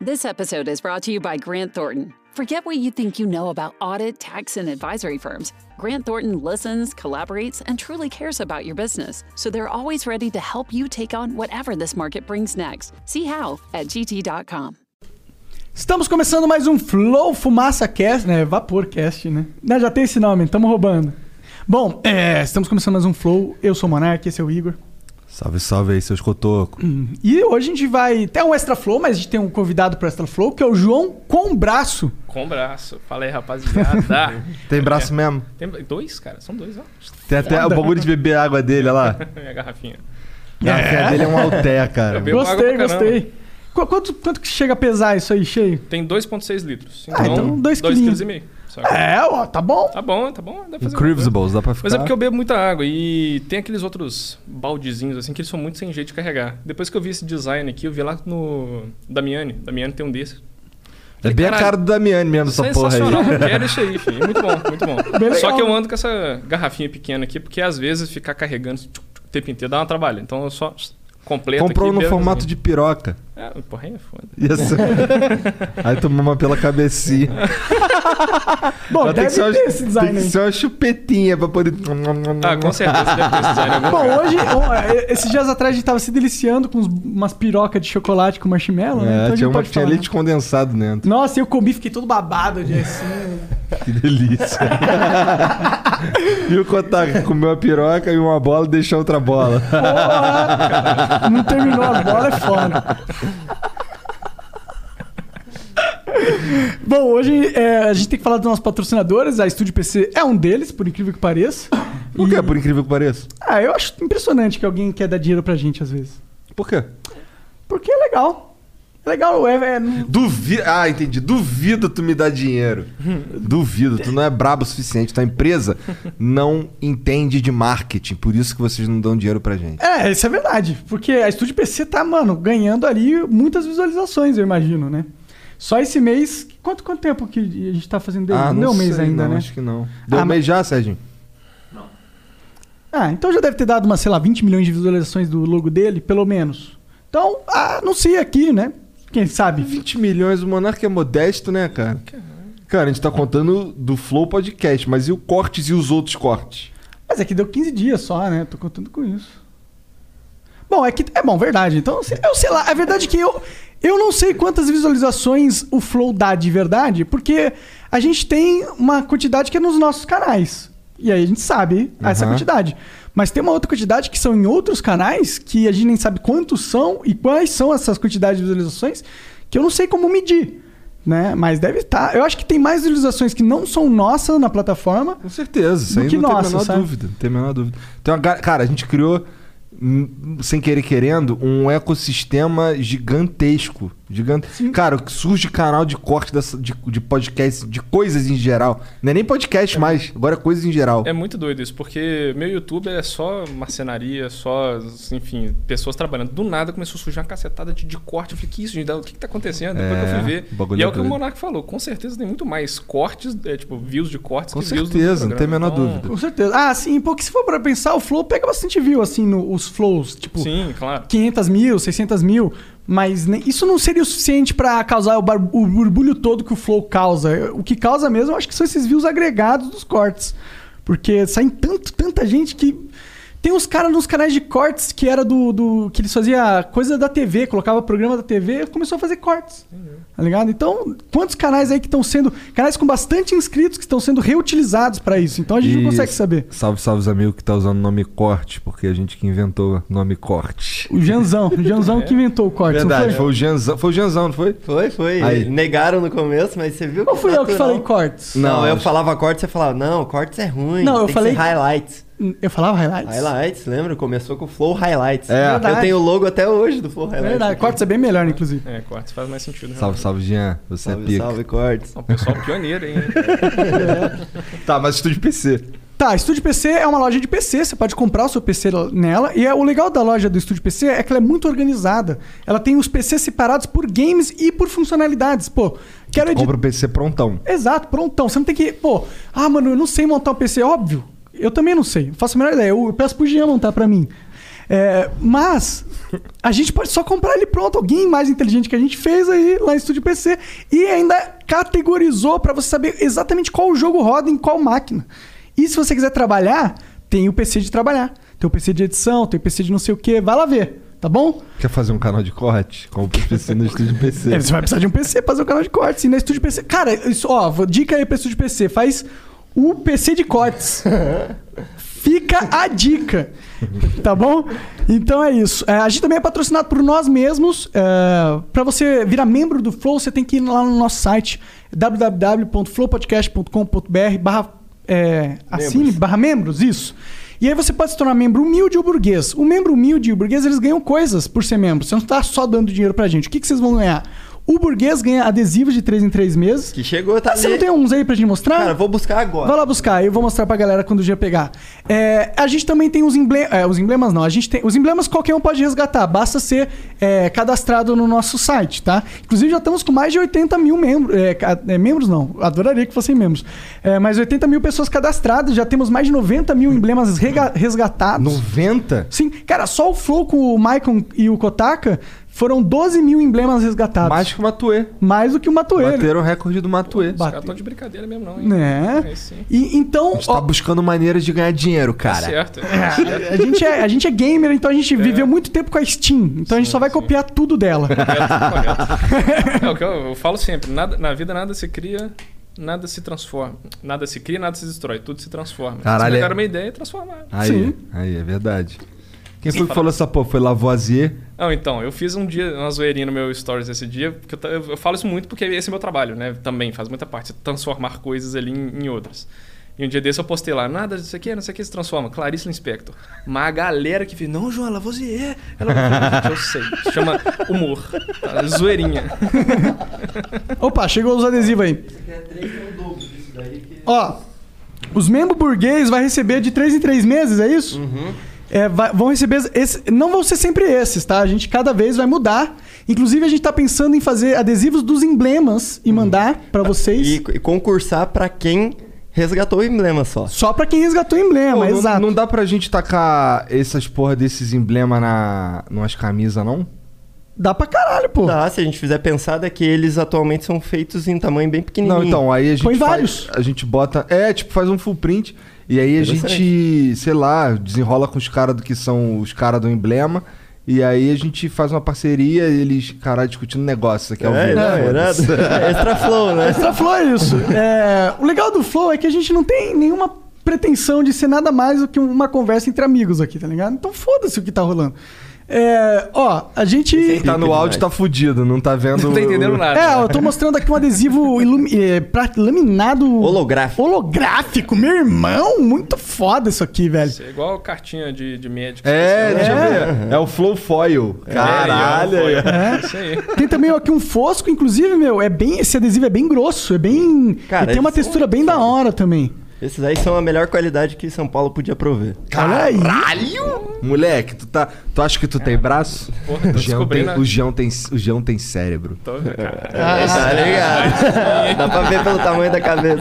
This episode is brought to you by Grant Thornton. Forget what you think you know about audit, tax, and advisory firms. Grant Thornton listens, collaborates, and truly cares about your business. So they're always ready to help you take on whatever this market brings next. See how at gt.com. Estamos começando mais um Flow Fumaça Cast, né? Vaporcast, né? Já tem esse nome, estamos roubando. Bom, estamos começando mais um Flow. Eu sou o Monark, esse é o Igor. Salve, salve aí, seus cotocos. E hoje a gente vai... Tem um Extra Flow, mas a gente tem um convidado pro Extra Flow, que é o João Com Braço. Com Braço. Fala aí, rapaziada. Tem braço mesmo? Tem dois, cara. São dois, ó. Tem até o bagulho de beber água dele, olha lá. Minha garrafinha. A garrafinha dele é um Altea, cara. Gostei. Quanto que chega a pesar isso aí, cheio? Tem 2,6 litros. Então 2,5 kg. Ó, tá bom. Tá bom. Dá pra fazer Cruisables, dá pra ficar. Mas é porque eu bebo muita água e tem aqueles outros baldezinhos assim que eles são muito sem jeito de carregar. Depois que eu vi esse design aqui, eu vi lá no Damiani. Damiani tem um desses. É bem a cara do Damiani mesmo, essa porra aí. Sensacional, eu quero isso aí, filho. Muito bom. Só que eu ando com essa garrafinha pequena aqui, porque às vezes ficar carregando o tempo inteiro dá um trabalho. Então eu só completo aqui. Comprou no formato de piroca. Porra, aí é foda. Isso. Aí tomou uma pela cabecinha. Bom, deve ter esse design aí. Tem que ser uma chupetinha pra poder... Com certeza deve ter esse design. Bom, hoje, esses dias atrás a gente tava se deliciando com umas pirocas de chocolate com marshmallow, né? Então tinha leite condensado dentro. Nossa, eu comi, fiquei todo babado de assim. Que delícia. E o Kotaka comeu a piroca e uma bola e deixou outra bola. Porra! Não terminou a bola, é foda. Bom, hoje a gente tem que falar dos nossos patrocinadores. A Estúdio PC é um deles, por incrível que pareça. Por que, por incrível que pareça? Eu acho impressionante que alguém quer dar dinheiro pra gente às vezes. Por quê? Porque é legal. É legal, Duvido. Entendi. Duvido tu me dar dinheiro. Duvido. Tu não é brabo o suficiente. Tua empresa não entende de marketing. Por isso que vocês não dão dinheiro pra gente. Isso é verdade. Porque a Estúdio PC tá, ganhando ali muitas visualizações, eu imagino, né? Só esse mês... Quanto tempo que a gente tá fazendo dele? Não deu um mês ainda, né? Acho que não. Deu um mês já, Serginho? Não. Então já deve ter dado 20 milhões de visualizações do logo dele, pelo menos. Então, anuncia aqui, né? Quem sabe? 20 milhões, o Monark é modesto, né, cara? Cara, a gente tá contando do Flow Podcast, mas e o cortes e os outros cortes? Mas é que deu 15 dias só, né? Tô contando com isso. Bom, verdade. Então, eu sei lá. A verdade é que eu não sei quantas visualizações o Flow dá de verdade, porque a gente tem uma quantidade que é nos nossos canais. E aí a gente sabe essa quantidade. Mas tem uma outra quantidade que são em outros canais, que a gente nem sabe quantos são e quais são essas quantidades de visualizações, que eu não sei como medir, né? Mas deve estar. Eu acho que tem mais visualizações que não são nossas na plataforma. Com certeza, isso aí não tem a menor dúvida. Então, cara, a gente criou, sem querer querendo, um ecossistema gigantesco. Cara, surge canal de corte de podcast, de coisas em geral. Não é nem podcast mais, agora é coisas em geral. É muito doido isso, porque meu YouTube é só marcenaria, enfim, pessoas trabalhando. Do nada começou a surgir uma cacetada de corte. Eu falei, que isso, gente? O que tá acontecendo? Depois que eu fui ver. E é o que o Monark falou. Com certeza tem muito mais cortes, views de cortes com que views do certeza, não tem a menor dúvida. Com certeza. Sim, porque se for pra pensar, o Flow pega bastante view, assim, os Flows. Tipo, sim, claro. 500 mil, 600 mil. Mas isso não seria o suficiente pra causar o borbulho todo que o Flow causa. O que causa mesmo, eu acho que são esses views agregados dos cortes. Porque saem tanta gente que... Tem uns caras nos canais de cortes que era que eles faziam coisa da TV, colocava programa da TV e começou a fazer cortes. Tá ligado? Então, quantos canais aí que estão sendo... Canais com bastante inscritos que estão sendo reutilizados pra isso. Então a gente não consegue saber. Salve os amigos que tá usando o nome corte, porque a gente que inventou o nome corte. O Janzão que inventou o corte. Verdade, foi o Janzão, não foi? Foi. Aí. Negaram no começo, mas você viu que Ou fui eu que falei cortes? Não, eu falava cortes, você falava, não, cortes é ruim. Não, eu falei que ser highlights. Eu falava highlights? Highlights, lembra? Começou com o Flow Highlights. Verdade. Eu tenho o logo até hoje do Flow Highlights. Verdade, cortes é bem melhor, inclusive. Cortes faz mais sentido. Salve, Jean. Você é pica. Salve, cortes. O pessoal pioneiro, hein? Tá, mas Estúdio PC. Tá, Estúdio PC é uma loja de PC, você pode comprar o seu PC nela. E o legal da loja do Estúdio PC é que ela é muito organizada. Ela tem os PCs separados por games e por funcionalidades. Compra o PC prontão. Exato, prontão. Você não tem que... mano, eu não sei montar um PC. Óbvio, eu também não sei. Não faço a menor ideia. Eu peço pro Jean montar pra mim. Mas a gente pode só comprar ele pronto. Alguém mais inteligente que a gente fez aí lá em Estúdio PC. E ainda categorizou para você saber exatamente qual jogo roda em qual máquina. E se você quiser trabalhar, tem o PC de trabalhar. Tem o PC de edição, tem o PC de não sei o que. Vai lá ver, tá bom? Quer fazer um canal de corte? Com o PC no Estúdio PC. Você vai precisar de um PC pra fazer um canal de cortes. E no Estúdio PC... Cara, isso, dica aí pra Estúdio PC. Faz o PC de cortes. Fica a dica. Tá bom? Então é isso. A gente também é patrocinado por nós mesmos. Pra você virar membro do Flow, você tem que ir lá no nosso site www.flowpodcast.com.br/assine/membros, isso. E aí você pode se tornar membro humilde ou burguês. O membro humilde e o burguês, eles ganham coisas por ser membro. Você não está só dando dinheiro pra gente. O que vocês vão ganhar? O burguês ganha adesivos de 3 em 3 meses. Que chegou, tá ali. Você não tem uns aí pra gente mostrar? Cara, vou buscar agora. Vai lá buscar, eu vou mostrar pra galera quando o dia pegar. A gente também tem os emblemas... os emblemas não, a gente tem... Os emblemas qualquer um pode resgatar, basta ser cadastrado no nosso site, tá? Inclusive já estamos com mais de 80 mil membros. Membros não, adoraria que fossem membros. Mais 80 mil pessoas cadastradas, já temos mais de 90 mil emblemas resgatados. 90? Sim, cara, só o Flow com o Maicon e o Kotaka... Foram 12 mil emblemas resgatados. Mais que o Matuê. Mais do que o Matuê. Bateram o recorde do Matuê. Os caras estão de brincadeira mesmo, não, hein? Né? E então... A gente tá buscando maneiras de ganhar dinheiro, cara. Tá certo. A gente é gamer, então a gente viveu muito tempo com a Steam. Então a gente só vai copiar tudo dela. Correto. É o que eu falo sempre. Na vida nada se cria... Nada se transforma. Nada se cria, nada se destrói. Tudo se transforma. Caralho. Se pegaram uma ideia, transformaram. Aí, é verdade. Quem foi que falou essa porra? Foi Lavoisier? Não, então, eu fiz um dia, uma zoeirinha no meu stories esse dia, porque eu falo isso muito porque esse é meu trabalho, né? Também faz muita parte, transformar coisas ali em outras. E um dia desse eu postei lá, nada disso aqui, não sei o que se transforma. Clarice Lispector. Mas a galera que fez, não, João, Lavoisier. Eu sei, chama humor. Tá? Zoeirinha. Opa, chegou os adesivos aí. Esse aqui é 3 tem o dobro disso daí. Os membros burguês vai receber de 3 em 3 meses, é isso? Uhum. Vão receber... não vão ser sempre esses, tá? A gente cada vez vai mudar. Inclusive, a gente tá pensando em fazer adesivos dos emblemas e mandar pra vocês. E concursar pra quem resgatou o emblema só. Só pra quem resgatou o emblema, exato. Não dá pra gente tacar essas porra desses emblemas numas camisas, não? Dá pra caralho, pô. Dá, se a gente fizer pensar é que eles atualmente são feitos em tamanho bem pequenininho. Não, então, aí a gente põe vários. A gente bota... faz um full print... E aí a gente, sei lá, desenrola com os caras que são os caras do emblema. E aí a gente faz uma parceria e eles, caralho, discutindo negócio. Aqui é o Extra Flow, né? Extra Flow é isso. O legal do Flow é que a gente não tem nenhuma pretensão de ser nada mais do que uma conversa entre amigos aqui, tá ligado? Então foda-se o que tá rolando. A gente... Quem tá no áudio tá fudido, não tá vendo... Não tá entendendo nada. Eu tô mostrando aqui um adesivo laminado... Holográfico, meu irmão! Muito foda isso aqui, velho. Isso é igual cartinha de médico. Deixa eu ver. É o Flow Foil. Caralho! Isso aí. Tem também aqui um fosco, inclusive, esse adesivo é bem grosso, é bem... Cara, e tem uma textura bem da hora também. Esses aí são a melhor qualidade que São Paulo podia prover. Caralho! Moleque, tu acha que tu tem braço? Porra, o Gião tem cérebro. Tá ligado? Dá pra ver pelo tamanho da cabeça.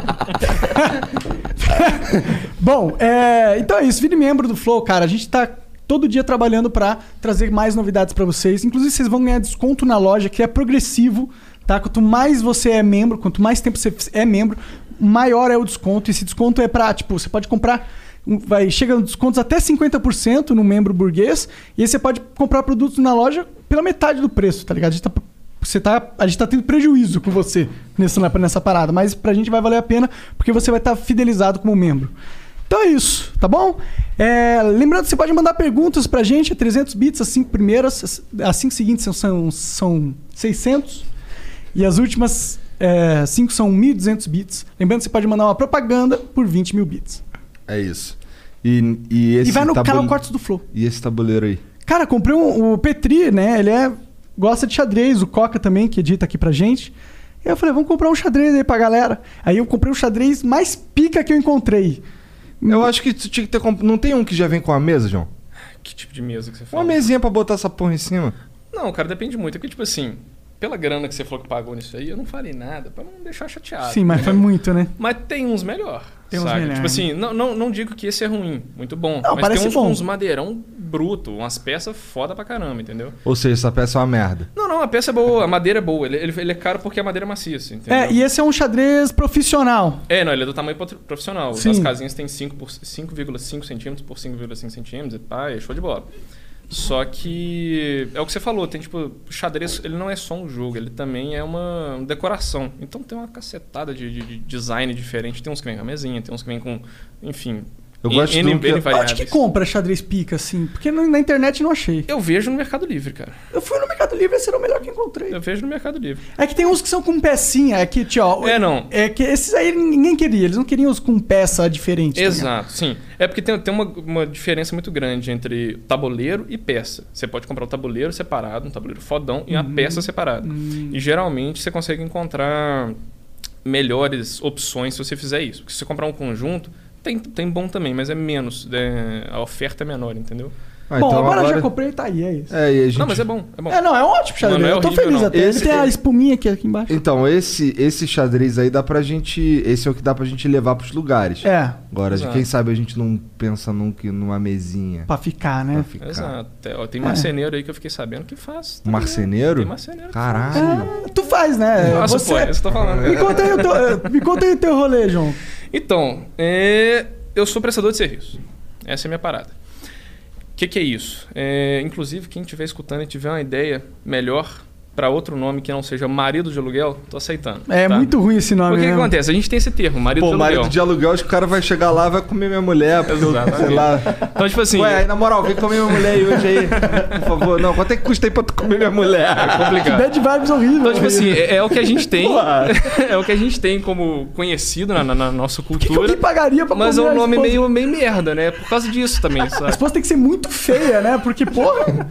Bom, então é isso. Vire membro do Flow, cara. A gente tá todo dia trabalhando pra trazer mais novidades pra vocês. Inclusive, vocês vão ganhar desconto na loja, que é progressivo, tá? Quanto mais você é membro, quanto mais tempo você é membro, maior é o desconto. Esse desconto é pra, você pode comprar... chega nos descontos até 50% no membro burguês. E aí você pode comprar produtos na loja pela metade do preço, tá ligado? A gente tá tendo prejuízo com você nessa parada. Mas pra gente vai valer a pena, porque você vai estar fidelizado como membro. Então é isso, tá bom? Lembrando que você pode mandar perguntas pra gente. 300 bits, as 5 primeiras. As 5 seguintes são 600. E as últimas 5 são 1.200 bits. Lembrando que você pode mandar uma propaganda por 20 mil bits. É isso. E vai no canal Cortes do Flow. E esse tabuleiro aí? Cara, comprei o Petri, né? Ele gosta de xadrez. O Coca também, que edita aqui pra gente. E eu falei, vamos comprar um xadrez aí pra galera. Aí eu comprei o xadrez mais pica que eu encontrei. Eu acho que tu tinha que ter... Não tem um que já vem com a mesa, João? Que tipo de mesa que você fala? Uma mesinha pra botar essa porra em cima. Não, cara, depende muito. É que, tipo assim... Pela grana que você falou que pagou nisso aí, eu não falei nada pra não deixar chateado. Sim, mas foi muito, né? Mas tem uns melhor. Tem uns melhor. Tipo assim, não digo que esse é ruim. Muito bom. Não, mas tem uns uns madeirão bruto, umas peças foda pra caramba, entendeu? Ou seja, essa peça é uma merda. Não, a peça é boa, a madeira é boa. Ele é caro porque a madeira é macia, assim, entendeu? E esse é um xadrez profissional. Não, ele é do tamanho profissional. Sim. As casinhas têm 5,5 centímetros por 5,5 centímetros, é show de bola. Só que é o que você falou, tem tipo, o xadrez, ele não é só um jogo, ele também é uma decoração. Então tem uma cacetada de design diferente. Tem uns que vem com a mesinha, tem uns que vem com, enfim... Eu gosto de Onde que compra xadrez pica, assim? Porque na internet não achei. Eu vejo no Mercado Livre, cara. Eu fui no Mercado Livre, esse era o melhor que encontrei. Eu vejo no Mercado Livre. É que tem uns que são com pecinha, não. É que esses aí ninguém queria, eles não queriam os com peça diferente. Exato, sim. É porque tem uma diferença muito grande entre tabuleiro e peça. Você pode comprar o tabuleiro separado, um tabuleiro fodão, e uma peça separada. E geralmente você consegue encontrar melhores opções se você fizer isso. Porque se você comprar um conjunto... Tem bom também, mas é menos. A oferta é menor, então agora já comprei, tá aí, é isso. Não, mas é bom. É um ótimo xadrez. Eu tô feliz até. Ele tem a espuminha aqui embaixo. Então, esse xadrez aí dá pra gente... Esse é o que dá pra gente levar pros lugares. Agora, quem sabe a gente não pensa numa mesinha. Pra ficar, né? Exato. Tem marceneiro aí que eu fiquei sabendo que faz. Marceneiro? Tem marceneiro. Caralho. Tu faz, né? Nossa, isso eu tô falando. Me conta aí o teu rolê, João. Então, eu sou prestador de serviço. Essa é a minha parada. O que é isso? Inclusive, quem estiver escutando e tiver uma ideia melhor para outro nome que não seja marido de aluguel, tô aceitando. É tá? muito ruim esse nome. Porque o que acontece? A gente tem esse termo, marido de aluguel. Marido de aluguel, acho que o cara vai chegar lá e vai comer minha mulher. Sei lá. Então, tipo assim... Ué, aí na moral, vem comer minha mulher aí hoje aí. Por favor. Não, quanto é que custa aí pra tu comer minha mulher? É complicado. Bad vibes horrível. Então, tipo assim, é o que a gente tem. É o que a gente tem como conhecido na nossa cultura. Que alguém pagaria pra mas comer é um nome meio merda, né? Por causa disso também, sabe? A esposa tem que ser muito feia, né? Porque, porra...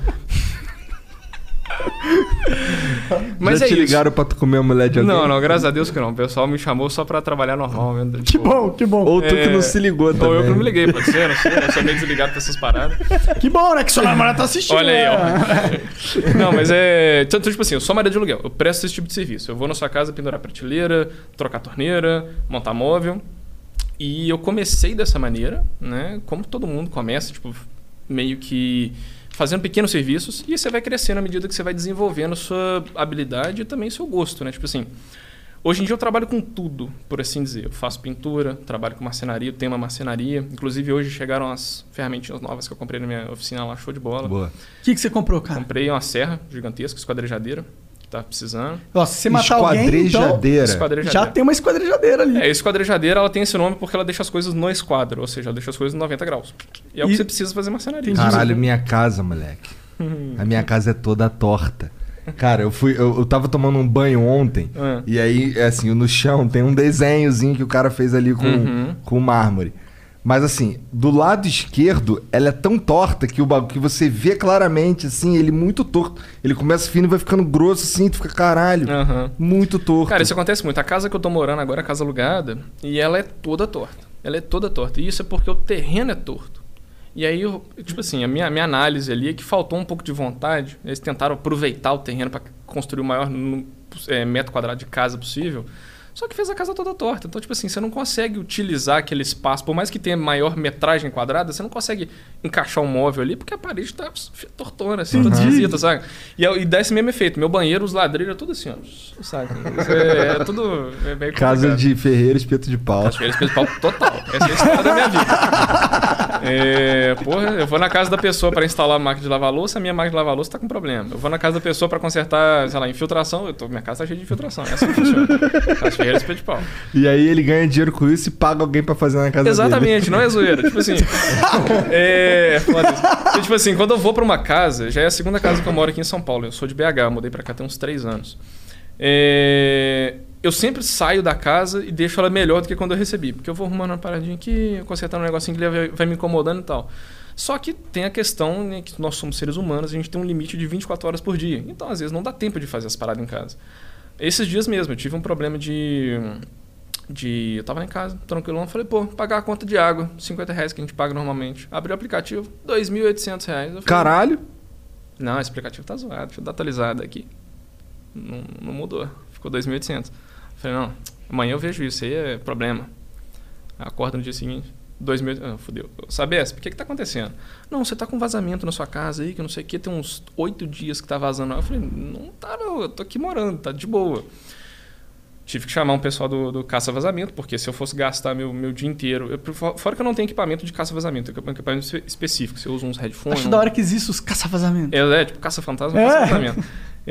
Mas já te ligaram pra tu comer a mulher de alguém? Não, graças a Deus que não. O pessoal me chamou só pra trabalhar normal. Tipo, que bom. Ou tu que não se ligou também. Ou eu que não me liguei, pode ser, eu sou meio desligado pra essas paradas. Que bom, né? Que sua namorada tá assistindo. Olha aí, ó. Não, mas então, tipo assim, eu sou marido de aluguel. Eu presto esse tipo de serviço. Eu vou na sua casa pendurar prateleira, trocar torneira, montar móvel. E eu comecei dessa maneira, né? Como todo mundo começa, tipo, meio que... fazendo pequenos serviços, e você vai crescendo à medida que você vai desenvolvendo sua habilidade e também seu gosto, né? Tipo assim, hoje em dia eu trabalho com tudo, por assim dizer. Eu faço pintura, trabalho com marcenaria, eu tenho uma marcenaria. Inclusive hoje chegaram as ferramentinhas novas que eu comprei na minha oficina lá, show de bola. Boa. O que você comprou, cara? Comprei uma serra gigantesca, esquadrejadeira, que tava precisando. Nossa, se você matar alguém, então... Já tem uma esquadrejadeira ali. A esquadrejadeira, ela tem esse nome porque ela deixa as coisas no esquadro, ou seja, ela deixa as coisas 90 graus. E é o que você precisa fazer marcenaria. Caralho, minha casa, moleque. A minha casa é toda torta. Cara, eu tava tomando um banho ontem, e aí, assim, no chão tem um desenhozinho que o cara fez ali com mármore. Mas assim, do lado esquerdo, ela é tão torta que que você vê claramente, assim, ele muito torto. Ele começa fino e vai ficando grosso, assim, tu fica, caralho, muito torto. Cara, isso acontece muito. A casa que eu tô morando agora é a casa alugada, e ela é toda torta. Ela é toda torta. E isso é porque o terreno é torto. E aí, tipo assim, a minha análise ali é que faltou um pouco de vontade. Eles tentaram aproveitar o terreno para construir o maior metro quadrado de casa possível. Só que fez a casa toda torta. Então, tipo assim, você não consegue utilizar aquele espaço. Por mais que tenha maior metragem quadrada, você não consegue encaixar um móvel ali, porque a parede tá tortona, assim, toda esquisita, sabe? E dá esse mesmo efeito. Meu banheiro, os ladrilhos, é tudo assim, ó. Sabe? É tudo meio casa complicado. De ferreiro, espeto de pau. Casa de ferreiro, espeto de pau total. Essa é a história da minha vida. Porra, eu vou na casa da pessoa para instalar a máquina de lavar louça, a minha máquina de lavar louça tá com problema. Eu vou na casa da pessoa para consertar, sei lá, infiltração. Minha casa tá cheia de infiltração. É assim que funciona. Ferreiro, espeto de pau. E aí ele ganha dinheiro com isso e paga alguém pra fazer na casa dele. Exatamente, não é zoeira. Tipo assim... tipo assim, quando eu vou pra uma casa... Já é a segunda casa que eu moro aqui em São Paulo. Eu sou de BH, mudei pra cá tem uns 3 anos. Eu sempre saio da casa e deixo ela melhor do que quando eu recebi. Porque eu vou arrumando uma paradinha aqui, consertando um negocinho que vai me incomodando e tal. Só que tem a questão, né, que nós somos seres humanos, a gente tem um limite de 24 horas por dia. Então, às vezes, não dá tempo de fazer as paradas em casa. Esses dias mesmo, eu tive um problema eu tava lá em casa, tranquilão, falei, pagar a conta de água, R$50 que a gente paga normalmente. Abri o aplicativo, R$2.800. Caralho! Não, esse aplicativo tá zoado, deixa eu dar atualizado aqui. Não mudou, ficou R$2.800. Falei, não, amanhã eu vejo isso, aí é problema. Acorda no dia seguinte, Fudeu. Sabesp, o que tá acontecendo? Não, você tá com vazamento na sua casa aí, que não sei o que, tem uns 8 dias que tá vazando. Eu falei, não tá não, eu tô aqui morando, tá de boa. Tive que chamar um pessoal do caça-vazamento, porque se eu fosse gastar meu dia inteiro... Fora que eu não tenho equipamento de caça-vazamento, eu tenho equipamento específico. Você usa uns headphones... Acho da hora que existe os caça-vazamentos. Tipo caça-fantasma, caça-vazamento.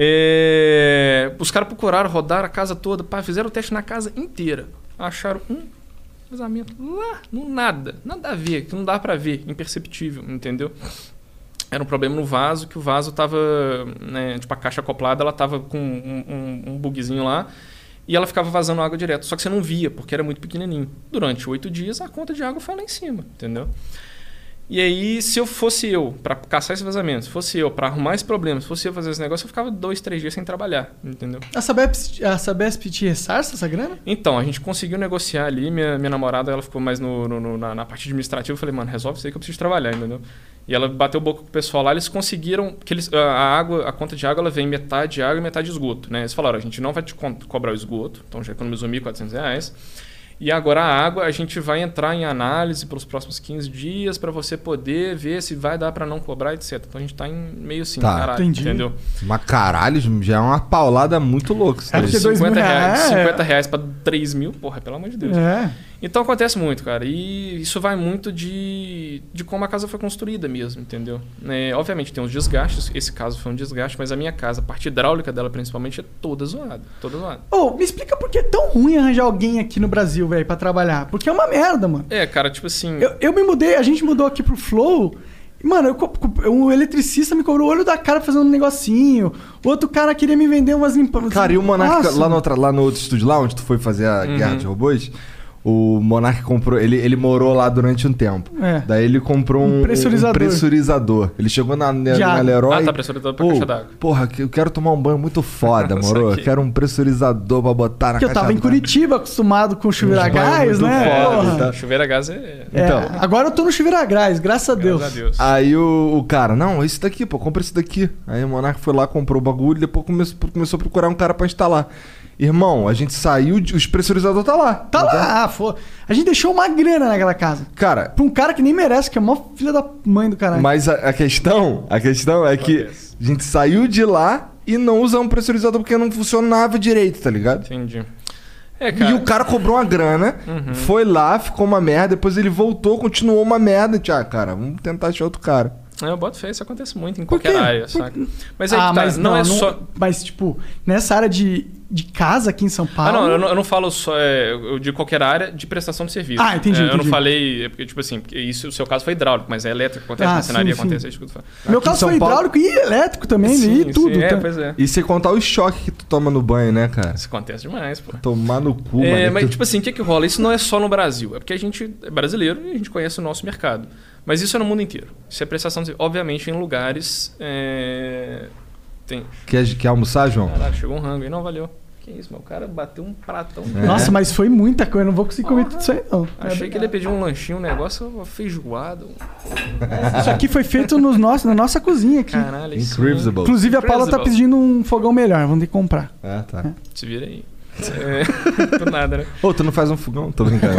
Os caras procuraram, rodaram a casa toda, fizeram o teste na casa inteira. Acharam um vazamento lá, no nada. Nada a ver, que não dá pra ver, imperceptível, entendeu? Era um problema no vaso, que o vaso tava... Né, tipo, a caixa acoplada, ela tava com um bugzinho lá. E ela ficava vazando água direto. Só que você não via, porque era muito pequenininho. Durante 8 dias, a conta de água foi lá em cima, entendeu? E aí, se eu fosse para caçar esse vazamento, se fosse eu para arrumar esse problema, se fosse eu fazer esse negócio, eu ficava 2, 3 dias sem trabalhar, entendeu? A Sabesp te ressarça essa grana? Então, a gente conseguiu negociar ali. Minha namorada, ela ficou mais na parte administrativa. Eu falei, mano, resolve isso aí que eu preciso trabalhar, entendeu? E ela bateu boca com o pessoal lá, eles conseguiram... a conta de água, ela vem metade água e metade esgoto, né? Eles falaram, a gente não vai te cobrar o esgoto, então já economizou R$1.400. E agora a água, a gente vai entrar em análise pelos próximos 15 dias para você poder ver se vai dar para não cobrar, etc. Então a gente tá em meio assim, caralho, entendi. Entendeu? Mas caralho, já é uma paulada muito louca. É porque R$50 para 3 mil, porra, pelo amor de Deus. É. Então acontece muito, cara. E isso vai muito de como a casa foi construída mesmo, entendeu? Obviamente tem uns desgastes. Esse caso foi um desgaste, mas a minha casa, a parte hidráulica dela principalmente, é toda zoada. Toda zoada. Me explica por que é tão ruim arranjar alguém aqui no Brasil, velho, pra trabalhar. Porque é uma merda, mano. Cara, tipo assim... Eu me mudei, a gente mudou aqui pro Flow... Mano, um eletricista me cobrou o olho da cara fazendo um negocinho. Outro cara queria me vender umas limpadas. Cara, e o Monark, lá no outro estúdio lá, onde tu foi fazer a Guerra de Robôs... O Monark comprou... Ele morou lá durante um tempo. Daí ele comprou um pressurizador. Ele chegou na Leroy... tá, pressurizador pra caixa d'água. Porra, eu quero tomar um banho muito foda, moro? Eu quero um pressurizador pra botar na caixa d'água. Porque eu tava em Curitiba, acostumado com chuveiro a gás, né? Foda, chuveiro a gás Então, agora eu tô no chuveiro a gás, graças a Deus. Aí o cara... Não, esse daqui, pô. Compra esse daqui. Aí o Monark foi lá, comprou o bagulho. E depois começou a procurar um cara pra instalar. Irmão, a gente saiu, os pressurizadores tá lá. Tá lá, a gente deixou uma grana naquela casa. Cara... Pra um cara que nem merece, que é a maior filha da mãe do caralho. Mas a questão é que a gente saiu de lá e não usamos pressurizador porque não funcionava direito, tá ligado? Entendi. E o cara cobrou uma grana, foi lá, ficou uma merda, depois ele voltou, continuou uma merda. Cara, vamos tentar achar outro cara. Eu boto fé, isso acontece muito em qualquer área, saca? Mas mas não é só... Mas, tipo, nessa área de casa aqui em São Paulo... eu não falo só de qualquer área de prestação de serviço. Entendi. Eu não falei... Porque, tipo assim, isso, o seu caso foi hidráulico, mas é elétrico, acontece, marcenaria acontece. Isso que eu tô falando. Meu caso foi hidráulico e elétrico também, e tudo. Pois é. E sem contar o choque que tu toma no banho, né, cara? Isso acontece demais, pô. Tomar no cu, mano. Mas, tipo assim, o que rola? Isso não é só no Brasil. É porque a gente é brasileiro e a gente conhece o nosso mercado. Mas isso é no mundo inteiro. Isso é prestação de... Obviamente, em lugares... Tem... Quer almoçar, João? Caralho, chegou um rango aí. Não, valeu. Que isso, meu? O cara bateu um pratão. Nossa, mas foi muita coisa. Eu não vou conseguir comer tudo isso aí, não. Achei que ele ia pedir um lanchinho, um negócio, uma feijoada. Isso aqui foi feito na nossa cozinha aqui. Caralho, isso. Inclusive, a Paula tá pedindo um fogão melhor. Vamos ter que comprar. Tá. Se vira aí. Do nada, né? Tu não faz um fogão? Tô brincando.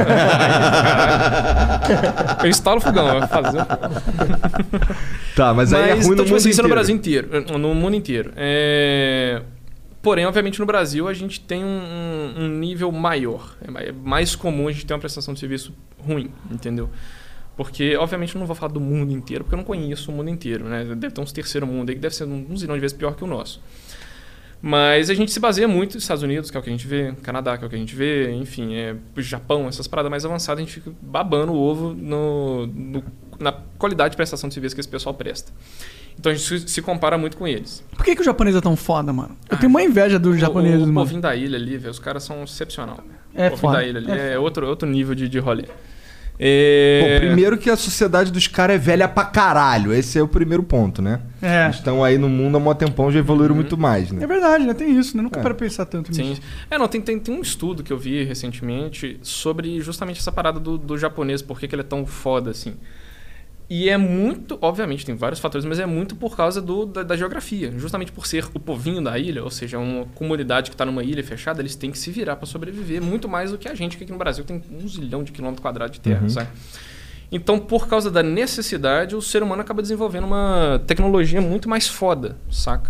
Eu instalo o fogão, eu vou fazer o fogão. Tá, mas aí é ruim no mundo isso inteiro. No Brasil inteiro, no mundo inteiro. Porém, obviamente, no Brasil a gente tem um nível maior. É mais comum a gente ter uma prestação de serviço ruim, entendeu? Porque, obviamente, eu não vou falar do mundo inteiro, porque eu não conheço o mundo inteiro, né? Deve ter uns terceiro mundo aí que deve ser uns zilhão de vezes pior que o nosso. Mas a gente se baseia muito nos Estados Unidos, que é o que a gente vê, Canadá, que é o que a gente vê, enfim, Japão, essas paradas mais avançadas, a gente fica babando o ovo na qualidade de prestação de serviço que esse pessoal presta. Então a gente se compara muito com eles. Por que o japonês é tão foda, mano? Eu tenho uma inveja dos japoneses, mano. O povinho da ilha ali, velho, os caras são excepcional. O povinho da ilha ali é outro nível de rolê. Primeiro que a sociedade dos caras é velha pra caralho. Esse é o primeiro ponto, né? Eles estão aí no mundo há um tempão, já evoluíram muito mais, né? É verdade, né? Tem isso, né? Nunca para pensar tanto nisso. Tem um estudo que eu vi recentemente sobre justamente essa parada do japonês, por que ele é tão foda assim. E é muito, obviamente, tem vários fatores, mas é muito por causa da geografia. Justamente por ser o povinho da ilha, ou seja, uma comunidade que está numa ilha fechada, eles têm que se virar para sobreviver, muito mais do que a gente, que aqui no Brasil tem 1 zilhão de quilômetros quadrados de terra, sabe? Então, por causa da necessidade, o ser humano acaba desenvolvendo uma tecnologia muito mais foda, saca?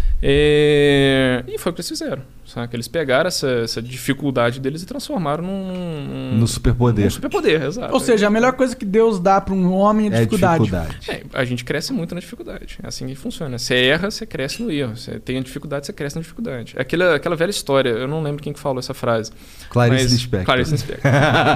E foi o que eles fizeram, saca? Eles pegaram essa dificuldade deles e transformaram no superpoder. No superpoder, exato. Ou seja, a melhor coisa que Deus dá para um homem é dificuldade. A gente cresce muito na dificuldade. É assim que funciona. Você erra, você cresce no erro. Você tem a dificuldade, você cresce na dificuldade. Aquela velha história, eu não lembro quem que falou essa frase. Clarice Lispector. Clarice Lispector.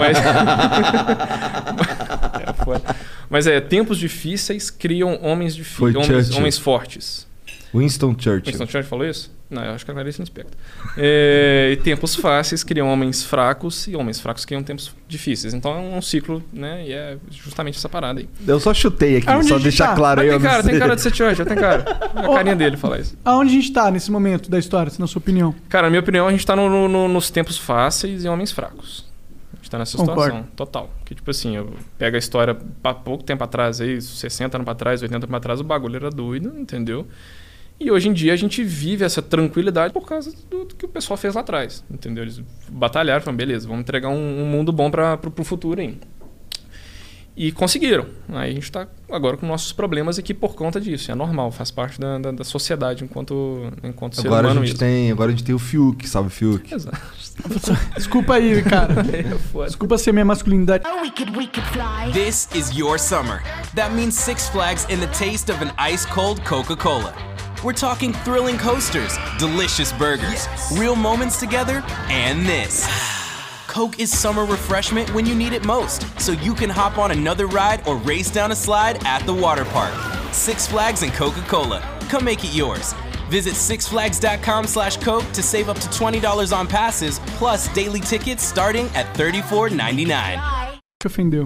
Mas tempos difíceis criam homens difíceis, homens fortes. Winston Churchill. Winston Churchill falou isso? Não, eu acho que é Clarice Lispector. E tempos fáceis criam homens fracos e homens fracos criam tempos difíceis. Então é um ciclo, né? E é justamente essa parada aí. Eu só chutei aqui, só deixar claro aí. Tem cara de ser Churchill, tem cara. A carinha dele falar isso. Aonde a gente tá nesse momento da história, na sua opinião? Cara, na minha opinião, a gente tá nos tempos fáceis e homens fracos. A gente tá nessa situação total. Que tipo assim, eu pego a história há pouco tempo atrás, aí, 60 anos pra trás, 80 anos pra trás, o bagulho era doido, entendeu? E hoje em dia a gente vive essa tranquilidade por causa do que o pessoal fez lá atrás, entendeu? Eles batalharam, falaram, beleza, vamos entregar um mundo bom pro futuro aí. E conseguiram. Aí a gente está agora com nossos problemas aqui por conta disso. É normal, faz parte da sociedade enquanto ser humano. Agora a gente tem o Fiuk, salve Fiuk. Exato. Desculpa aí, cara. Desculpa ser minha masculinidade. This is your summer. That means Six Flags and the taste of an ice-cold Coca-Cola. We're talking thrilling coasters, delicious burgers, real moments together, and this. Coke is summer refreshment when you need it most, so you can hop on another ride or race down a slide at the water park. Six Flags and Coca-Cola. Come make it yours. Visit sixflags.com/Coke to save up to $20 on passes, plus daily tickets starting at $34.99. Te ofendeu.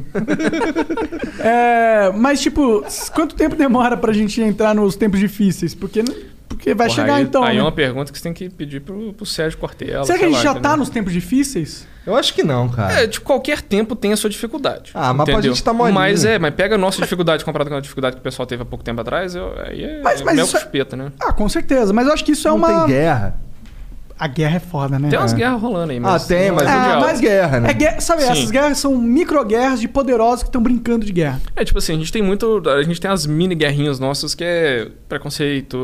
Mas, tipo, quanto tempo demora pra gente entrar nos tempos difíceis? Porque vai chegar então. Aí né? é uma pergunta que você tem que pedir pro Sérgio Cortella. Será que a gente já tá nos tempos difíceis? Eu acho que não, cara. De qualquer tempo tem a sua dificuldade. Mas pra gente tá molinho. Mas pega a nossa dificuldade comparada com a dificuldade que o pessoal teve há pouco tempo atrás, aí é mel com chupeta, né? Com certeza. Mas eu acho que isso não tem guerra. A guerra é foda, né? Tem umas guerras rolando aí, mas... tem, mas mais guerra, né? Sabe, sim. Essas guerras são micro-guerras de poderosos que estão brincando de guerra. Tipo assim, a gente tem as mini-guerrinhas nossas que é preconceito,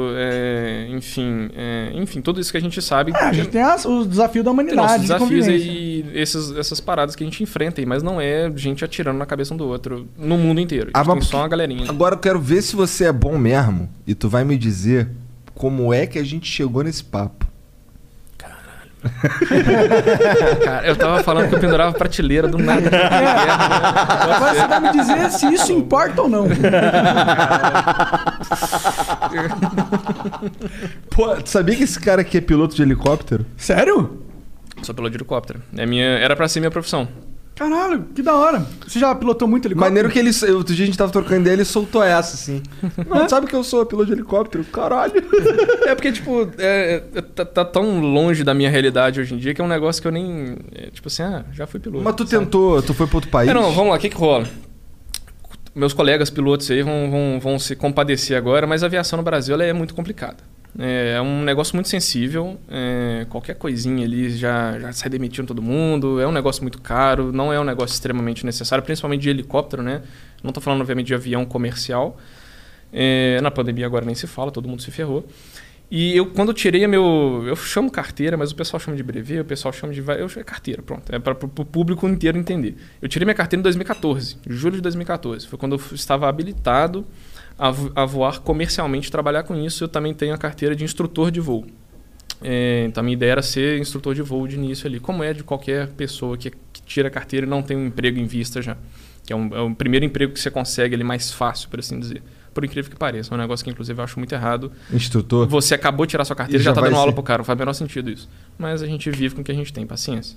enfim, tudo isso que a gente sabe. A gente tem o desafio da humanidade, tem nossos desafios e essas paradas que a gente enfrenta aí, mas não é gente atirando na cabeça um do outro no mundo inteiro. Tem só uma galerinha. Agora eu quero ver se você é bom mesmo e tu vai me dizer como é que a gente chegou nesse papo. Cara, eu tava falando que eu pendurava prateleira do nada. Agora você vai me dizer se isso importa ou não. Pô, tu sabia que esse cara aqui é piloto de helicóptero? Sério? Sou piloto de helicóptero. Era pra ser minha profissão. Caralho, que da hora. Você já pilotou muito helicóptero? Maneiro que outro dia a gente tava trocando ideia, ele soltou essa, assim. Não, sabe que eu sou piloto de helicóptero? Caralho. É porque, tipo, tá tão longe da minha realidade hoje em dia que é um negócio que eu nem... tipo assim, já fui piloto. Mas tu tentou, tu foi pra outro país? Não, vamos lá, o que rola? Meus colegas pilotos aí vão se compadecer agora, mas a aviação no Brasil ela é muito complicada. É um negócio muito sensível, qualquer coisinha ali já sai demitindo todo mundo, é um negócio muito caro, não é um negócio extremamente necessário, principalmente de helicóptero, né? Não estou falando, obviamente, de avião comercial. Na pandemia agora nem se fala, todo mundo se ferrou. E quando eu tirei eu chamo carteira, mas o pessoal chama de brevet, o pessoal chama de... é carteira, pronto, é para o público inteiro entender. Eu tirei minha carteira em 2014, julho de 2014, foi quando eu estava habilitado a voar comercialmente, trabalhar com isso. Eu também tenho a carteira de instrutor de voo. Então a minha ideia era ser instrutor de voo de início ali, como é de qualquer pessoa que tira a carteira e não tem um emprego em vista já. Que é o primeiro emprego que você consegue ali mais fácil, por assim dizer. Por incrível que pareça, é um negócio que inclusive eu acho muito errado. Instrutor? Você acabou de tirar sua carteira e já tá dando aula pro cara, não faz o menor sentido isso. Mas a gente vive com o que a gente tem, paciência.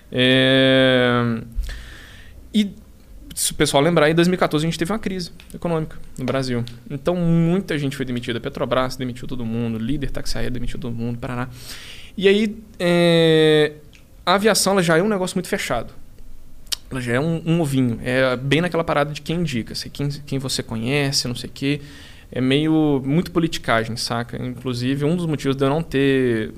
E se o pessoal lembrar, em 2014 a gente teve uma crise econômica no Brasil. Então muita gente foi demitida. A Petrobras demitiu todo mundo, líder táxi aéreo demitiu todo mundo, Paraná. E aí a aviação ela já é um negócio muito fechado. Ela já é um ovinho. É bem naquela parada de quem indica. Quem você conhece, não sei o quê. É muito politicagem, saca? Inclusive, um dos motivos de eu não ter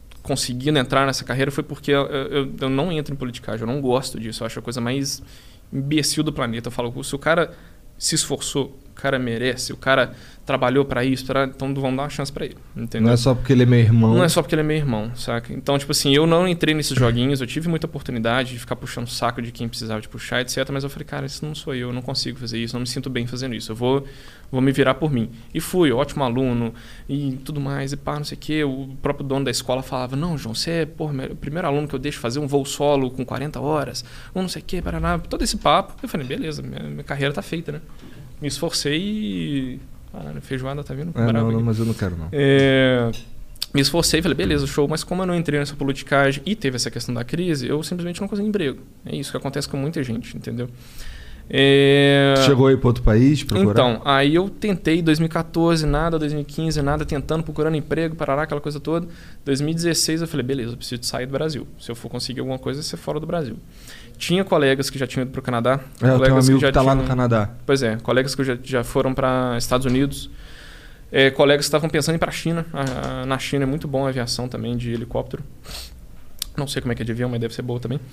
conseguido entrar nessa carreira foi porque eu não entro em politicagem. Eu não gosto disso. Eu acho a coisa mais imbecil do planeta. Eu falo, se o cara se esforçou, o cara merece, o cara trabalhou pra isso, então vamos dar uma chance pra ele, entendeu? Não é só porque ele é meu irmão. Não é só porque ele é meu irmão, saca? Então, tipo assim, eu não entrei nesses joguinhos, eu tive muita oportunidade de ficar puxando o saco de quem precisava de puxar, etc. Mas eu falei, cara, isso não sou eu não consigo fazer isso, eu não me sinto bem fazendo isso, eu vou me virar por mim. E fui, ótimo aluno, e tudo mais, e pá, não sei o quê. O próprio dono da escola falava, não, João, você é o primeiro aluno que eu deixo fazer um voo solo com 40 horas, ou não sei o quê, paraná, todo esse papo. Eu falei, beleza, minha carreira tá feita, né? Me esforcei e... Caralho, feijoada tá vindo? Não, mas eu não quero, não. Me esforcei, falei, beleza, show. Mas como eu não entrei nessa politicagem e teve essa questão da crise, eu simplesmente não consegui emprego. É isso que acontece com muita gente, entendeu? Chegou aí para outro país procurar? Então, aí eu tentei 2014, nada, 2015, nada, tentando, procurando emprego, parará, aquela coisa toda. 2016 eu falei, beleza, eu preciso de sair do Brasil. Se eu for conseguir alguma coisa, ser fora do Brasil. Tinha colegas que já tinham ido para o Canadá. Eu tenho um amigo que está lá no Canadá. Pois é, colegas que já foram para Estados Unidos. Colegas que estavam pensando em ir para a China. Na China é muito bom a aviação também, de helicóptero. Não sei como é que é de avião, mas deve ser boa também.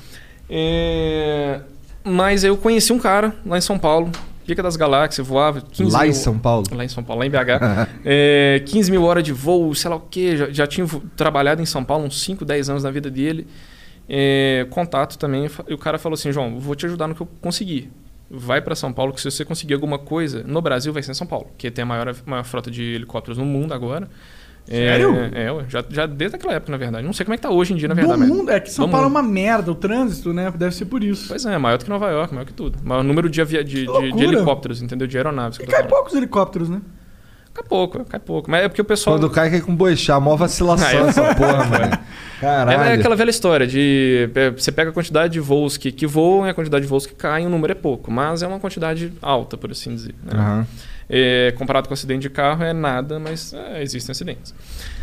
Mas eu conheci um cara lá em São Paulo, Pica das Galáxias, voava 15 lá mil... em São Paulo? Lá em São Paulo, lá em BH. 15 mil horas de voo, sei lá o quê. Já tinha trabalhado em São Paulo uns 5, 10 anos na vida dele. Contato também. E o cara falou assim, João, vou te ajudar no que eu conseguir. Vai para São Paulo, que se você conseguir alguma coisa, no Brasil vai ser em São Paulo, que tem a maior frota de helicópteros no mundo agora. Sério? Já desde aquela época, na verdade. Não sei como é que tá hoje em dia, na verdade. No mundo? É que São Paulo é uma merda, o trânsito, né? Deve ser por isso. Pois é, maior do que Nova York, maior que tudo. Maior número de helicópteros, entendeu? De aeronaves. E cai poucos helicópteros, né? Cai pouco. Mas é porque o pessoal... Quando cai com boixá, mó vacilação essa porra, mano. Caralho. É aquela velha história de... Você pega a quantidade de voos que voam e a quantidade de voos que caem, o número é pouco. Mas é uma quantidade alta, por assim dizer. Né? Uhum. Comparado com acidente de carro, é nada, mas existem acidentes.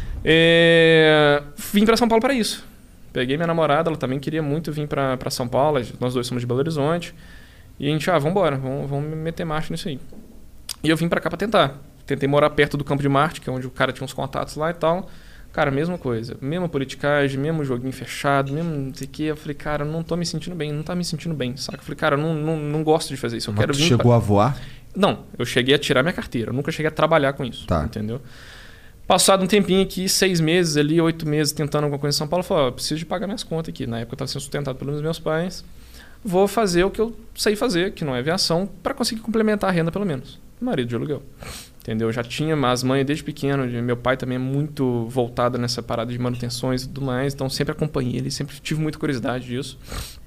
Vim para São Paulo para isso. Peguei minha namorada, ela também queria muito vir para São Paulo. Nós dois somos de Belo Horizonte. E a gente, vambora, vamos meter marcha nisso aí. E eu vim para cá para tentar. Tentei morar perto do Campo de Marte, que é onde o cara tinha uns contatos lá e tal. Cara, mesma coisa. Mesma politicagem, mesmo joguinho fechado, mesmo não sei o que. Eu falei, cara, não tô me sentindo bem, não tá me sentindo bem, saca? Eu falei, cara, não gosto de fazer isso. Mas tu chegou a voar? Não, eu cheguei a tirar minha carteira. Eu nunca cheguei a trabalhar com isso, entendeu? Passado um tempinho aqui, 6 meses ali, 8 meses, tentando alguma coisa em São Paulo, eu falei, preciso de pagar minhas contas aqui. Na época eu estava sendo sustentado pelos meus pais. Vou fazer o que eu sei fazer, que não é aviação, para conseguir complementar a renda pelo menos. Marido de aluguel. Entendeu? Eu já tinha as manhas desde pequeno. Meu pai também é muito voltado nessa parada de manutenções e tudo mais. Então sempre acompanhei ele, sempre tive muita curiosidade disso.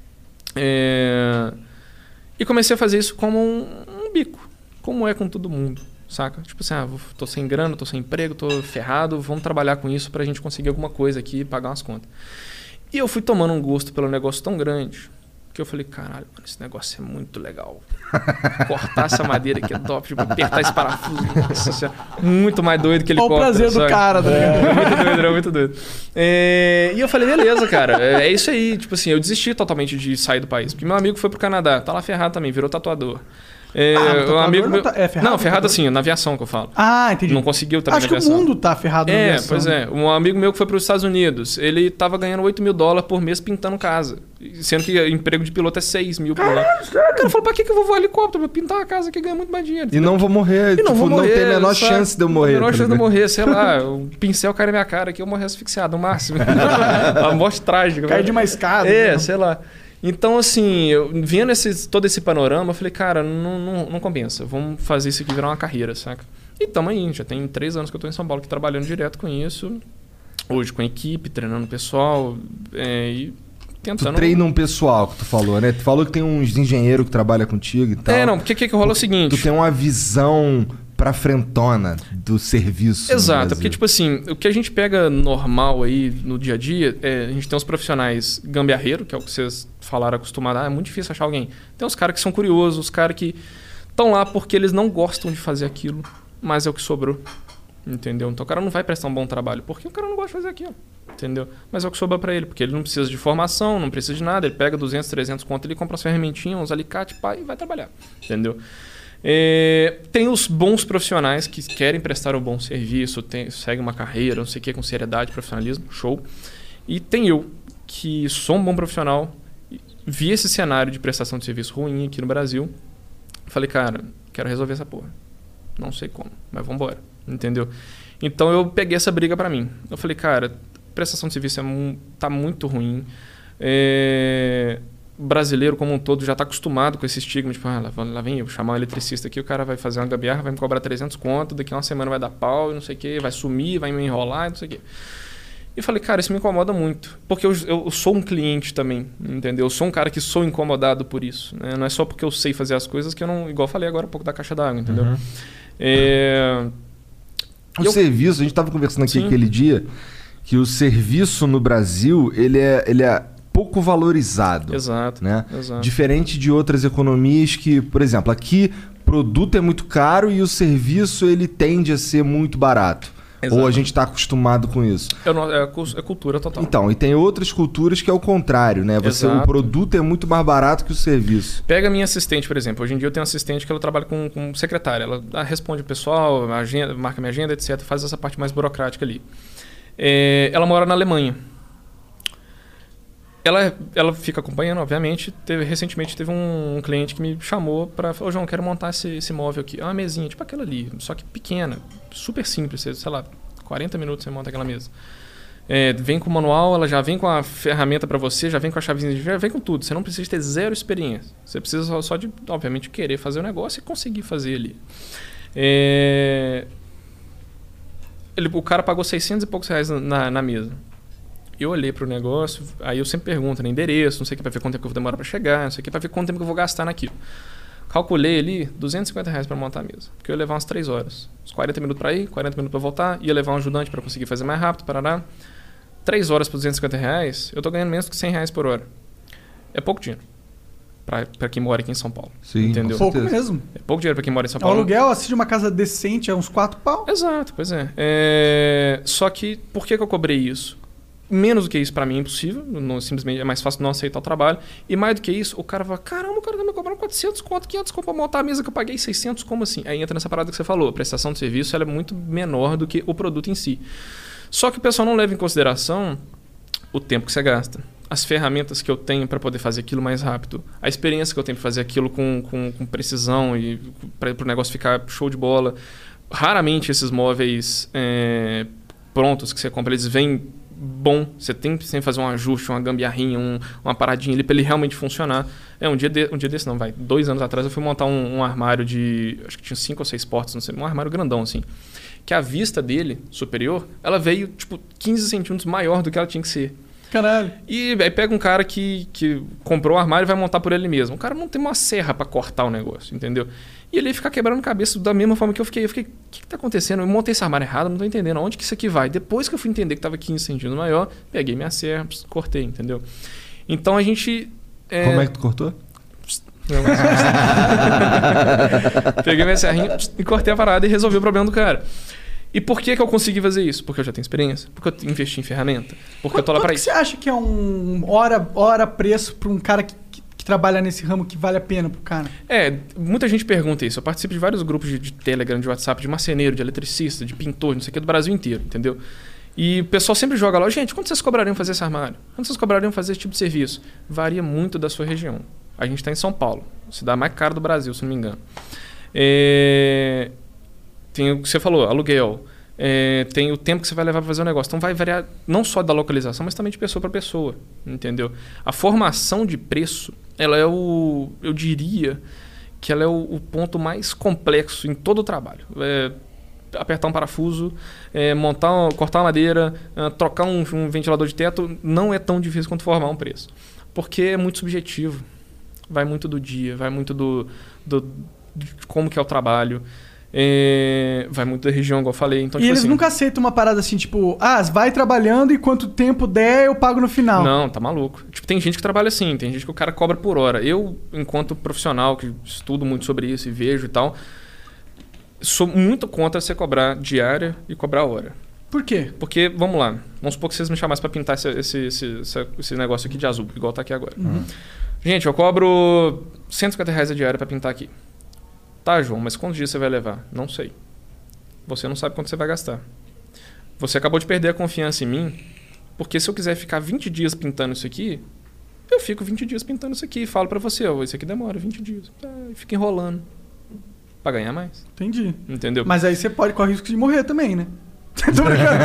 E comecei a fazer isso como um bico. Como é com todo mundo, saca? Tipo assim, tô sem grana, tô sem emprego, tô ferrado, vamos trabalhar com isso pra gente conseguir alguma coisa aqui e pagar umas contas. E eu fui tomando um gosto pelo negócio tão grande que eu falei, caralho, mano, esse negócio é muito legal. Cortar essa madeira aqui é top, tipo, apertar esse parafuso. Nossa, muito mais doido que ele corta. Olha o prazer do cara, né? Muito doido. E eu falei, beleza, cara, é isso aí. Tipo assim, eu desisti totalmente de sair do país. Porque meu amigo foi pro Canadá, tá lá ferrado também, virou tatuador. Um amigo meu... Não, ferrado assim, na aviação que eu falo. Entendi. Não conseguiu também na aviação. Acho que o mundo tá ferrado na aviação. Pois é. Um amigo meu que foi para os Estados Unidos, ele tava ganhando $8.000 por mês pintando casa. Sendo que o emprego de piloto é 6 mil por ano. O cara falou, pra que eu vou voar helicóptero? Pra pintar uma casa que ganha muito mais dinheiro. E não vou morrer. E não vou morrer. Não tem a menor chance de eu morrer. A menor chance de eu morrer, sei lá. O pincel cai na minha cara que eu morrer asfixiado, no máximo. A morte trágica. Cai de uma escada. Sei lá. Então, assim, eu vendo todo esse panorama, eu falei, cara, não compensa. Vamos fazer isso aqui virar uma carreira, saca? E tamo aí, já tem 3 anos que eu tô em São Paulo aqui, trabalhando direto com isso. Hoje com a equipe, treinando o pessoal e tentando... Tu treina um pessoal que tu falou, né? Tu falou que tem uns engenheiros que trabalham contigo e tal. Não, porque o que rola é o seguinte... Tu tem uma visão pra frentona do serviço. Exato, porque tipo assim, o que a gente pega normal aí no dia a dia, a gente tem os profissionais gambiarreiro, que é o que vocês falaram acostumado, é muito difícil achar alguém. Tem os caras que são curiosos, os caras que estão lá porque eles não gostam de fazer aquilo, mas é o que sobrou, entendeu? Então o cara não vai prestar um bom trabalho, porque o cara não gosta de fazer aquilo, entendeu? Mas é o que sobrou pra ele, porque ele não precisa de formação, não precisa de nada, ele pega 200, 300 conto, ele compra as ferramentinhas, uns alicates, e vai trabalhar, entendeu? Tem os bons profissionais que querem prestar um bom serviço, segue uma carreira, não sei o que, com seriedade, profissionalismo, show. E tem eu, que sou um bom profissional Vi esse cenário de prestação de serviço ruim aqui no Brasil. Falei, cara, quero resolver essa porra. Não sei como, mas vambora. Entendeu? Então eu peguei essa briga pra mim. Eu falei, cara, prestação de serviço tá muito ruim. Brasileiro como um todo já tá acostumado com esse estigma. Tipo, lá vem eu chamar um eletricista aqui, o cara vai fazer uma gambiarra, vai me cobrar 300 conto, daqui a uma semana vai dar pau e não sei o que, vai sumir, vai me enrolar e não sei o que. E falei, cara, isso me incomoda muito. Porque eu sou um cliente também, entendeu? Eu sou um cara que sou incomodado por isso. Né? Não é só porque eu sei fazer as coisas que eu não... Igual eu falei agora um pouco da caixa d'água, entendeu? O serviço, a gente estava conversando aqui aquele dia, que o serviço no Brasil, ele é pouco valorizado. Exato, né? Exato. Diferente de outras economias que, por exemplo, aqui produto é muito caro e o serviço ele tende a ser muito barato. Exato. Ou a gente está acostumado com isso. É cultura total. Então, e tem outras culturas que é o contrário, né? O produto é muito mais barato que o serviço. Pega a minha assistente, por exemplo. Hoje em dia eu tenho uma assistente que ela trabalha com secretária. Ela responde o pessoal, agenda, marca minha agenda, etc. Faz essa parte mais burocrática ali. Ela mora na Alemanha. Ela fica acompanhando, obviamente. Recentemente teve um cliente que me chamou para falar, João, quero montar esse móvel aqui. É uma mesinha, tipo aquela ali, só que pequena, super simples. Sei lá, 40 minutos você monta aquela mesa. Vem com o manual, ela já vem com a ferramenta para você, já vem com a chavezinha, já vem com tudo. Você não precisa ter zero experiência. Você precisa só de, obviamente, querer fazer o negócio e conseguir fazer ali. O cara pagou 600 e poucos reais na mesa. Eu olhei pro negócio, aí eu sempre pergunto, né, endereço, não sei o que, pra ver quanto tempo que eu vou demorar pra chegar, não sei o que, pra ver quanto tempo que eu vou gastar naquilo. Calculei ali, 250 reais pra montar a mesa, porque eu ia levar umas 3 horas. Uns 40 minutos pra ir, 40 minutos pra voltar, ia levar um ajudante pra conseguir fazer mais rápido, parará. 3 horas por 250 reais, eu tô ganhando menos que 100 reais por hora. É pouco dinheiro pra quem mora aqui em São Paulo. Sim, entendeu? Pouco mesmo. É pouco dinheiro pra quem mora em São Paulo. O aluguel, assim, de uma casa decente é uns 4 pau. Exato, pois é. Só que, por que eu cobrei isso? Menos do que isso pra mim é impossível, simplesmente é mais fácil não aceitar o trabalho. E mais do que isso, o cara fala, caramba, o cara tá me cobrando 400 conto, 500 conto pra montar a mesa que eu paguei 600, como assim? Aí entra nessa parada que você falou, a prestação de serviço ela é muito menor do que o produto em si. Só que o pessoal não leva em consideração o tempo que você gasta, as ferramentas que eu tenho para poder fazer aquilo mais rápido, a experiência que eu tenho para fazer aquilo com precisão e para o negócio ficar show de bola. Raramente esses móveis prontos que você compra, eles vêm bom, você tem que sempre fazer um ajuste, uma gambiarrinha, uma paradinha ali para ele realmente funcionar. Um dia desse não, 2 anos atrás eu fui montar um armário de, acho que tinha 5 ou 6 portas, não sei, um armário grandão assim, que a vista dele, superior, ela veio tipo 15 centímetros maior do que ela tinha que ser. Caralho. E aí pega um cara que comprou o armário e vai montar por ele mesmo. O cara não tem uma serra para cortar o negócio, entendeu? E ele ia ficar quebrando cabeça da mesma forma que eu fiquei. Eu fiquei, o que tá acontecendo? Eu montei esse armário errado, não tô entendendo. Onde que isso aqui vai? Depois que eu fui entender que tava 15 centímetros maior, peguei minha serra, cortei, entendeu? Então a gente... Como é que tu cortou? Peguei minha serrinha e cortei a parada e resolvi o problema do cara. E por que eu consegui fazer isso? Porque eu já tenho experiência, porque eu investi em ferramenta, porque eu tô lá pra isso. Quanto que você acha que é um hora preço pra um cara que trabalha nesse ramo que vale a pena pro cara? Muita gente pergunta isso. Eu participo de vários grupos de Telegram, de WhatsApp, de marceneiro, de eletricista, de pintor, não sei o que, do Brasil inteiro, entendeu? E o pessoal sempre joga lá, gente, quanto vocês cobrariam fazer esse armário? Quanto vocês cobrariam fazer esse tipo de serviço? Varia muito da sua região. A gente tá em São Paulo, cidade mais cara do Brasil, se não me engano. Tem o que você falou, aluguel. Tem o tempo que você vai levar para fazer o negócio. Então vai variar não só da localização, mas também de pessoa para pessoa, entendeu? A formação de preço, ela é eu diria que ela é o ponto mais complexo em todo o trabalho. Apertar um parafuso, cortar uma madeira, trocar um ventilador de teto, não é tão difícil quanto formar um preço. Porque é muito subjetivo. Vai muito do dia, vai muito de como que é o trabalho. Vai muito da região, igual eu falei. Então, e eles nunca aceitam uma parada assim, tipo, vai trabalhando e quanto tempo der eu pago no final. Não, tá maluco. Tipo, tem gente que trabalha assim, tem gente que o cara cobra por hora. Eu, enquanto profissional, que estudo muito sobre isso e vejo e tal, sou muito contra você cobrar diária e cobrar hora. Por quê? Porque, vamos lá, vamos supor que vocês me chamassem pra pintar esse negócio aqui de azul, igual tá aqui agora. Uhum. Gente, eu cobro 150 reais a diária pra pintar aqui. Tá, João, mas quantos dias você vai levar? Não sei. Você não sabe quanto você vai gastar. Você acabou de perder a confiança em mim, porque se eu quiser ficar 20 dias pintando isso aqui, Eu fico 20 dias pintando isso aqui e falo pra você, ó, isso aqui demora 20 dias. E fica enrolando. Pra ganhar mais. Entendi. Entendeu? Mas aí você pode correr o risco de morrer também, né? Tô brincando.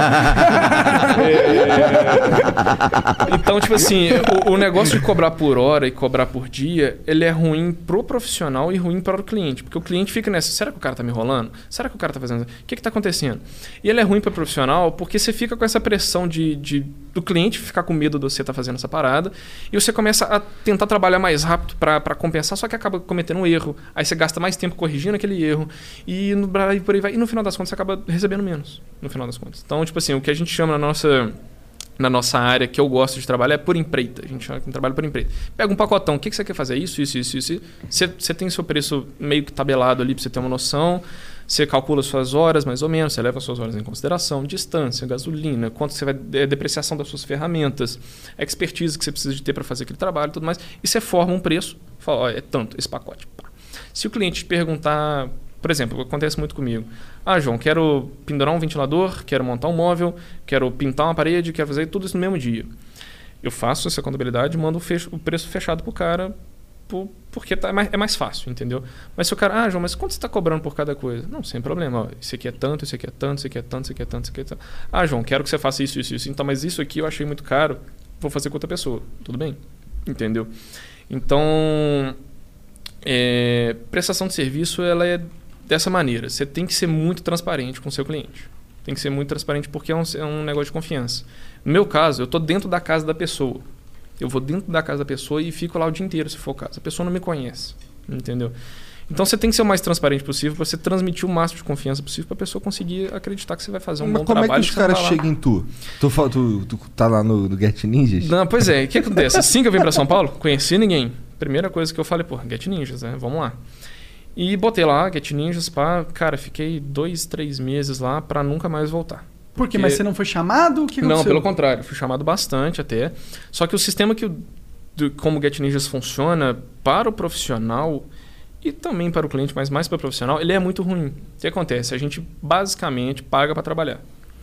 Então, tipo assim, o negócio de cobrar por hora e cobrar por dia, ele é ruim pro profissional e ruim para o cliente. Porque o cliente fica nessa, será que o cara tá me enrolando? Será que o cara tá fazendo... O que tá acontecendo? E ele é ruim pro profissional porque você fica com essa pressão do cliente ficar com medo de você estar fazendo essa parada e você começa a tentar trabalhar mais rápido para compensar, só que acaba cometendo um erro. Aí você gasta mais tempo corrigindo aquele erro e por aí vai. E no final das contas você acaba recebendo menos. No final das contas. Então, tipo assim, o que a gente chama na nossa área, que eu gosto de trabalhar, é por empreita. A gente chama de trabalho por empreita. Pega um pacotão, o que você quer fazer? Isso. Você tem seu preço meio que tabelado ali para você ter uma noção. Você calcula suas horas, mais ou menos. Você leva suas horas em consideração. Distância, gasolina, quanto você vai... depreciação das suas ferramentas, expertise que você precisa de ter para fazer aquele trabalho e tudo mais. E você forma um preço. Fala, ó, é tanto esse pacote. Se o cliente te perguntar... Por exemplo, acontece muito comigo. João, quero pendurar um ventilador, quero montar um móvel, quero pintar uma parede, quero fazer tudo isso no mesmo dia. Eu faço essa contabilidade e mando o preço fechado pro cara, porque é mais fácil, entendeu? Mas se o cara, João, mas quanto você está cobrando por cada coisa? Não, sem problema. Ó, isso aqui é tanto, isso aqui é tanto, isso aqui é tanto, isso aqui é tanto, isso aqui é tanto. João, quero que você faça isso. Então, mas isso aqui eu achei muito caro, vou fazer com outra pessoa. Tudo bem? Entendeu? Então, prestação de serviço, ela é dessa maneira. Você tem que ser muito transparente com o seu cliente. Tem que ser muito transparente porque é um negócio de confiança. No meu caso, eu estou dentro da casa da pessoa. Eu vou dentro da casa da pessoa e fico lá o dia inteiro, se for o caso. A pessoa não me conhece. Entendeu? Então você tem que ser o mais transparente possível para você transmitir o máximo de confiança possível para a pessoa conseguir acreditar que você vai fazer um bom trabalho. Mas como é que os caras chegam em tu? Tu tá lá no Get Ninjas? Não, pois é. O que acontece? Assim que eu vim para São Paulo, conheci ninguém. Primeira coisa que eu falei, Get Ninjas, né? Vamos lá. E botei lá, Get Ninjas, cara, fiquei 2-3 meses lá pra nunca mais voltar. Por quê? Mas você não foi chamado? O que aconteceu? Não, pelo contrário, fui chamado bastante até. Só que o sistema como o Get Ninjas funciona para o profissional e também para o cliente, mas mais para o profissional, ele é muito ruim. O que acontece? A gente basicamente paga para trabalhar.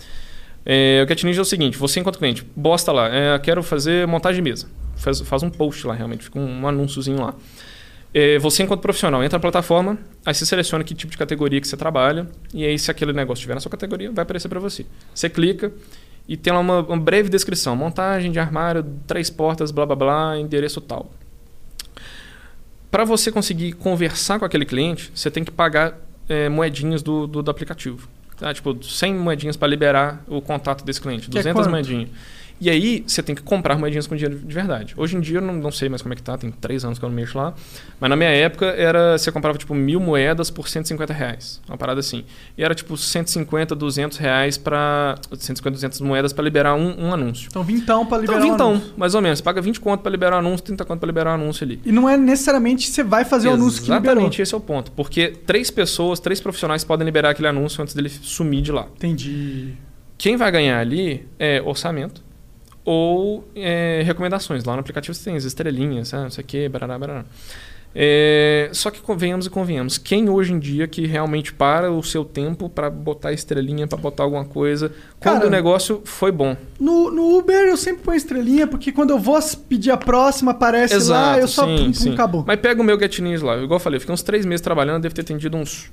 O Get Ninja é o seguinte, você enquanto cliente, bosta lá, quero fazer montagem de mesa. Faz um post lá realmente, fica um anúnciozinho lá. Você, enquanto profissional, entra na plataforma, aí você seleciona que tipo de categoria que você trabalha, e aí, se aquele negócio estiver na sua categoria, vai aparecer para você. Você clica e tem lá uma breve descrição. Montagem de armário, 3 portas, blá, blá, blá, endereço tal. Para você conseguir conversar com aquele cliente, você tem que pagar moedinhas do aplicativo. Tá? Tipo, 100 moedinhas para liberar o contato desse cliente. 200 moedinhas. E aí, você tem que comprar moedinhas com dinheiro de verdade. Hoje em dia, eu não sei mais como é que tá. Tem 3 anos que eu não mexo lá. Mas na minha época, você comprava tipo 1.000 moedas por R$150. Uma parada assim. E era tipo 150, 200 reais para... 150, 200 moedas para liberar um anúncio. Então, vintão para liberar um anúncio. Mais ou menos. Você paga 20 conto para liberar o anúncio, 30 conto para liberar o anúncio ali. E não é necessariamente você vai fazer o anúncio que liberou. Exatamente, esse é o ponto. Porque 3 profissionais podem liberar aquele anúncio antes dele sumir de lá. Entendi. Quem vai ganhar ali é orçamento ou recomendações. Lá no aplicativo você tem as estrelinhas, não sei o que, barará, barará. Só que convenhamos, quem hoje em dia que realmente para o seu tempo para botar estrelinha, para botar alguma coisa, quando o negócio foi bom? No Uber eu sempre ponho estrelinha, porque quando eu vou pedir a próxima, aparece lá, eu só acabou. Mas pega o meu Get Ninjas lá, igual eu falei, eu fiquei uns 3 meses trabalhando, devo ter atendido uns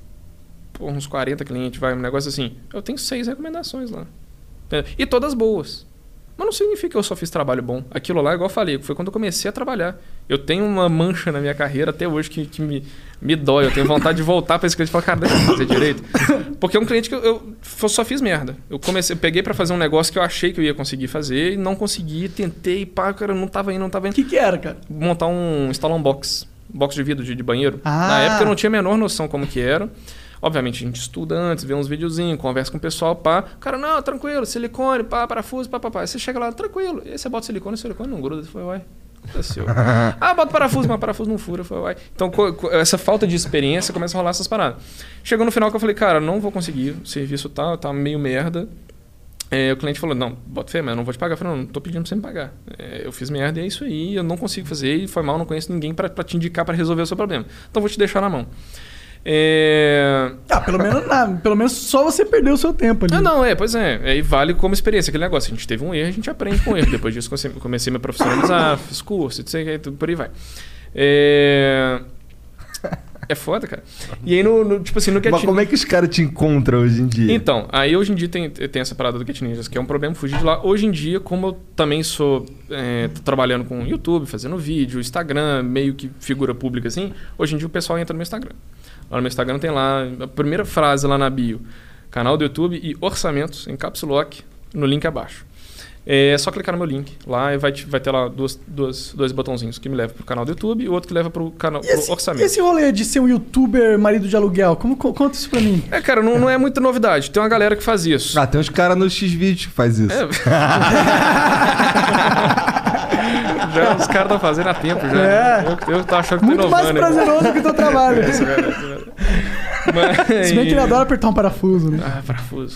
40 clientes, um negócio assim. Eu tenho 6 recomendações lá. E todas boas. Mas não significa que eu só fiz trabalho bom. Aquilo lá, igual eu falei, foi quando eu comecei a trabalhar. Eu tenho uma mancha na minha carreira até hoje que me dói. Eu tenho vontade de voltar para esse cliente e falar, cara, deixa eu fazer direito. Porque é um cliente que eu só fiz merda. Eu peguei para fazer um negócio que eu achei que eu ia conseguir fazer e não consegui. Tentei, cara, não tava indo. O que era, cara? Instalar um box de vidro de banheiro. Na época eu não tinha a menor noção como que era. Obviamente, a gente estuda antes, vê uns videozinhos, conversa com o pessoal, pá. Cara, não, tranquilo, silicone, pá, parafuso, pá. Aí você chega lá, tranquilo. E aí você bota silicone não gruda. Foi, uai, desceu. Bota parafuso, mas parafuso não fura. Foi, uai. Então, essa falta de experiência começa a rolar essas paradas. Chegou no final que eu falei, cara, não vou conseguir, o serviço tá meio merda. O cliente falou, não, bota fé, mas eu não vou te pagar. Eu falei, não tô pedindo pra você me pagar. Eu fiz merda e é isso aí, eu não consigo fazer, e foi mal, não conheço ninguém pra te indicar pra resolver o seu problema. Então, vou te deixar na mão. Pelo menos só você perdeu o seu tempo ali. Pois é. Aí vale como experiência aquele negócio. A gente teve um erro, a gente aprende com o erro. Depois disso, comecei a me profissionalizar, fiz curso, tudo por aí vai. É foda, cara. E aí, tipo assim, no Cat Mas como é que os caras te encontram hoje em dia? Então, aí hoje em dia tem essa parada do Cat Ninjas, que é um problema fugir de lá. Hoje em dia, como eu também tô trabalhando com YouTube, fazendo vídeo, Instagram, meio que figura pública assim, hoje em dia o pessoal entra no meu Instagram. Lá no meu Instagram tem lá a primeira frase lá na bio: canal do YouTube e orçamentos em Caps Lock, no link abaixo. É só clicar no meu link. Lá vai ter lá dois botãozinhos que me levam pro canal do YouTube e o outro que leva pro canal pro orçamento. E esse rolê de ser um youtuber marido de aluguel? Conta isso pra mim. Cara, não é muita novidade. Tem uma galera que faz isso. Tem uns caras no Xvideos que faz isso. Já os caras estão fazendo há tempo já. Eu tô achando que tô inovando. Muito mais prazeroso que o teu trabalho. Mas... Se bem que ele adora apertar um parafuso, né? Parafuso.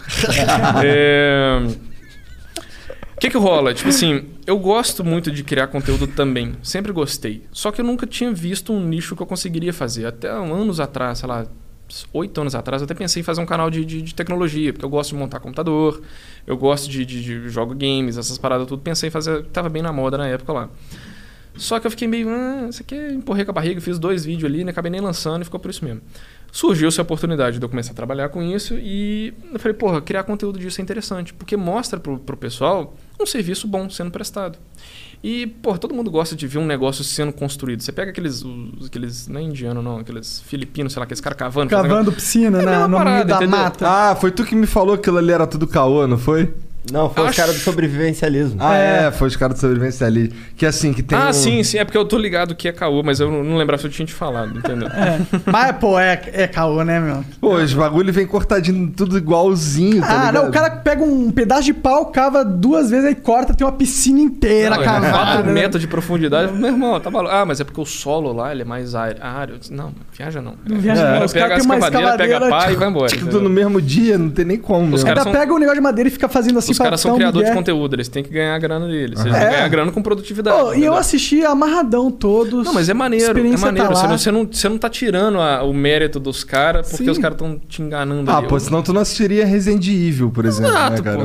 O que rola? Tipo assim, eu gosto muito de criar conteúdo também. Sempre gostei. Só que eu nunca tinha visto um nicho que eu conseguiria fazer. Até anos atrás, sei lá, 8 anos atrás, eu até pensei em fazer um canal de tecnologia, porque eu gosto de montar computador, eu gosto de jogo games, essas paradas tudo. Pensei em fazer, tava bem na moda na época lá. Só que eu fiquei meio, isso aqui empurrei com a barriga, fiz 2 vídeos ali, né? Acabei nem lançando e ficou por isso mesmo. Surgiu-se a oportunidade de eu começar a trabalhar com isso e eu falei, criar conteúdo disso é interessante, porque mostra pro pessoal um serviço bom sendo prestado. E, todo mundo gosta de ver um negócio sendo construído. Você pega aqueles não é indiano não, aqueles filipinos, sei lá, aqueles caras cavando. Cavando piscina, né? No meio da mata. Foi tu que me falou que aquilo ali era tudo caô, não foi? Não, foi os caras do sobrevivencialismo. Foi os caras do sobrevivencialismo. Que assim, que tem sim, é porque eu tô ligado que é caô, mas eu não lembrava se eu tinha te falado, entendeu? Mas, é caô, né, meu? Os bagulho vem cortadinho tudo igualzinho, tá ligado? Não, o cara pega um pedaço de pau, cava 2 vezes, aí corta, tem uma piscina inteira cavada. 4 metros de profundidade. Meu irmão, tá maluco. Mas é porque o solo lá, ele é mais área. Não, viaja não. Não viaja não. Os pega a escavadeira, pega a pá e vai embora. Tudo no mesmo dia, não tem nem como. Os caras pegam o negócio de madeira e fica fazendo assim. Os caras são criadores de conteúdo, eles têm que ganhar a grana deles. Eles vão ganhar grana com produtividade. E eu assisti amarradão todos. Não, mas é maneiro. Você não tá tirando o mérito dos caras porque os caras estão te enganando. Senão tu não assistiria Resident Evil, por exemplo. Exato, né, cara?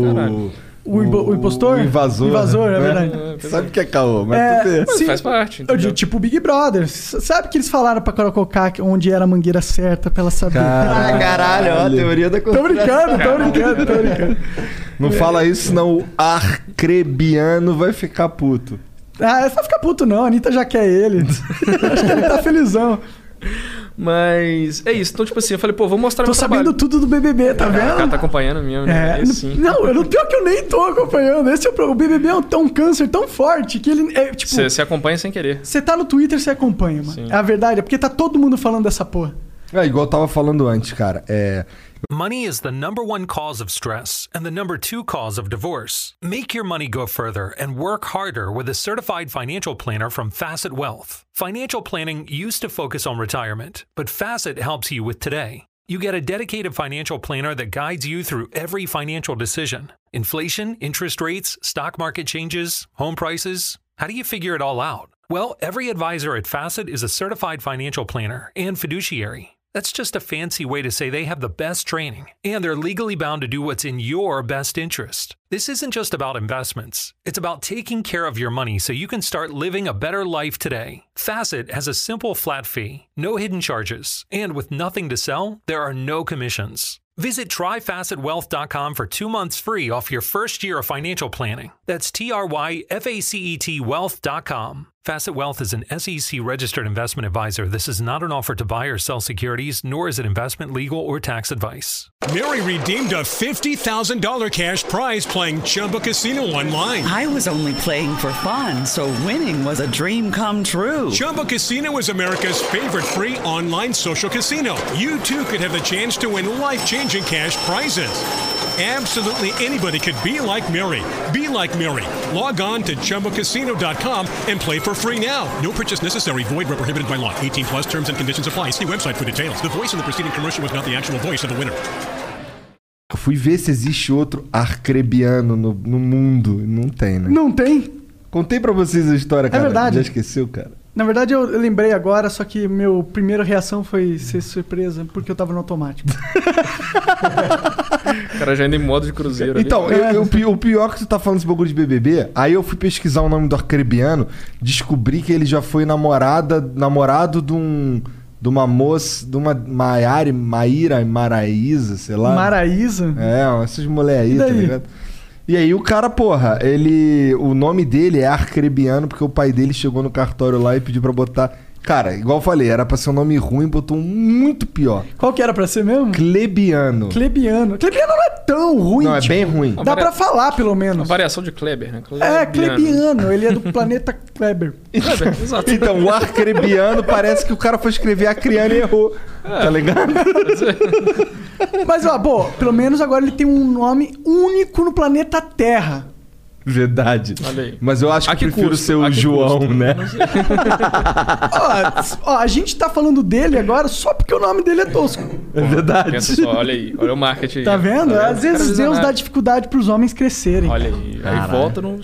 O impostor? O invasor. O invasor, é verdade. Sabe o que é caô, mas faz parte. Tipo o Big Brother. Sabe que eles falaram pra Carol Conká onde era a mangueira certa pra ela saber? Caralho, a teoria da conspiração. Tô brincando. Não fala isso, senão o arcrebiano vai ficar puto. Vai ficar puto não, a Anitta já quer ele. Acho que ele tá felizão. Mas é isso. Então, tipo assim, eu falei, vou mostrar meu trabalho. Tô sabendo tudo do BBB, tá vendo? O cara tá acompanhando mesmo, né? Sim. Não, pior que eu nem tô acompanhando. O BBB é um câncer tão forte que ele é tipo... Você acompanha sem querer. Você tá no Twitter, você acompanha, mano. Sim. É a verdade, é porque tá todo mundo falando dessa porra. Igual eu tava falando antes, cara. Money is the #1 cause of stress and the #2 cause of divorce. Make your money go further and work harder with a certified financial planner from Facet Wealth. Financial planning used to focus on retirement, but Facet helps you with today. You get a dedicated financial planner that guides you through every financial decision. Inflation, interest rates, stock market changes, home prices. How do you figure it all out? Well, every advisor at Facet is a certified financial planner and fiduciary. That's just a fancy way to say they have the best training, and they're legally bound to do what's in your best interest. This isn't just about investments. It's about taking care of your money so you can start living a better life today. Facet has a simple flat fee, no hidden charges, and with nothing to sell, there are no commissions. Visit tryfacetwealth.com for 2 months free off your first year of financial planning. That's TRYFACET wealth.com. Facet Wealth is an SEC registered investment advisor. This is not an offer to buy or sell securities, nor is it investment, legal, or tax advice. Mary redeemed a $50,000 cash prize playing Chumba Casino online. I was only playing for fun, so winning was a dream come true. Chumba Casino is America's favorite free online social casino. You too could have the chance to win life-changing cash prizes. Absolutely anybody could be like Mary. Be like Mary. Log on to ChumbaCasino.com and play for free now. No purchase necessary. Void where prohibited by law. 18 plus terms and conditions apply. See website for details. The voice in the preceding commercial was not the actual voice of the winner. Eu fui ver se existe outro arcrebiano no mundo. Não tem, né? Não tem? Contei pra vocês a história, cara. É verdade. Já esqueceu, cara? Na verdade, eu lembrei agora, só que minha primeira reação foi ser surpresa, porque eu tava no automático. O cara já indo em modo de cruzeiro. Então, o pior que tu tá falando esse bagulho de BBB, aí eu fui pesquisar o nome do Arcrebiano, descobri que ele já foi namorado de uma moça, de uma Maraísa, sei lá. Maraísa? Essas mulheres aí, tá ligado? E aí o cara, porra, o nome dele é Arcrebiano porque o pai dele chegou no cartório lá e pediu pra botar... Cara, igual eu falei, era pra ser um nome ruim, botou um muito pior. Qual que era pra ser mesmo? Klebiano. Klebiano não é tão ruim. Não, é bem ruim. Dá pra falar, pelo menos. Uma variação de Kleber, né? Klebiano. Ele é do planeta Kleber. Exato. Então, o Arcrebiano parece que o cara foi escrever Acriano e errou. Tá ligado? Mas, pelo menos agora ele tem um nome único no planeta Terra. Verdade. Olha aí. Mas eu acho que prefiro ser o João, né? A gente tá falando dele agora só porque o nome dele é tosco. É verdade. Pensa só, olha aí. Olha o marketing aí. Tá vendo? Tá vendo? Às vezes Deus dá dificuldade pros homens crescerem. Olha aí. Aí volta no...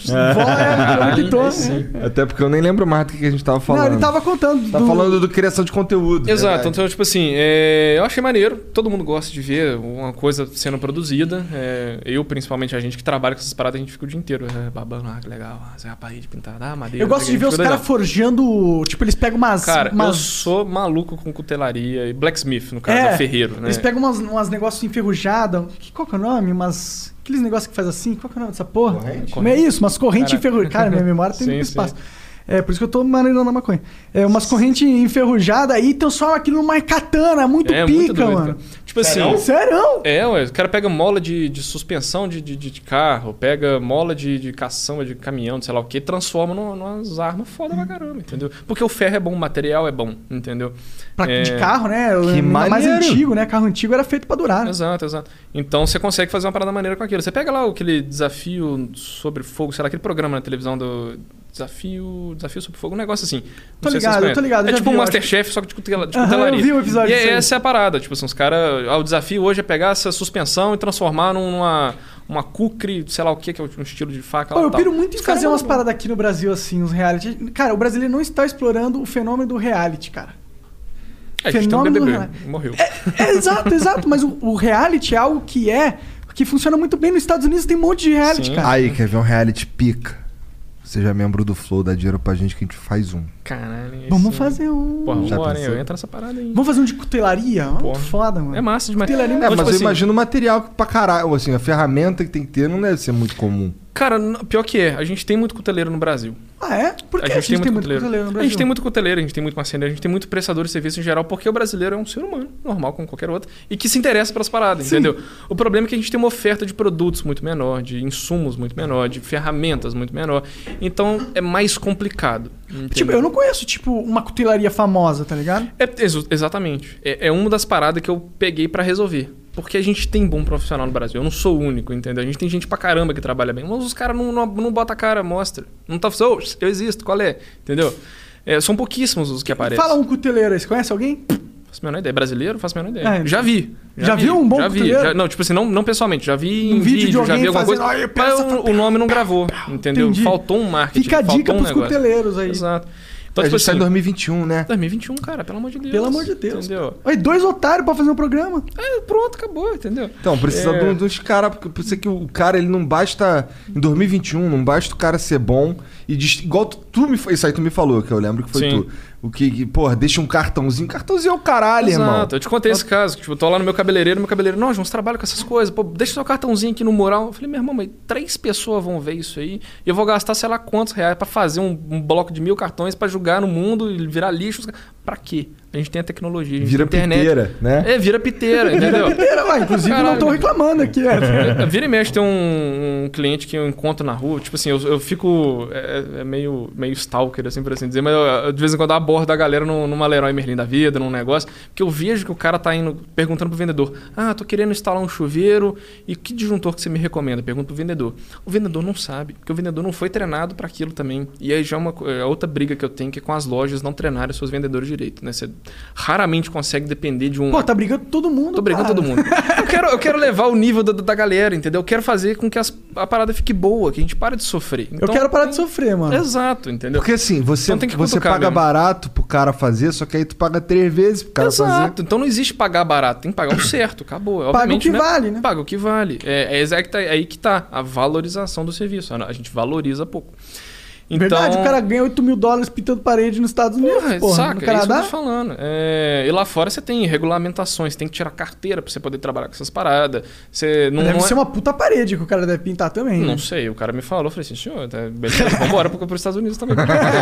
Até porque eu nem lembro mais do que a gente tava falando. Não, ele tava contando. Falando do criação de conteúdo. Exato. Verdade. Então, tipo assim, eu achei maneiro. Todo mundo gosta de ver uma coisa sendo produzida. Eu, principalmente, a gente que trabalha com essas paradas, a gente fica o dia inteiro babando, que legal, a parede pintada, madeira. Eu gosto de ver os caras forjando, tipo, eles pegam umas... Cara, eu sou maluco com cutelaria e blacksmith, no caso, ferreiro, né? Eles pegam umas negócios enferrujados, qual que é o nome? Aqueles negócios que faz assim, qual que é o nome dessa porra? Corrente. É isso, umas correntes enferrujadas. Cara, minha memória tem muito espaço. Por isso que eu tô maneirando a maconha. Umas correntes enferrujadas aí transforma aquilo numa katana, muito pica, muito doido, mano. Cara. Tipo assim... Sério? O cara pega mola de suspensão de carro, pega mola de caçamba de caminhão, de sei lá o que, transforma numas armas foda pra caramba, entendeu? Porque o ferro é bom, o material é bom, entendeu? De carro, né? Que mais antigo, né? Carro antigo era feito pra durar, né? Exato. Então você consegue fazer uma parada maneira com aquilo. Você pega lá aquele desafio sobre fogo, sei lá, aquele programa na televisão do... Desafio sobre fogo, um negócio assim. Tô ligado. É tipo um Masterchef, só que de cutelaria. Eu vi o episódio. E essa é a parada. Tipo assim, os caras... o desafio hoje é pegar essa suspensão e transformar uma kukri, sei lá o que é um estilo de faca. Eu piro muito em fazer umas paradas aqui no Brasil, assim, uns reality. Cara, o brasileiro não está explorando o fenômeno do reality, cara. A gente tem um BBB, morreu. Exato. Mas o reality é algo que funciona muito bem. Nos Estados Unidos tem um monte de reality, cara. Aí, quer ver um reality pica? Seja membro do Flow, dá dinheiro pra gente que a gente faz um. Caralho. Vamos fazer um. Porra, vambora, eu entro nessa parada aí. Vamos fazer um de cutelaria? Muito foda, mano. É massa demais. Cutelaria mas eu imagino o material pra caralho. Assim, a ferramenta que tem que ter não deve ser muito comum. Cara, pior que a gente tem muito cuteleiro no Brasil. Ah, é? Por que a gente tem muito cuteleiro no Brasil? A gente tem muito cuteleiro, a gente tem muito marceneiro, a gente tem muito prestador de serviço em geral, porque o brasileiro é um ser humano, normal como qualquer outro, e que se interessa pelas paradas, entendeu? O problema é que a gente tem uma oferta de produtos muito menor, de insumos muito menor, de ferramentas muito menor. Então é mais complicado. Tipo, eu não conheço, uma cutelaria famosa, tá ligado? Exatamente. É uma das paradas que eu peguei pra resolver. Porque a gente tem bom profissional no Brasil. Eu não sou o único, entendeu? A gente tem gente pra caramba que trabalha bem. Mas os caras não botam a cara, mostra. Não tá falando, eu existo, qual é? Entendeu? São pouquíssimos os que aparecem. Fala um cuteleiro aí, você conhece alguém? Faço a menor ideia. Brasileiro? Faço a menor ideia. Já vi. Já viu um bom cuteleiro? Não, tipo assim, não pessoalmente. Já vi em vídeo, já vi alguma coisa. Mas o nome não gravou, entendeu? Entendi. Faltou um marketing. Fica a dica pros cuteleiros aí. Exato. Então, a gente tá em 2021, né? 2021, cara, pelo amor de Deus. Pelo amor de Deus. Entendeu? Aí, 2 otários pra fazer um programa. Pronto, acabou, entendeu? Então, precisa dos caras, porque precisa que o cara, ele não basta... Em 2021, não basta o cara ser bom e... Igual isso aí tu me falou, que eu lembro que foi tu. O que, porra, deixa um cartãozinho. Cartãozinho é o caralho, irmão. Exato, eu te contei esse caso. Que, eu tô lá no meu cabeleireiro, não, João, você trabalha com essas coisas. Pô, deixa seu cartãozinho aqui no mural. Eu falei, meu irmão, mas 3 pessoas vão ver isso aí. E eu vou gastar, sei lá, quantos reais pra fazer um bloco de 1000 cartões pra jogar no mundo e virar lixo. Pra quê? A gente tem a tecnologia, a gente vira tem a internet. Piteira, né? Vira piteira, entendeu? Vira piteira, inclusive caralho, não tô reclamando aqui. Vira e mexe, tem um cliente que eu encontro na rua, tipo assim, eu fico meio stalker, assim, por assim dizer, mas eu, de vez em quando eu abordo a galera numa Leroy Merlin da vida, num negócio, porque eu vejo que o cara tá indo perguntando pro vendedor, tô querendo instalar um chuveiro, e que disjuntor que você me recomenda? Pergunto pro vendedor. O vendedor não sabe, porque o vendedor não foi treinado para aquilo também. E aí já é outra briga que eu tenho, que é com as lojas não treinarem seus vendedores direito, né? Você raramente consegue depender de um... Pô, tá brigando todo mundo, Tô brigando todo mundo. Eu quero levar o nível da galera, entendeu? Eu quero fazer com que a parada fique boa, que a gente pare de sofrer. Então, eu quero parar de sofrer, mano. Exato, entendeu? Porque assim, você paga mesmo. barato pro cara fazer, só que aí tu paga 3 vezes pro cara fazer. Exato. Então não existe pagar barato, tem que pagar o certo, acabou. Paga o que vale, né? Paga o que vale. É aí que tá a valorização do serviço. A gente valoriza pouco. Então, verdade, o cara ganha $8 mil pintando parede nos Estados Unidos, porra. Saca, no Canadá? É isso que eu tô falando. E lá fora você tem regulamentações, tem que tirar carteira pra você poder trabalhar com essas paradas. Deve ser uma puta parede que o cara deve pintar também. Não né? sei, o cara me falou, eu falei assim, senhor, beleza, vambora pros Estados Unidos também.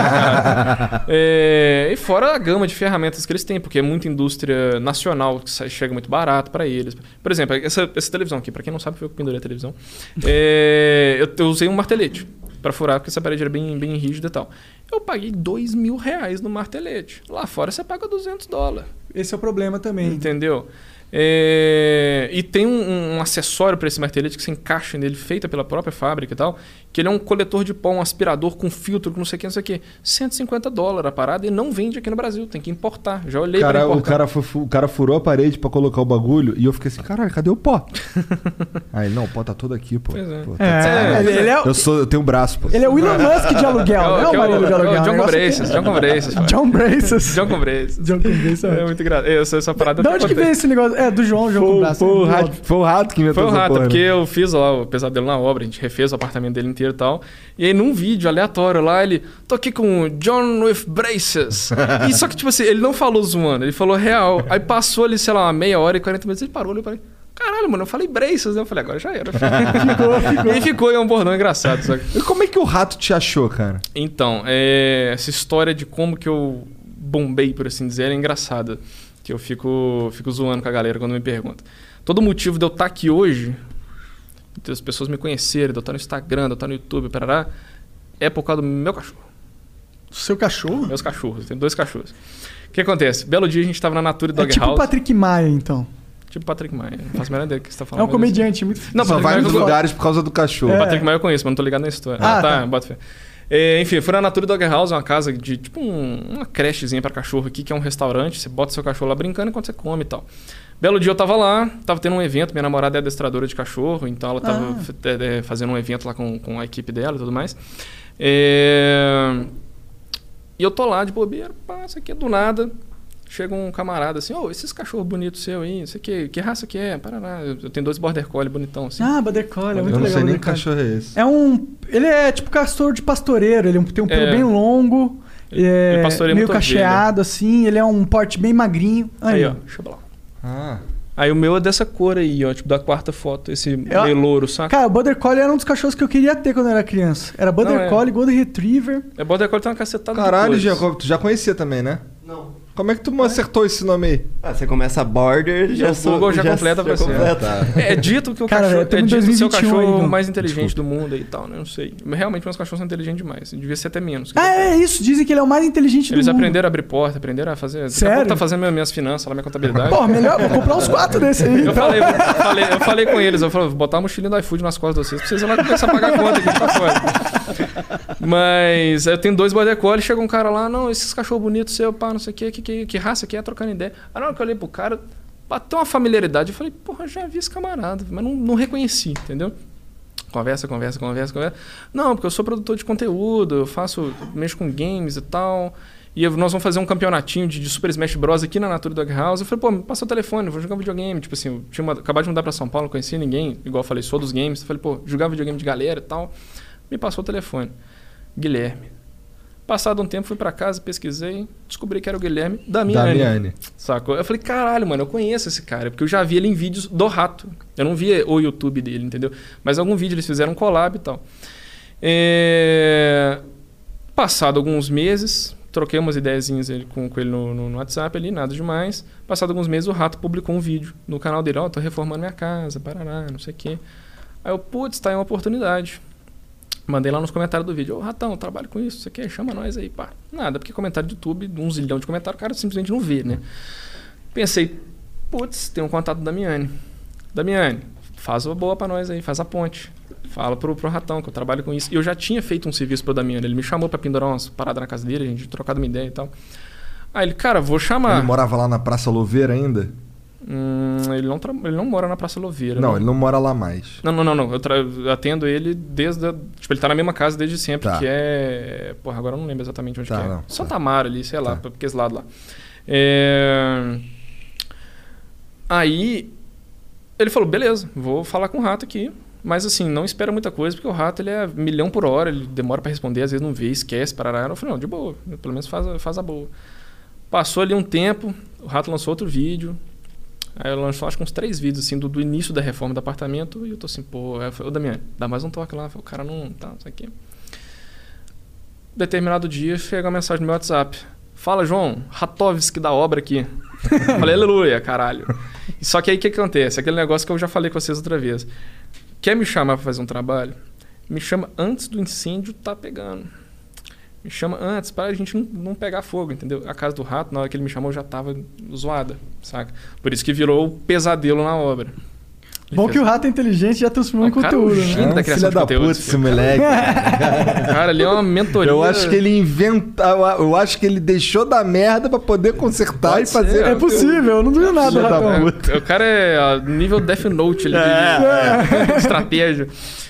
E fora a gama de ferramentas que eles têm, porque é muita indústria nacional que chega muito barato pra eles. Por exemplo, essa televisão aqui, pra quem não sabe, foi eu que pendurei a televisão. Eu usei um martelete pra furar, porque essa parede era bem rígida e tal. Eu paguei $2 mil no martelete. Lá fora você paga $200. Esse é o problema também. Entendeu? E tem um acessório para esse martelete que você encaixa nele, feita pela própria fábrica e tal, que ele é um coletor de pó, um aspirador com filtro, com não sei o que, não sei o que. $150 a parada e não vende aqui no Brasil, tem que importar. Já olhei para importar. O cara furou a parede para colocar o bagulho e eu fiquei assim, caralho, cadê o pó? Aí, não, o pó tá todo aqui, pô. Pois é. Pô, tá eu tenho um braço, pô. Ele é o Elon Musk de aluguel, não é o marido de aluguel. John Braces. John Braces. É muito engraçado. Essa parada... De onde que veio esse negócio? Do João com braço. Foi o rato que inventou essa porra. Foi o rato, porque eu fiz lá o pesadelo na obra, a gente refez o apartamento dele inteiro e tal. E aí num vídeo aleatório lá, ele... Tô aqui com o John with Braces. E só que tipo assim, ele não falou zoando, ele falou real. Aí passou ali, sei lá, uma meia hora e 40 minutos, ele parou, eu falei... Caralho, mano, eu falei Braces, né? Eu falei, agora já era. ficou. E ficou, é um bordão engraçado. Sabe? E como é que o rato te achou, cara? Então, essa história de como que eu bombei, por assim dizer, é engraçada. Que eu fico zoando com a galera quando me perguntam. Todo motivo de eu estar aqui hoje, de as pessoas me conhecerem, de eu estar no Instagram, de eu estar no YouTube, parará, é por causa do meu cachorro. Seu cachorro? Meus cachorros, tem 2 cachorros. O que acontece? Belo dia a gente estava na Nature Dog House. Tipo o Patrick Maia, então. Tipo Patrick Maia. Não faço a menor ideia do que você tá falando. É um comediante muito... Não, só vai nos lugares por causa do cachorro. Patrick Maia eu conheço, mas não tô ligado na história. Tá. Bota fé. Enfim, eu fui na Nature Dog House, uma casa de tipo uma crechezinha pra cachorro aqui, que é um restaurante. Você bota seu cachorro lá brincando enquanto você come e tal. Belo dia eu tava lá, tava tendo um evento. Minha namorada é adestradora de cachorro, então ela tava fazendo um evento lá com a equipe dela e tudo mais. E eu tô lá de bobeira, isso aqui é do nada. Chega um camarada assim, esses cachorros bonitos seu aí, isso aqui, que raça que é? Paraná. Eu tenho 2 Border Collie bonitão assim. Border Collie, é muito legal. Eu não sei nem que cachorro é esse. Ele é tipo castor de pastoreiro, ele tem um pelo bem longo, ele pastoreia meio muito cacheado assim, ele é um porte bem magrinho. Aí ó, deixa eu lá. Aí o meu é dessa cor aí, ó, tipo da 4ª foto, esse meio louro, saca? Cara, o Border Collie era um dos cachorros que eu queria ter quando eu era criança. Era Border Collie, Golden Retriever. Border Collie tem uma cacetada Caralho, de Jacob, tu já conhecia também, né? Não. Como é que tu acertou esse nome aí? Você começa Border, o Google já completa pra você. É dito que o cachorro é seu cachorro mais inteligente do mundo e tal, né? Não sei. Realmente meus cachorros são inteligentes demais. Devia ser até menos. É isso. Dizem que ele é o mais inteligente do mundo. Eles aprenderam a abrir porta, aprenderam a fazer... Sério? Daqui a pouco tá fazendo minhas finanças, lá minha contabilidade. Pô, melhor, vou comprar uns 4 desse aí. Eu falei com eles, eu falei, vou botar a mochilinha do iFood nas costas de vocês, pra vocês lá começar a pagar a conta aqui pra fora. Mas eu tenho 2 Border Collie, chega um cara lá, não, esses cachorros bonitos seu, pá, não sei o que raça que é, trocando ideia. Na hora que eu olhei pro cara, bateu uma familiaridade, eu falei, porra, já vi esse camarada, mas não reconheci, entendeu? Conversa. Não, porque eu sou produtor de conteúdo, mexo com games e tal, e nós vamos fazer um campeonatinho de Super Smash Bros aqui na Nature Dog House. Eu falei, pô, me passa o telefone, vou jogar videogame. Tipo assim, eu tinha acabado de mudar pra São Paulo, não conhecia ninguém, igual eu falei, sou dos games. Eu falei, pô, jogar videogame de galera e tal. Me passou o telefone. Guilherme. Passado um tempo, fui pra casa, pesquisei, descobri que era o Guilherme Damiani. Sacou? Eu falei, caralho, mano, eu conheço esse cara, porque eu já vi ele em vídeos do Rato. Eu não via o YouTube dele, entendeu? Mas algum vídeo eles fizeram um collab e tal. Passado alguns meses, troquei umas ideiazinhas com ele no WhatsApp ali, nada demais. Passado alguns meses, o Rato publicou um vídeo no canal dele. Tô reformando minha casa, parará, não sei o quê. Aí eu, putz, tá aí uma oportunidade. Mandei lá nos comentários do vídeo, Ratão, eu trabalho com isso, você quer? Chama nós aí, pá. Nada, porque comentário de YouTube, 1 zilhão de comentários, o cara simplesmente não vê, né? Pensei, putz, tem um contato da Damiani. Damiani, faz uma boa pra nós aí, faz a ponte. Fala pro Ratão, que eu trabalho com isso. E eu já tinha feito um serviço pro Damiani, ele me chamou pra pendurar umas paradas na casa dele, a gente trocado uma ideia e tal. Aí ele, cara, vou chamar. Ele morava lá na Praça Louveira ainda? Ele não mora na Praça Louveira. Não, ele não mora lá mais. Não. Eu atendo ele desde... Tipo, ele tá na mesma casa desde sempre, que é... Porra, agora eu não lembro exatamente onde que é. Não, Santa Mara ali, sei lá, porque esse lado lá. Aí, ele falou, beleza, vou falar com o Rato aqui. Mas assim, não espera muita coisa, porque o Rato ele é 1.000.000 por hora, ele demora pra responder, às vezes não vê, esquece, parará. Eu falei, não, de boa, pelo menos faz a boa. Passou ali um tempo, o Rato lançou outro vídeo. Aí eu lançou acho que uns 3 vídeos assim do início da reforma do apartamento. E eu tô assim, pô, eu falei, ô Damiani, dá mais um toque lá. O cara não tá, isso aqui. Determinado dia chega uma mensagem no meu WhatsApp. Fala, João, Ratovski da obra aqui. Falei, aleluia, caralho. Só que aí o que acontece? Aquele negócio que eu já falei com vocês outra vez. Quer me chamar pra fazer um trabalho? Me chama antes do incêndio tá pegando. Me chama antes para a gente não pegar fogo, entendeu? A casa do Rato, na hora que ele me chamou, já tava zoada, saca? Por isso que virou o pesadelo na obra. Bom que o Rato é inteligente e já transformou em conteúdo, né? Da criação de conteúdo. Puta, esse moleque. Cara, ali é uma mentoria. Eu acho que ele eu acho que ele deixou da merda pra poder consertar Pode e fazer. É possível, eu não duvido nada, Ratão. O cara é nível Death Note ali, de estratégia.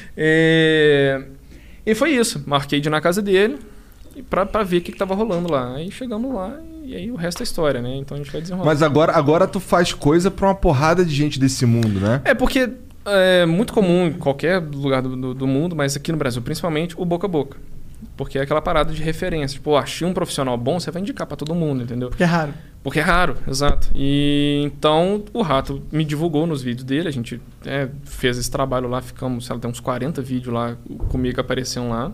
E foi isso. Marquei de ir na casa dele. Pra ver o que tava rolando lá. Aí chegamos lá e aí o resto é história, né? Então a gente vai desenrolar. Mas agora tu faz coisa pra uma porrada de gente desse mundo, né? É porque é muito comum em qualquer lugar do mundo, mas aqui no Brasil principalmente, o boca a boca. Porque é aquela parada de referência. Tipo, achei um profissional bom, você vai indicar pra todo mundo, entendeu? Porque é raro. Porque é raro, exato. E então o Rato me divulgou nos vídeos dele, a gente fez esse trabalho lá, ficamos, sei lá, tem uns 40 vídeos lá comigo que apareceram lá.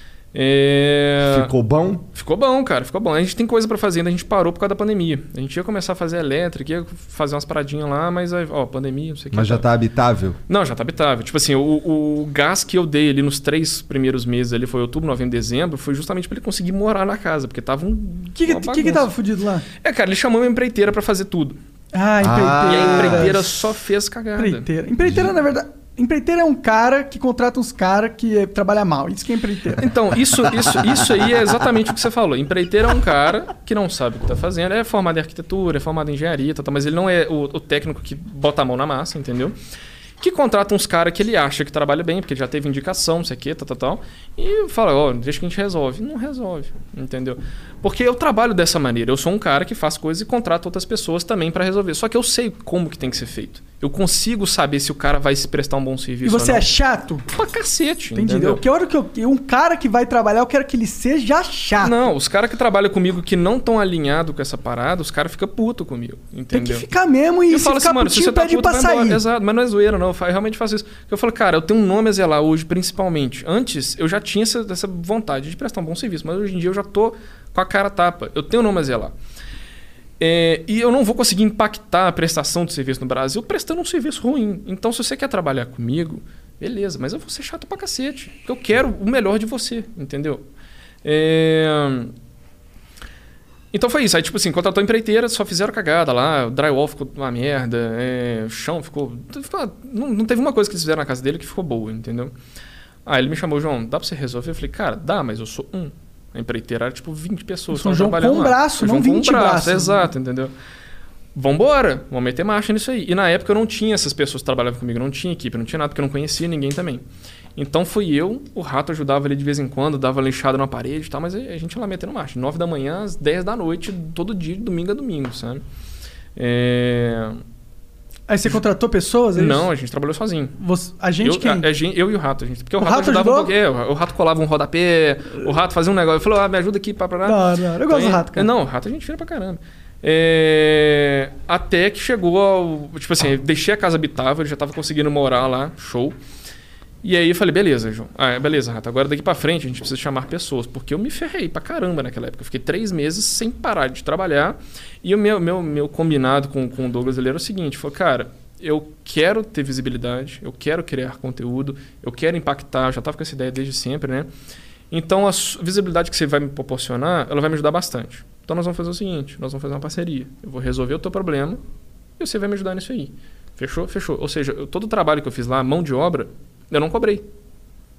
Ficou bom? Ficou bom, cara. Ficou bom. A gente tem coisa pra fazer ainda. A gente parou por causa da pandemia. A gente ia começar a fazer elétrica, ia fazer umas paradinhas lá, mas pandemia, não sei o que. Mas já tá habitável? Não, já tá habitável. Tipo assim, o gás que eu dei ali nos 3 primeiros meses, ali foi outubro, novembro, dezembro, foi justamente pra ele conseguir morar na casa, porque tava O que tava fudido lá? Cara, ele chamou uma empreiteira pra fazer tudo. Empreiteira. E a empreiteira só fez cagada. Empreiteira, na verdade... Empreiteiro é um cara que contrata uns caras que trabalha mal. Isso que é empreiteiro. Então, isso aí é exatamente o que você falou. Empreiteiro é um cara que não sabe o que está fazendo. É formado em arquitetura, é formado em engenharia, mas ele não é o técnico que bota a mão na massa, entendeu? Que contrata uns caras que ele acha que trabalha bem, porque ele já teve indicação, não sei o que, tal. E fala, deixa que a gente resolve. Não resolve, entendeu? Porque eu trabalho dessa maneira. Eu sou um cara que faz coisas e contrata outras pessoas também para resolver. Só que eu sei como que tem que ser feito. Eu consigo saber se o cara vai se prestar um bom serviço ou não. E você é chato? Pra cacete, entendi. Entendeu? Um cara que vai trabalhar, eu quero que ele seja chato. Não, os caras que trabalham comigo que não estão alinhados com essa parada, os caras ficam putos comigo, entendeu? Tem que ficar mesmo e eu falo assim, mano, se você tá puto, pra sair. Exato, mas não é zoeira, não. Eu realmente faço isso. Eu falo, cara, eu tenho um nome a zelar hoje, principalmente. Antes, eu já tinha essa vontade de prestar um bom serviço, mas hoje em dia eu já tô com a cara tapa. Eu tenho um nome a zelar. E eu não vou conseguir impactar a prestação de serviço no Brasil prestando um serviço ruim. Então, se você quer trabalhar comigo, beleza, mas eu vou ser chato pra cacete. Porque eu quero o melhor de você, entendeu? Então foi isso. Aí, tipo assim, contratou a empreiteira, só fizeram cagada lá, o drywall ficou uma merda, o chão ficou... Não teve uma coisa que eles fizeram na casa dele que ficou boa, entendeu? Aí ele me chamou, João, dá pra você resolver? Eu falei, cara, dá, mas eu sou um. A empreiteira era tipo 20 pessoas. São João com um braço, não 20 braços. Exato, entendeu? Vambora, vamos meter marcha nisso aí. E na época eu não tinha essas pessoas que trabalhavam comigo, não tinha equipe, não tinha nada, porque eu não conhecia ninguém também. Então fui eu, o Rato ajudava ali de vez em quando, dava lixada na parede e tal, mas a gente ia lá metendo marcha. 9 da manhã às 10 da noite, todo dia, de domingo a domingo, sabe? Aí você contratou pessoas? Não, a gente trabalhou sozinho. Quem? Eu e o Rato. Porque o Rato ajudava um pouquinho. O Rato colava um rodapé, o Rato fazia um negócio. Ele falou, me ajuda aqui pra... Não, eu gosto do Rato, cara. Não, o Rato a gente vira pra caramba. Até que chegou ao... Tipo assim, eu deixei a casa habitável, ele já tava conseguindo morar lá, show. E aí eu falei, beleza, João. Beleza, Rato, agora daqui pra frente a gente precisa chamar pessoas. Porque eu me ferrei pra caramba naquela época. Eu fiquei 3 meses sem parar de trabalhar. E o meu combinado com o Douglas ele era o seguinte, falou, cara, eu quero ter visibilidade, eu quero criar conteúdo, eu quero impactar, eu já tava com essa ideia desde sempre, né? Então a visibilidade que você vai me proporcionar, ela vai me ajudar bastante. Então nós vamos fazer o seguinte, nós vamos fazer uma parceria. Eu vou resolver o teu problema e você vai me ajudar nisso aí. Fechou? Fechou. Ou seja, todo o trabalho que eu fiz lá, mão de obra, eu não cobrei.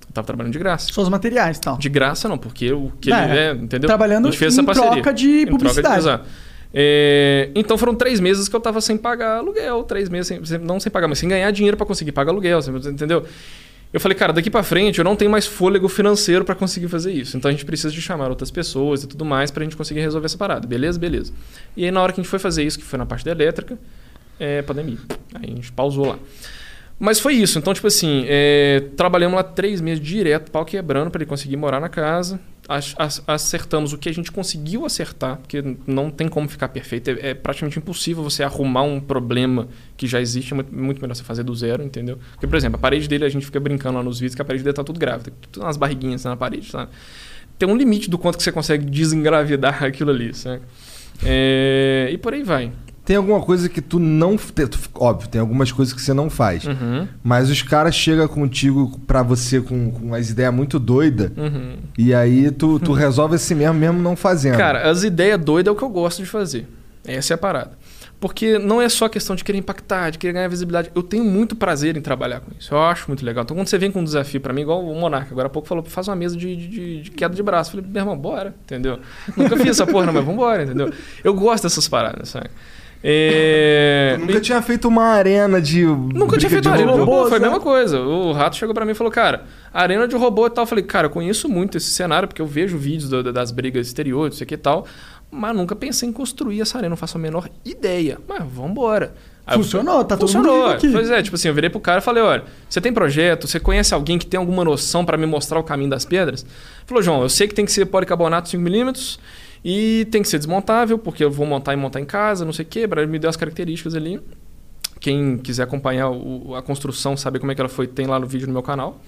Eu tava trabalhando de graça. Só os materiais e tal. De graça não, porque o que entendeu? Trabalhando a gente fez essa parceria. Troca de publicidade. Então foram 3 meses que eu tava sem pagar aluguel. 3 meses, não sem pagar, mas sem ganhar dinheiro para conseguir pagar aluguel, entendeu? Eu falei, cara, daqui para frente eu não tenho mais fôlego financeiro para conseguir fazer isso. Então a gente precisa de chamar outras pessoas e tudo mais pra gente conseguir resolver essa parada. Beleza? E aí na hora que a gente foi fazer isso, que foi na parte da elétrica, pandemia. Aí a gente pausou lá. Mas foi isso. Então, tipo assim, trabalhamos lá 3 meses direto, pau quebrando, para ele conseguir morar na casa. Acertamos o que a gente conseguiu acertar, porque não tem como ficar perfeito. É praticamente impossível você arrumar um problema que já existe. É muito melhor você fazer do zero, entendeu? Porque, por exemplo, a parede dele, a gente fica brincando lá nos vídeos que a parede dele tá tudo grávida. Tem umas barriguinhas na parede, sabe? Tem um limite do quanto que você consegue desengravidar aquilo ali, sabe? E por aí vai. Tem alguma coisa que tu não... Óbvio, tem algumas coisas que você não faz. Mas os caras chegam contigo pra você com umas ideias muito doidas. E aí tu resolve assim mesmo não fazendo. Cara, as ideias doidas é o que eu gosto de fazer. Essa é a parada. Porque não é só questão de querer impactar, de querer ganhar visibilidade. Eu tenho muito prazer em trabalhar com isso. Eu acho muito legal. Então quando você vem com um desafio pra mim, igual o Monarca, agora há pouco falou, faz uma mesa de queda de braço. Eu falei, meu irmão, bora, entendeu? Nunca fiz essa porra, não, mas vambora, entendeu? Eu gosto dessas paradas, sabe? Tu nunca tinha feito uma arena de... Nunca tinha feito uma arena de robô, foi a mesma coisa. O Rato chegou pra mim e falou, cara, arena de robô e tal. Eu falei, cara, eu conheço muito esse cenário, porque eu vejo vídeos das brigas exteriores, isso aqui e tal, mas nunca pensei em construir essa arena, não faço a menor ideia. Mas vambora. Funcionou, tá todo mundo aqui. Pois é, tipo assim, eu virei pro cara e falei, olha, você tem projeto, você conhece alguém que tem alguma noção pra me mostrar o caminho das pedras? Ele falou, João, eu sei que tem que ser policarbonato 5mm, e tem que ser desmontável, porque eu vou montar em casa, não sei o quê. Ele me deu as características ali. Quem quiser acompanhar a construção, saber como é que ela foi, tem lá no vídeo no meu canal.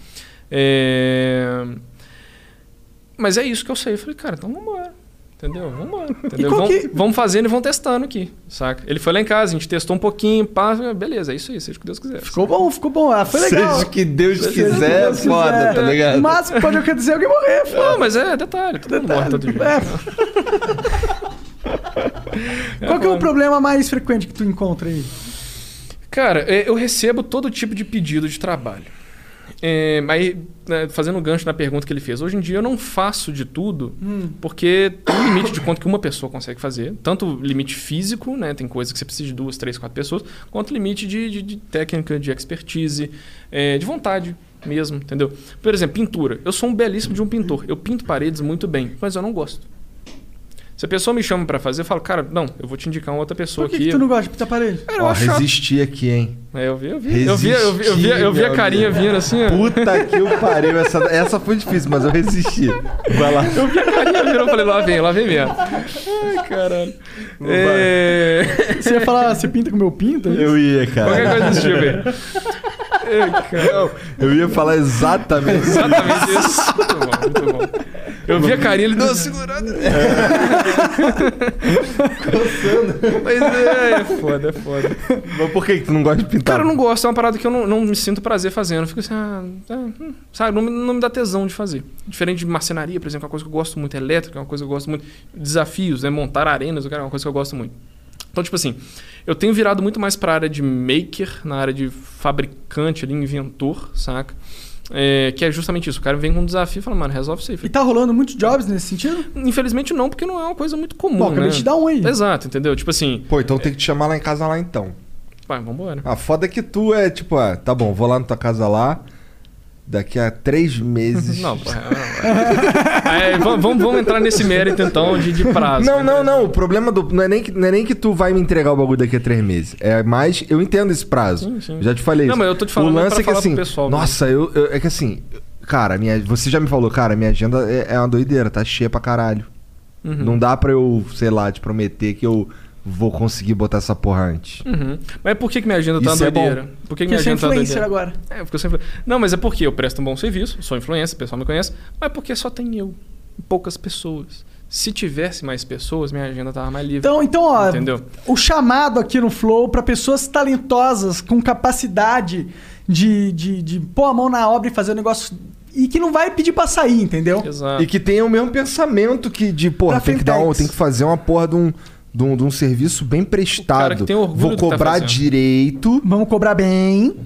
Mas é isso que eu sei. Eu falei, cara, então vamos embora. Entendeu? Vamos embora. Entendeu? Vamos fazendo e vamos testando aqui, saca? Ele foi lá em casa, a gente testou um pouquinho, pá, beleza, é isso aí, seja o que Deus quiser. Ficou bom. Foi legal. Seja o que Deus quiser, foda, tá ligado? Mas pode acontecer alguém morrer, foda. Não, mas detalhe, todo mundo morre todo dia. Qual que é o problema mais frequente que tu encontra aí? Cara, eu recebo todo tipo de pedido de trabalho. Mas fazendo um gancho na pergunta que ele fez, hoje em dia eu não faço de tudo porque tem um limite de quanto que uma pessoa consegue fazer, tanto limite físico, né, tem coisas que você precisa de 2, 3, 4 pessoas, quanto limite de técnica, de expertise, de vontade mesmo, entendeu? Por exemplo, pintura. Eu sou um belíssimo de um pintor, eu pinto paredes muito bem, mas eu não gosto. Se a pessoa me chama pra fazer, eu falo, cara, não, eu vou te indicar uma outra pessoa aqui. Por que tu não gosta de pintar parede? Cara, resisti aqui, hein? Eu vi a carinha vindo assim, ó. Puta que o pariu. Essa foi difícil, mas eu resisti. Vai lá. Eu vi a carinha vindo, eu falei, lá vem mesmo. Ai, caralho. Você ia falar, você pinta como eu pinto? Eu ia, cara. Qualquer coisa desse tipo aí. Eu ia falar exatamente isso. Muito bom. Eu vi a carinha, ele deu uma segurada. Coçando. Mas é foda. Mas por que tu não gosta de pintar? Cara, eu não gosto, é uma parada que eu não me sinto prazer fazendo. Eu fico assim, sabe, não me dá tesão de fazer. Diferente de marcenaria, por exemplo, é uma coisa que eu gosto muito, elétrica, é uma coisa que eu gosto muito. Desafios, né? Montar arenas, é uma coisa que eu gosto muito. Então, tipo assim, eu tenho virado muito mais pra área de maker, na área de fabricante ali, inventor, saca? Que é justamente isso. O cara vem com um desafio e fala, mano, resolve isso aí. E tá rolando muitos jobs nesse sentido? Infelizmente não, porque não é uma coisa muito comum, Bom, acabei de te dar um aí. Exato, entendeu? Tipo assim... Pô, então tem que te chamar lá em casa lá então. Vai, vambora. A foda é que tu é tipo, tá bom, vou lá na tua casa lá, daqui a 3 meses... Não, porra. Vamos entrar nesse mérito então de prazo. Não. O problema não é nem que tu vai me entregar o bagulho daqui a 3 meses. É mais, eu entendo esse prazo. Sim. Já te falei isso. Não, mas eu tô te falando o lance pra é que falar assim, pro pessoal. Nossa, é que assim, cara, você já me falou, cara, minha agenda é uma doideira, tá cheia pra caralho. Não dá pra eu, sei lá, te prometer que eu vou conseguir botar essa porra antes. Mas por que minha agenda tá doideira? Por que minha agenda tá doideira? Agora. Porque eu sempre... Não, mas é porque eu presto um bom serviço, sou influencer, o pessoal me conhece, mas porque só tem eu, poucas pessoas. Se tivesse mais pessoas, minha agenda tava mais livre. Então ó, entendeu? O chamado aqui no Flow pra pessoas talentosas, com capacidade de pôr a mão na obra e fazer o negócio... E que não vai pedir pra sair, entendeu? Exato. E que tenha o mesmo pensamento que de, porra, tem que fazer uma porra de um serviço bem prestado. Vou cobrar direito. Vamos cobrar bem.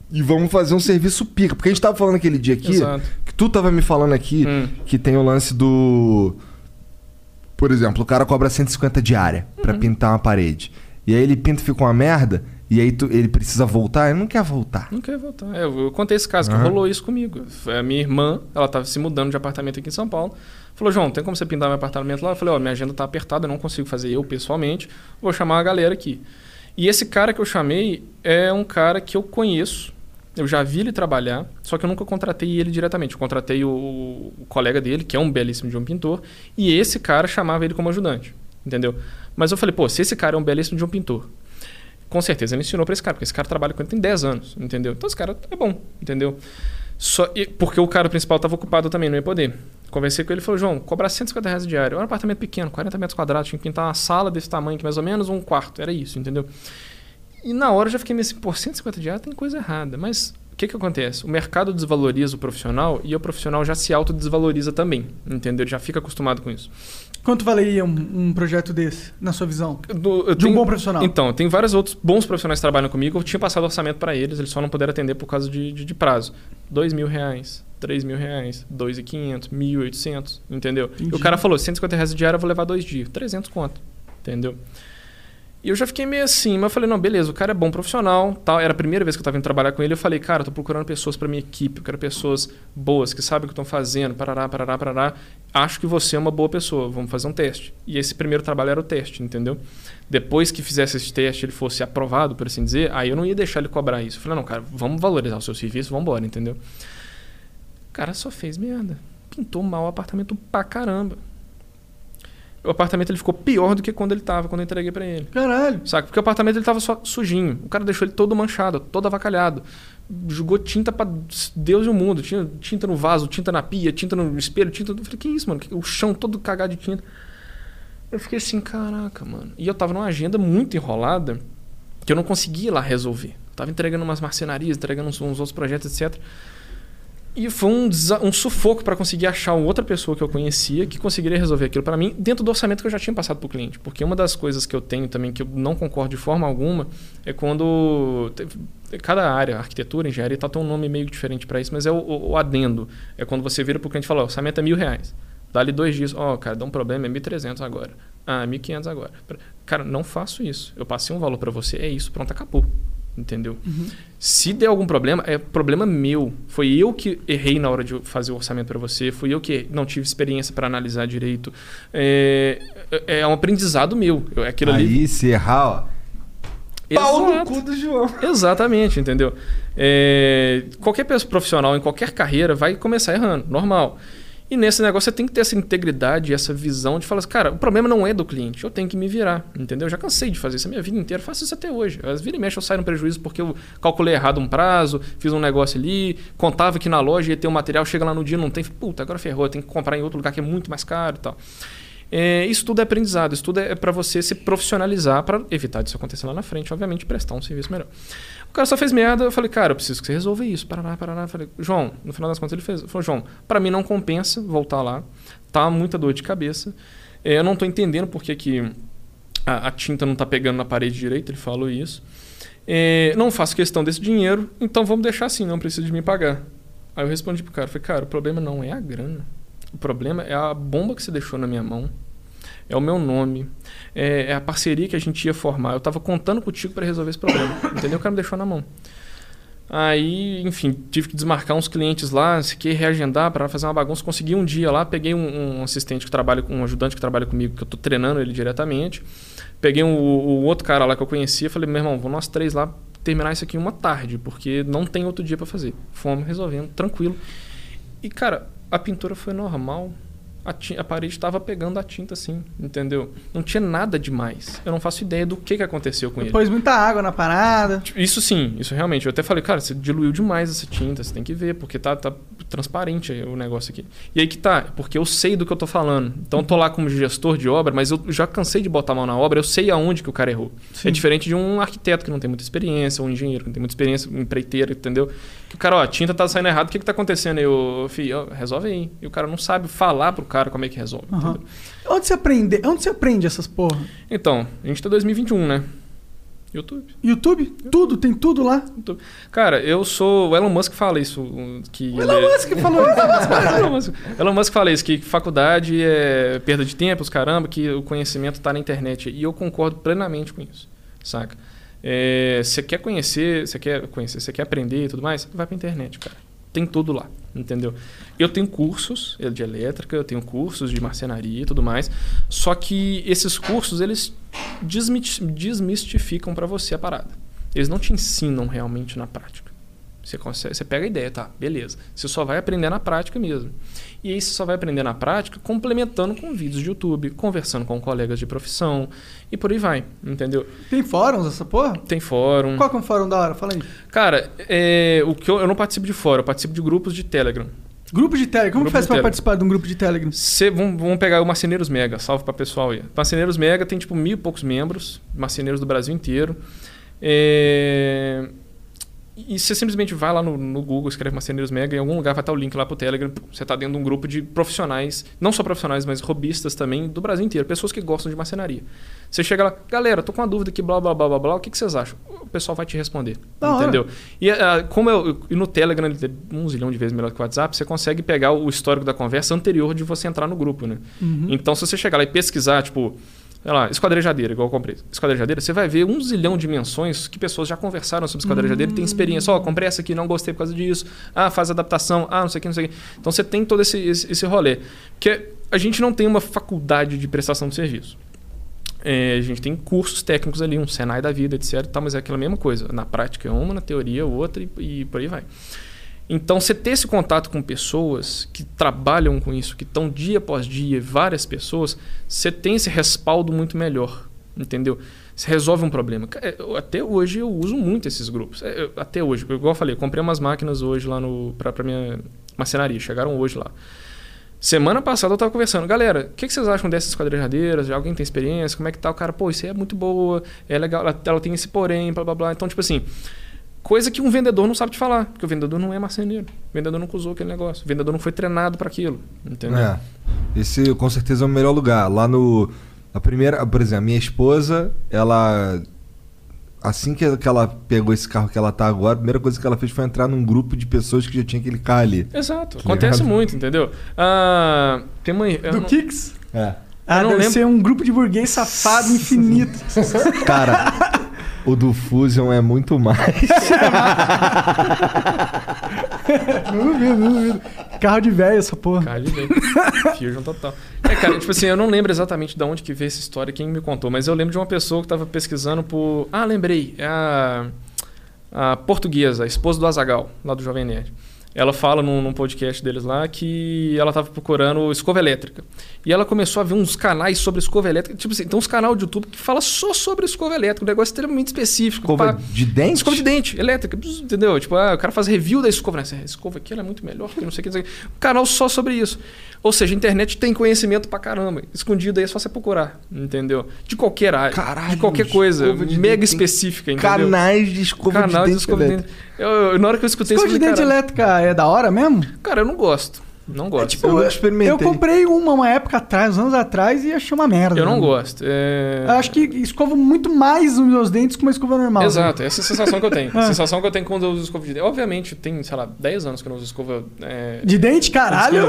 E vamos fazer um serviço pica. Porque a gente tava falando aquele dia aqui, Exato. que tu tava me falando aqui, que tem o lance do... Por exemplo, o cara cobra 150 diária pra pintar uma parede. E aí ele pinta e fica uma merda, e aí ele precisa voltar, ele não quer voltar. Não quer voltar. Eu contei esse caso, que rolou isso comigo. A minha irmã, ela tava se mudando de apartamento aqui em São Paulo, falou, João, tem como você pintar meu apartamento lá? Eu falei, minha agenda tá apertada, eu não consigo fazer eu pessoalmente, vou chamar a galera aqui. E esse cara que eu chamei é um cara que eu conheço, eu já vi ele trabalhar, só que eu nunca contratei ele diretamente. Eu contratei o colega dele, que é um belíssimo de um pintor, e esse cara chamava ele como ajudante, entendeu? Mas eu falei, se esse cara é um belíssimo de um pintor, com certeza ele ensinou para esse cara, porque esse cara trabalha com ele tem 10 anos, entendeu? Então esse cara é bom, entendeu? Porque o cara principal estava ocupado também, não ia poder. Conversei com ele e falou, João, cobrar 150 reais diário. Era um apartamento pequeno, 40 metros quadrados, tinha que pintar uma sala desse tamanho, que mais ou menos um quarto, era isso, entendeu? E na hora eu já fiquei meio assim, 150 diário tem coisa errada. Mas o que acontece? O mercado desvaloriza o profissional e o profissional já se autodesvaloriza também, entendeu? Ele já fica acostumado com isso. Quanto valeria um projeto desse, na sua visão? Um bom profissional? Então, tem vários outros bons profissionais que trabalham comigo. Eu tinha passado orçamento para eles só não puderam atender por causa de prazo. R$2.000, R$3.000, 2.500, 1.800, entendeu? Entendi. E o cara falou, 150 reais de diário eu vou levar 2 dias. 300 conto, entendeu? E eu já fiquei meio assim, mas eu falei, não, beleza, o cara é bom profissional, tal. Era a primeira vez que eu estava indo trabalhar com ele, eu falei, cara, eu tô procurando pessoas para minha equipe, eu quero pessoas boas, que sabem o que estão fazendo, parará. Acho que você é uma boa pessoa, vamos fazer um teste. E esse primeiro trabalho era o teste, entendeu? Depois que fizesse esse teste, ele fosse aprovado, por assim dizer, aí eu não ia deixar ele cobrar isso. Eu falei, não, cara, vamos valorizar o seu serviço, vamos embora, entendeu? O cara só fez merda. Pintou mal o apartamento pra caramba. O apartamento ele ficou pior do que quando eu entreguei pra ele. Caralho. Saca? Porque o apartamento ele tava só sujinho. O cara deixou ele todo manchado, todo avacalhado. Jogou tinta pra Deus e o mundo. Tinha tinta no vaso, tinta na pia, tinta no espelho, tinta... Eu falei, que isso, mano? O chão todo cagado de tinta. Eu fiquei assim, caraca, mano. E eu tava numa agenda muito enrolada que eu não conseguia ir lá resolver. Eu tava entregando umas marcenarias, entregando uns outros projetos, etc. E foi um sufoco para conseguir achar outra pessoa que eu conhecia que conseguiria resolver aquilo para mim dentro do orçamento que eu já tinha passado para o cliente. Porque uma das coisas que eu tenho também que eu não concordo de forma alguma é quando... Cada área, arquitetura, engenharia, tem um nome meio diferente para isso, mas é o adendo. É quando você vira para o cliente e fala, o orçamento é R$1.000. Dá-lhe 2 dias. Cara, dá um problema, é 1.300 agora. 1.500 agora. Cara, não faço isso. Eu passei um valor para você, é isso, pronto, acabou. Entendeu? Se der algum problema, é problema meu. Foi eu que errei na hora de fazer o orçamento para você. Fui eu que não tive experiência para analisar direito. É um aprendizado meu. Aquilo ali... se errar, pau no cu do João. Exatamente, entendeu? Qualquer pessoa profissional em qualquer carreira vai começar errando, normal. E nesse negócio você tem que ter essa integridade, essa visão de falar assim, cara, o problema não é do cliente, eu tenho que me virar, entendeu? Eu já cansei de fazer isso a minha vida inteira, faço isso até hoje. Às vezes e mexe eu saio no prejuízo porque eu calculei errado um prazo, fiz um negócio ali, contava que na loja ia ter um material, chega lá no dia não tem, puta, agora ferrou, eu tenho que comprar em outro lugar que é muito mais caro e tal. Isso tudo é aprendizado, isso tudo é para você se profissionalizar para evitar disso acontecer lá na frente, obviamente prestar um serviço melhor. O cara só fez merda, eu falei, cara, eu preciso que você resolva isso, parará. Eu falei, João, no final das contas ele fez. Eu falei, João, para mim não compensa voltar lá, tá muita dor de cabeça, eu não tô entendendo por que a tinta não tá pegando na parede direito, ele falou isso. Não faço questão desse dinheiro, então vamos deixar assim, não precisa de me pagar. Aí eu respondi pro cara, falei, cara, o problema não é a grana, o problema é a bomba que você deixou na minha mão. É o meu nome, é a parceria que a gente ia formar. Eu estava contando contigo para resolver esse problema, entendeu? O cara me deixou na mão. Aí, enfim, tive que desmarcar uns clientes lá, se quer reagendar para fazer uma bagunça. Consegui um dia lá, peguei um assistente que trabalha, um ajudante que trabalha comigo, que eu estou treinando ele diretamente. Peguei o outro cara lá que eu conhecia, falei, meu irmão, vamos nós 3 lá terminar isso aqui uma tarde, porque não tem outro dia para fazer. Fomos resolvendo, tranquilo. E, cara, a pintura foi normal. A parede estava pegando a tinta assim, entendeu? Não tinha nada demais. Eu não faço ideia do que aconteceu com ele. Pôs muita água na parada. Isso sim, isso realmente. Eu até falei, cara, você diluiu demais essa tinta, você tem que ver, porque tá transparente o negócio aqui. E aí que tá, porque eu sei do que eu tô falando. Então eu tô lá como gestor de obra, mas eu já cansei de botar a mão na obra, eu sei aonde que o cara errou. Sim. É diferente de um arquiteto que não tem muita experiência, um engenheiro que não tem muita experiência, um empreiteiro, entendeu? Que o cara, a tinta tá saindo errado, o que tá acontecendo aí? Filho, resolve aí. E o cara não sabe falar pro cara como é que resolve. Onde você aprende essas porra? Então, a gente tá em 2021, né? YouTube? Tudo? Tem tudo lá? YouTube. Cara, eu sou... O Elon Musk fala isso. Elon Musk falou isso. Elon Musk fala isso, que faculdade é perda de tempo, os caramba, que o conhecimento tá na internet. E eu concordo plenamente com isso, saca? Você quer conhecer, você quer aprender e tudo mais, vai pra internet, cara. Tem tudo lá, entendeu? Eu tenho cursos de elétrica, eu tenho cursos de marcenaria e tudo mais. Só que esses cursos, eles desmistificam para você a parada. Eles não te ensinam realmente na prática. Você pega a ideia, tá, beleza. Você só vai aprender na prática mesmo. E aí você só vai aprender na prática complementando com vídeos de YouTube, conversando com colegas de profissão e por aí vai, entendeu? Tem fóruns essa porra? Tem fórum. Qual que é um fórum da hora? Fala aí. Cara, eu não participo de fórum, eu participo de grupos de Telegram. Grupo de Telegram? Como que faz pra participar de um grupo de Telegram? Vamos pegar o Marceneiros Mega, salve pra pessoal aí. Marceneiros Mega tem tipo 1.000 e poucos membros, marceneiros do Brasil inteiro. E você simplesmente vai lá no Google, escreve Marceneiros Mega, em algum lugar vai estar o link lá pro Telegram. Você está dentro de um grupo de profissionais, não só profissionais, mas hobbyistas também, do Brasil inteiro. Pessoas que gostam de marcenaria. Você chega lá, galera, tô com uma dúvida aqui, blá, blá, blá, blá, blá, o que vocês acham? O pessoal vai te responder, entendeu? E e no Telegram, ele é 1 zilhão de vezes melhor que o WhatsApp, você consegue pegar o histórico da conversa anterior de você entrar no grupo, né? Uhum. Então, se você chegar lá e pesquisar, tipo... sei lá, esquadrejadeira, igual eu comprei. Esquadrejadeira, você vai ver 1 zilhão de menções que pessoas já conversaram sobre esquadrejadeira e tem experiência. Comprei essa aqui, não gostei por causa disso. Faz adaptação. Não sei o que, não sei o que. Então você tem todo esse rolê. Porque a gente não tem uma faculdade de prestação de serviço. A gente tem cursos técnicos ali, um Senai da vida, etc. Mas é aquela mesma coisa. Na prática é uma, na teoria é outra e por aí vai. Então, você ter esse contato com pessoas que trabalham com isso, que estão dia após dia, várias pessoas, você tem esse respaldo muito melhor, entendeu? Você resolve um problema. Até hoje eu uso muito esses grupos. Até hoje, igual eu falei, eu comprei umas máquinas hoje lá para minha marcenaria, chegaram hoje lá. Semana passada eu estava conversando, galera, o que vocês acham dessas quadrejadeiras? Alguém tem experiência? Como é que tá? O cara, isso aí é muito boa, é legal, ela tem esse porém, blá blá blá. Então, tipo assim... coisa que um vendedor não sabe te falar, porque o vendedor não é marceneiro. O vendedor não usou aquele negócio. O vendedor não foi treinado para aquilo. Entendeu? Esse com certeza é o melhor lugar. Lá por exemplo, a minha esposa, ela... assim que ela pegou esse carro que ela tá agora, a primeira coisa que ela fez foi entrar num grupo de pessoas que já tinha aquele carro ali. Exato. Acontece muito, entendeu? Tem uma... Kicks? Deve lembro. Ser um grupo de burguês safado infinito. Cara... o do Fusion é muito mais. Não duvido. Carro de velho essa porra. Carro de velho. Fusion total. Cara, tipo assim, eu não lembro exatamente de onde que veio essa história, quem me contou, mas eu lembro de uma pessoa que estava pesquisando por... lembrei. É a portuguesa, a esposa do Azaghal, lá do Jovem Nerd. Ela fala num podcast deles lá que ela estava procurando escova elétrica. E ela começou a ver uns canais sobre escova elétrica. Tipo assim, tem uns canais de YouTube que fala só sobre escova elétrica. Um negócio extremamente específico. Escova de dente? Escova de dente, elétrica. Entendeu? Tipo, o cara faz review da escova. Essa escova aqui ela é muito melhor que não sei o que. Um canal só sobre isso. Ou seja, a internet tem conhecimento pra caramba. Escondido aí é só você procurar. Entendeu? De qualquer área. Caralho, de qualquer coisa. Mega específica, entendeu? Canais de escova de dente. Na hora que eu escutei isso, escova de dente elétrica é da hora mesmo? Cara, eu não gosto. Não gosto. Eu experimentei. Eu comprei uma época atrás, uns anos atrás, e achei uma merda. Eu não gosto. Eu acho que escova muito mais os meus dentes que uma escova normal. Exato, essa é a sensação que eu tenho. A sensação que eu tenho quando eu uso escova de dente. Obviamente, tem, sei lá, 10 anos que eu não uso escova... de dente? Caralho!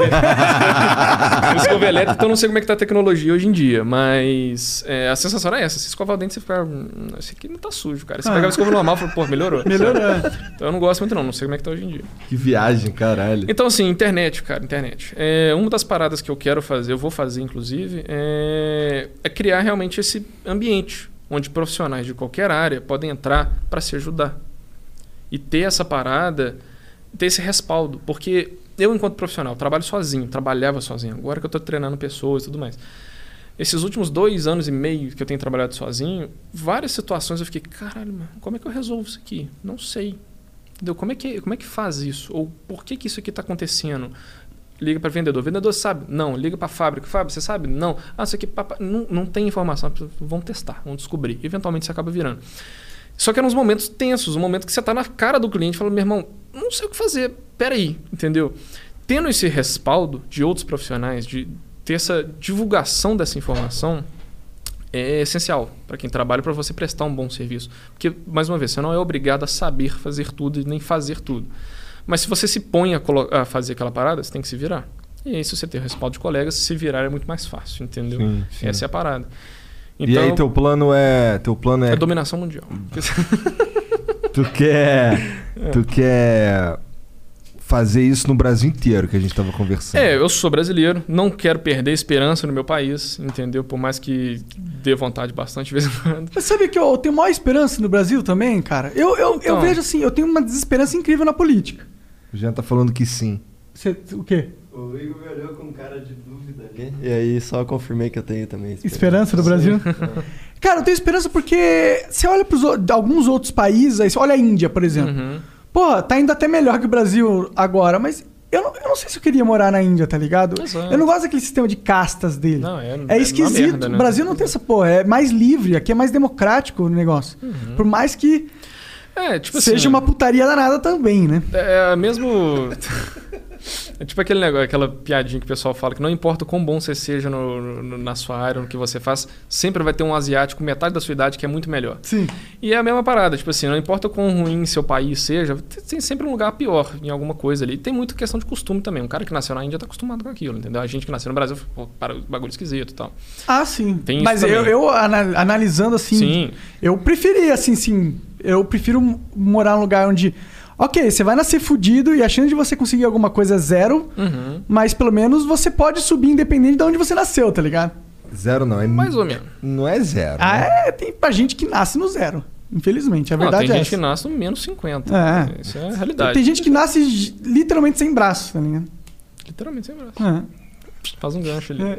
Escova elétrica, então eu não sei como é que tá a tecnologia hoje em dia. Mas a sensação é essa. Se escovar o dente, você fica... esse aqui não tá sujo, cara. Você pega a escova normal e fala, melhorou. Melhorou. Então eu não gosto muito não sei como é que tá hoje em dia. Que viagem, caralho. Então assim, internet, cara. Internet. Uma das paradas que eu quero fazer, eu vou fazer inclusive, é criar realmente esse ambiente onde profissionais de qualquer área podem entrar para se ajudar. E ter essa parada, ter esse respaldo. Porque eu, enquanto profissional, trabalho sozinho, trabalhava sozinho. Agora que eu estou treinando pessoas e tudo mais. Esses últimos 2 anos e meio que eu tenho trabalhado sozinho, várias situações eu fiquei, caralho, mano, como é que eu resolvo isso aqui? Não sei. Entendeu? Como é que faz isso? Ou por que isso aqui está acontecendo? Liga para vendedor. Vendedor sabe? Não. Liga para a fábrica. Fábrica, você sabe? Não. Isso aqui não tem informação. Vamos testar, vamos descobrir. Eventualmente você acaba virando. Só que eram uns momentos tensos, um momento que você está na cara do cliente e fala, meu irmão, não sei o que fazer. Peraí, entendeu? Tendo esse respaldo de outros profissionais, de ter essa divulgação dessa informação, é essencial para quem trabalha, para você prestar um bom serviço. Porque, mais uma vez, você não é obrigado a saber fazer tudo e nem fazer tudo. Mas se você se põe a fazer aquela parada, você tem que se virar. E aí, se você tem o respaldo de colegas, se virar é muito mais fácil, entendeu? Sim. Essa é a parada. Então, e aí, teu plano é... É dominação mundial. Tu quer fazer isso no Brasil inteiro, que a gente estava conversando. Eu sou brasileiro, não quero perder esperança no meu país, entendeu? Por mais que dê vontade bastante de vez em quando. Mas sabe que eu tenho maior esperança no Brasil também, cara? Eu vejo assim, eu tenho uma desesperança incrível na política. O Jean tá falando que sim. O quê? O Igor me olhou com cara de dúvida ali. E aí só confirmei que eu tenho também esperança do Brasil? Cara, eu tenho esperança porque você olha para alguns outros países, aí você olha a Índia, por exemplo. Porra, tá indo até melhor que o Brasil agora, mas eu não sei se eu queria morar na Índia, tá ligado? Exato. Eu não gosto daquele sistema de castas dele. Não, é esquisito. Merda, né? O Brasil não tem essa porra. É mais livre, aqui é mais democrático o negócio. Por mais que seja assim, uma putaria danada também, né? É mesmo... É tipo aquele negócio, aquela piadinha que o pessoal fala que não importa o quão bom você seja na sua área, no que você faz, sempre vai ter um asiático, metade da sua idade, que é muito melhor. Sim. E é a mesma parada, tipo assim, não importa o quão ruim seu país seja, tem sempre um lugar pior em alguma coisa ali. E tem muita questão de costume também. Um cara que nasceu na Índia tá acostumado com aquilo, entendeu? A gente que nasceu no Brasil, para o bagulho esquisito e tal. Ah, sim. Tem mas eu analisando assim, sim. Eu preferia assim, sim. Eu prefiro morar num lugar onde... Ok, você vai nascer fudido e a chance de você conseguir alguma coisa é zero, mas pelo menos você pode subir independente de onde você nasceu, tá ligado? Zero não, é mais ou menos. Não é zero. Tem pra gente que nasce no zero, infelizmente, a verdade é essa. Tem gente que nasce no menos 50. Isso é a realidade. Tem gente que nasce literalmente sem braço, tá ligado? Literalmente sem braço. Faz um gancho ali.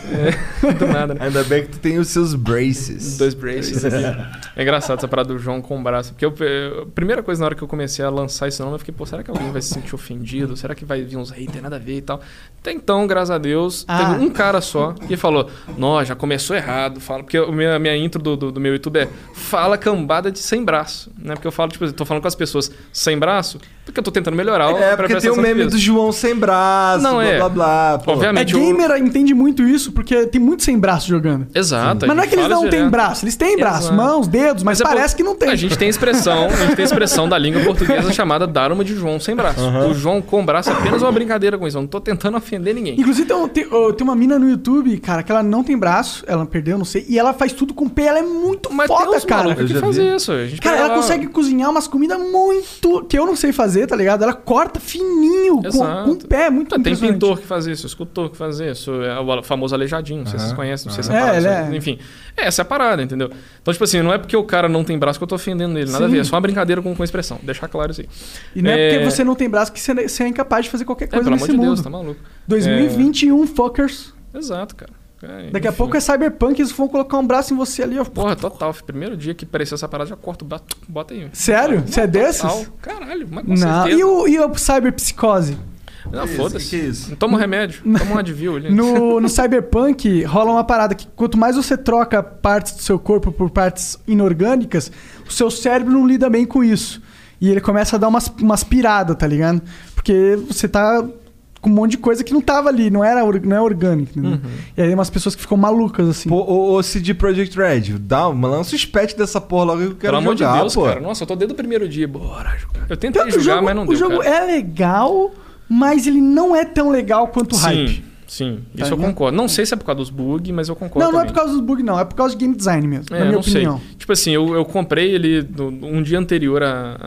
Do nada, né? Ainda bem que tu tem os seus braces. 2 braces aqui. É engraçado essa parada do João com o braço. Porque a primeira coisa na hora que eu comecei a lançar esse nome, eu fiquei, será que alguém vai se sentir ofendido? Será que vai vir uns haters, nada a ver e tal? Até então, graças a Deus, teve um cara só que falou, já começou errado. Porque a minha intro do meu YouTube é fala cambada de sem braço. Né? Porque eu falo, tipo, tô falando com as pessoas sem braço, porque eu tô tentando melhorar porque tem o meme do João sem braço, blá blá. Obviamente. Gamer entende muito isso, porque tem muito sem braço jogando. Exato. Mas não é que eles não têm braço, eles têm braço, mãos, dedos, mas parece que não tem. A gente tem expressão da língua portuguesa chamada dar uma de João sem braço. O João com braço é apenas uma brincadeira com isso. Eu não tô tentando ofender ninguém. Inclusive tem uma mina no YouTube, cara, que ela não tem braço, ela perdeu, não sei, e ela faz tudo com pé, ela é muito foda, cara. Que fazer isso. Cara, ela consegue cozinhar umas comidas muito... que eu não sei fazer, tá ligado? Ela corta fininho, com o pé, muito impressionante. Tem pintor que faz isso, escultor que faz isso, é o famoso aleijadinho, não sei se vocês conhecem, não sei se é parada. Enfim, essa é a parada, entendeu? Então, tipo assim, não é porque o cara não tem braço que eu tô ofendendo ele, nada a ver, é só uma brincadeira com expressão, deixar claro isso aí. E não é porque você não tem braço que você é incapaz de fazer qualquer coisa nesse mundo. Pelo amor de Deus, tá maluco. 2021, fuckers. Exato, cara. Daqui a pouco é Cyberpunk, eles vão colocar um braço em você ali, ó. Porra, total. Primeiro dia que apareceu essa parada, já corta o braço, bota aí. Sério? Você é desses? Caralho, mas com certeza. E o Cyberpsicose? Não, foda-se. Que isso? Toma um remédio, toma um Advil ali. No Cyberpunk rola uma parada que quanto mais você troca partes do seu corpo por partes inorgânicas, o seu cérebro não lida bem com isso. E ele começa a dar umas piradas, tá ligado? Porque você tá com um monte de coisa que não tava ali, não é orgânico. E aí umas pessoas que ficam malucas, assim. Ô CD Projekt Red, lança os patch dessa porra logo que eu quero jogar, pelo amor de Deus, pô. Cara. Nossa, eu tô desde o primeiro dia. Bora jogar. Eu tentei jogar, mas não deu, O jogo é legal, mas ele não é tão legal quanto o hype. Sim, isso eu concordo. Não sei se é por causa dos bugs, mas eu concordo. Não é por causa dos bugs, não. É por causa de game design mesmo, na minha opinião. Sei. Tipo assim, eu comprei ele um dia anterior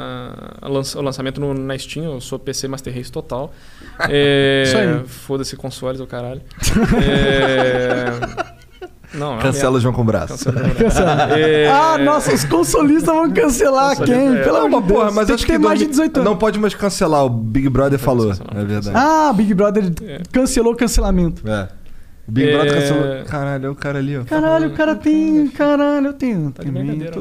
ao lançamento na Steam. Eu sou PC Master Race total. Isso aí. Foda-se consoles, o caralho. Não, cancela o João com braço. Nossa, os consolistas vão cancelar quem? Pelo amor de Deus. Mas tem que ter mais de 18 anos. Não pode mais cancelar, o Big Brother falou. É verdade. Big Brother cancelou o cancelamento. O Big Brother cancelou. Caralho, é o cara ali, ó. Caralho, o cara tem... Caralho, eu tenho. Tá de brincadeira,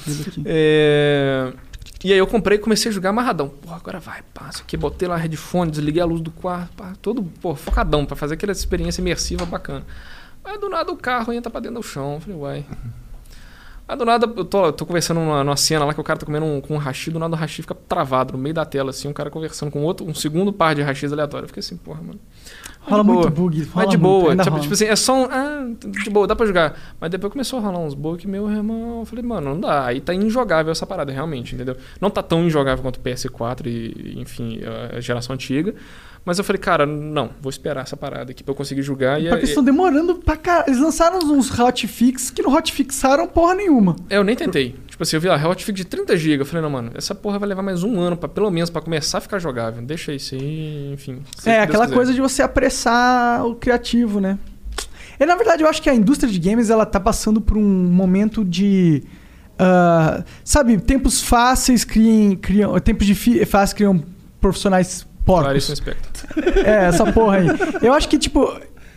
E aí eu comprei e comecei a jogar amarradão. Porra, agora vai, passa aqui. Botei lá a headphone, desliguei a luz do quarto. Todo focadão pra fazer aquela experiência imersiva bacana. Aí do nada o carro entra pra dentro do chão. Eu falei, uai. Aí do nada, eu tô conversando numa cena lá que o cara tá comendo com um hashi, do nada o hashi fica travado no meio da tela, assim, um cara conversando com um segundo par de hashis aleatório. Eu fiquei assim, porra, mano. Rola muito bug. Mas de boa. Tipo assim, é só de boa, dá pra jogar. Mas depois começou a rolar uns bugs que meu irmão... Eu falei, mano, não dá. Aí tá injogável essa parada, realmente, entendeu? Não tá tão injogável quanto o PS4 e, enfim, a geração antiga. Mas eu falei, cara, não, vou esperar essa parada aqui pra eu conseguir jogar. Porque eles estão demorando pra caralho. Eles lançaram uns hotfix que não hotfixaram porra nenhuma. Eu nem tentei. Tipo assim, eu vi lá, hotfix de 30 GB. Eu falei, não, mano, essa porra vai levar mais um ano, pelo menos, pra começar a ficar jogável. Deixa isso aí, enfim. Aquela coisa de você apressar o criativo, né? E, na verdade, eu acho que a indústria de games, ela tá passando por um momento de... sabe, tempos fáceis criam... Tempos fáceis criam profissionais porcos. Essa porra aí. Eu acho que, tipo...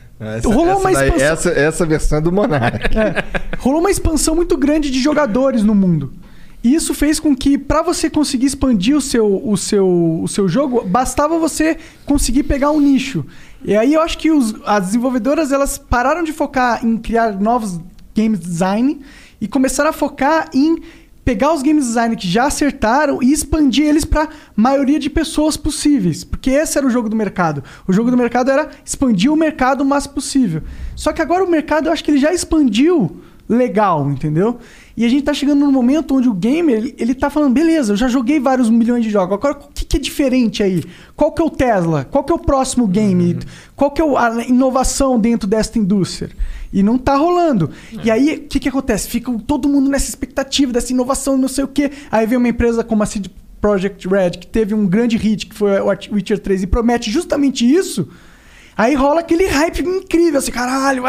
rolou uma expansão... essa versão é do Monark. Rolou uma expansão muito grande de jogadores no mundo. E isso fez com que, para você conseguir expandir o seu jogo, bastava você conseguir pegar um nicho. E aí eu acho que as desenvolvedoras, elas pararam de focar em criar novos game design e começaram a focar em pegar os game design que já acertaram e expandir eles para maioria de pessoas possíveis. Porque esse era o jogo do mercado. O jogo do mercado era expandir o mercado o máximo possível. Só que agora o mercado, eu acho que ele já expandiu legal, entendeu? E a gente tá chegando num momento onde o gamer, ele tá falando, beleza, eu já joguei vários milhões de jogos, agora o que é diferente aí? Qual que é o Tesla? Qual que é o próximo game? Qual que é a inovação dentro desta indústria? E não tá rolando. E aí, o que acontece? Fica todo mundo nessa expectativa dessa inovação, não sei o quê. Aí vem uma empresa como a CD Projekt Red, que teve um grande hit, que foi o Witcher 3, e promete justamente isso. Aí rola aquele hype incrível, assim, caralho.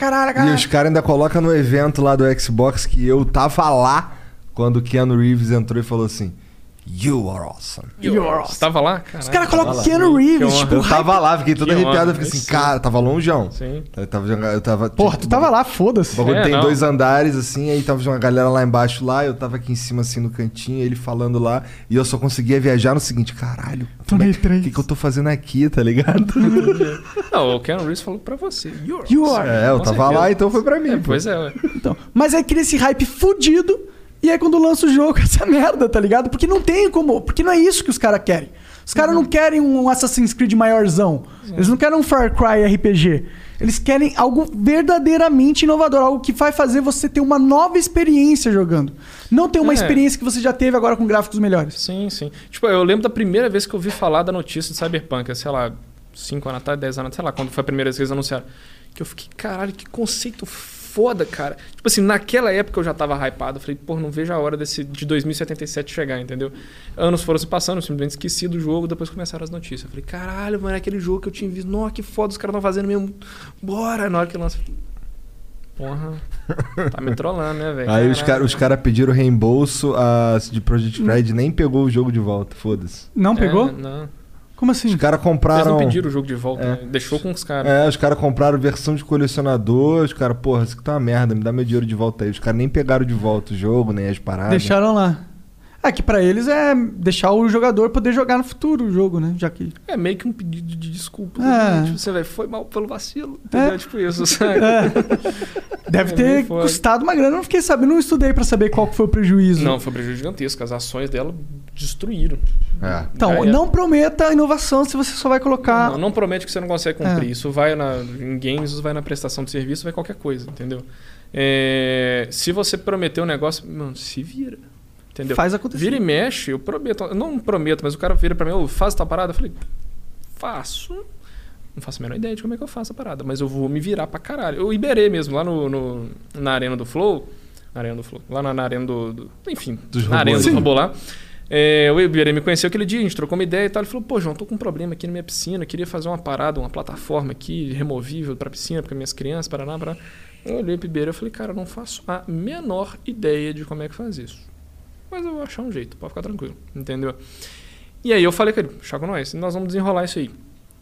E os caras ainda colocam no evento lá do Xbox que eu tava lá quando o Keanu Reeves entrou e falou assim: You are awesome. You are awesome. Você tava lá? Caralho, os caras colocam Keanu Reeves, tipo... Eu tava lá, fiquei todo arrepiado. Eu fiquei assim, cara, tava longeão. Sim. Eu tava porra, tu tava lá, foda-se. O bagulho tem 2 andares, assim, aí tava uma galera lá embaixo lá, eu tava aqui em cima, assim, no cantinho, ele falando lá, e eu só conseguia viajar no seguinte, caralho, o que eu tô fazendo aqui, tá ligado? Não, o Keanu Reeves falou pra você. You are. Eu tava lá, então foi pra mim. Pois é. Então, mas aí cria esse hype fudido. E aí quando lança o jogo, essa merda, tá ligado? Porque não tem como... Porque não é isso que os caras querem. Os caras não querem um Assassin's Creed maiorzão. Eles não querem um Far Cry RPG. Eles querem algo verdadeiramente inovador. Algo que vai fazer você ter uma nova experiência jogando. Não ter uma experiência que você já teve agora com gráficos melhores. Sim, sim. Tipo, eu lembro da primeira vez que eu ouvi falar da notícia de Cyberpunk. Sei lá, 5 anos atrás, 10 anos atrás. Sei lá, quando foi a primeira vez que eles anunciaram. Que eu fiquei, caralho, que conceito foda, cara. Tipo assim, naquela época eu já tava hypado. Eu falei, pô, não vejo a hora de 2077 chegar, entendeu? Anos foram se passando, eu simplesmente esqueci do jogo, depois começaram as notícias. Eu falei, caralho, mano, é aquele jogo que eu tinha visto. Nossa, que foda, os caras estão fazendo mesmo. Bora! Na hora que lança... Porra, tá me trollando, né, velho? Aí os cara pediram reembolso, a CD Projekt Red nem pegou o jogo de volta, foda-se. Não pegou? Não. Como assim? Os caras compraram... Eles não pediram o jogo de volta, né? Deixou com os caras. Os caras compraram versão de colecionador, os caras, porra, isso aqui tá uma merda, me dá meu dinheiro de volta aí. Os caras nem pegaram de volta o jogo, nem as paradas. Deixaram lá. Que pra eles é deixar o jogador poder jogar no futuro o jogo, né? Já que... É meio que um pedido de desculpa. Tipo, você foi mal pelo vacilo. Entendeu? Tipo isso, sabe? Deve ter custado uma grana. Eu não fiquei sabendo, não estudei pra saber qual foi o prejuízo. Não, foi um prejuízo gigantesco. As ações dela destruíram. Então, não prometa inovação se você só vai colocar... Não promete que você não consegue cumprir. Isso vai em games, isso vai na prestação de serviço, vai qualquer coisa, entendeu? Se você prometer um negócio, mano, se vira. Entendeu? Faz acontecer. Vira e mexe, eu prometo. Eu não prometo, mas o cara vira pra mim, faz tua parada. Eu falei, faço. Não faço a menor ideia de como é que eu faço a parada, mas eu vou me virar pra caralho. Eu Iberê mesmo, lá na Arena do Flow. Lá na Arena do enfim, na Arena do robô lá. O Iberê me conheceu aquele dia, a gente trocou uma ideia e tal. Ele falou, pô, João, tô com um problema aqui na minha piscina. Eu queria fazer uma parada, uma plataforma aqui, removível pra piscina, pra minhas crianças, paraná. Eu olhei pro Iberê e falei, cara, eu não faço a menor ideia de como é que faz isso. Mas eu vou achar um jeito, pode ficar tranquilo, entendeu? E aí eu falei com ele, chá com nós vamos desenrolar isso aí.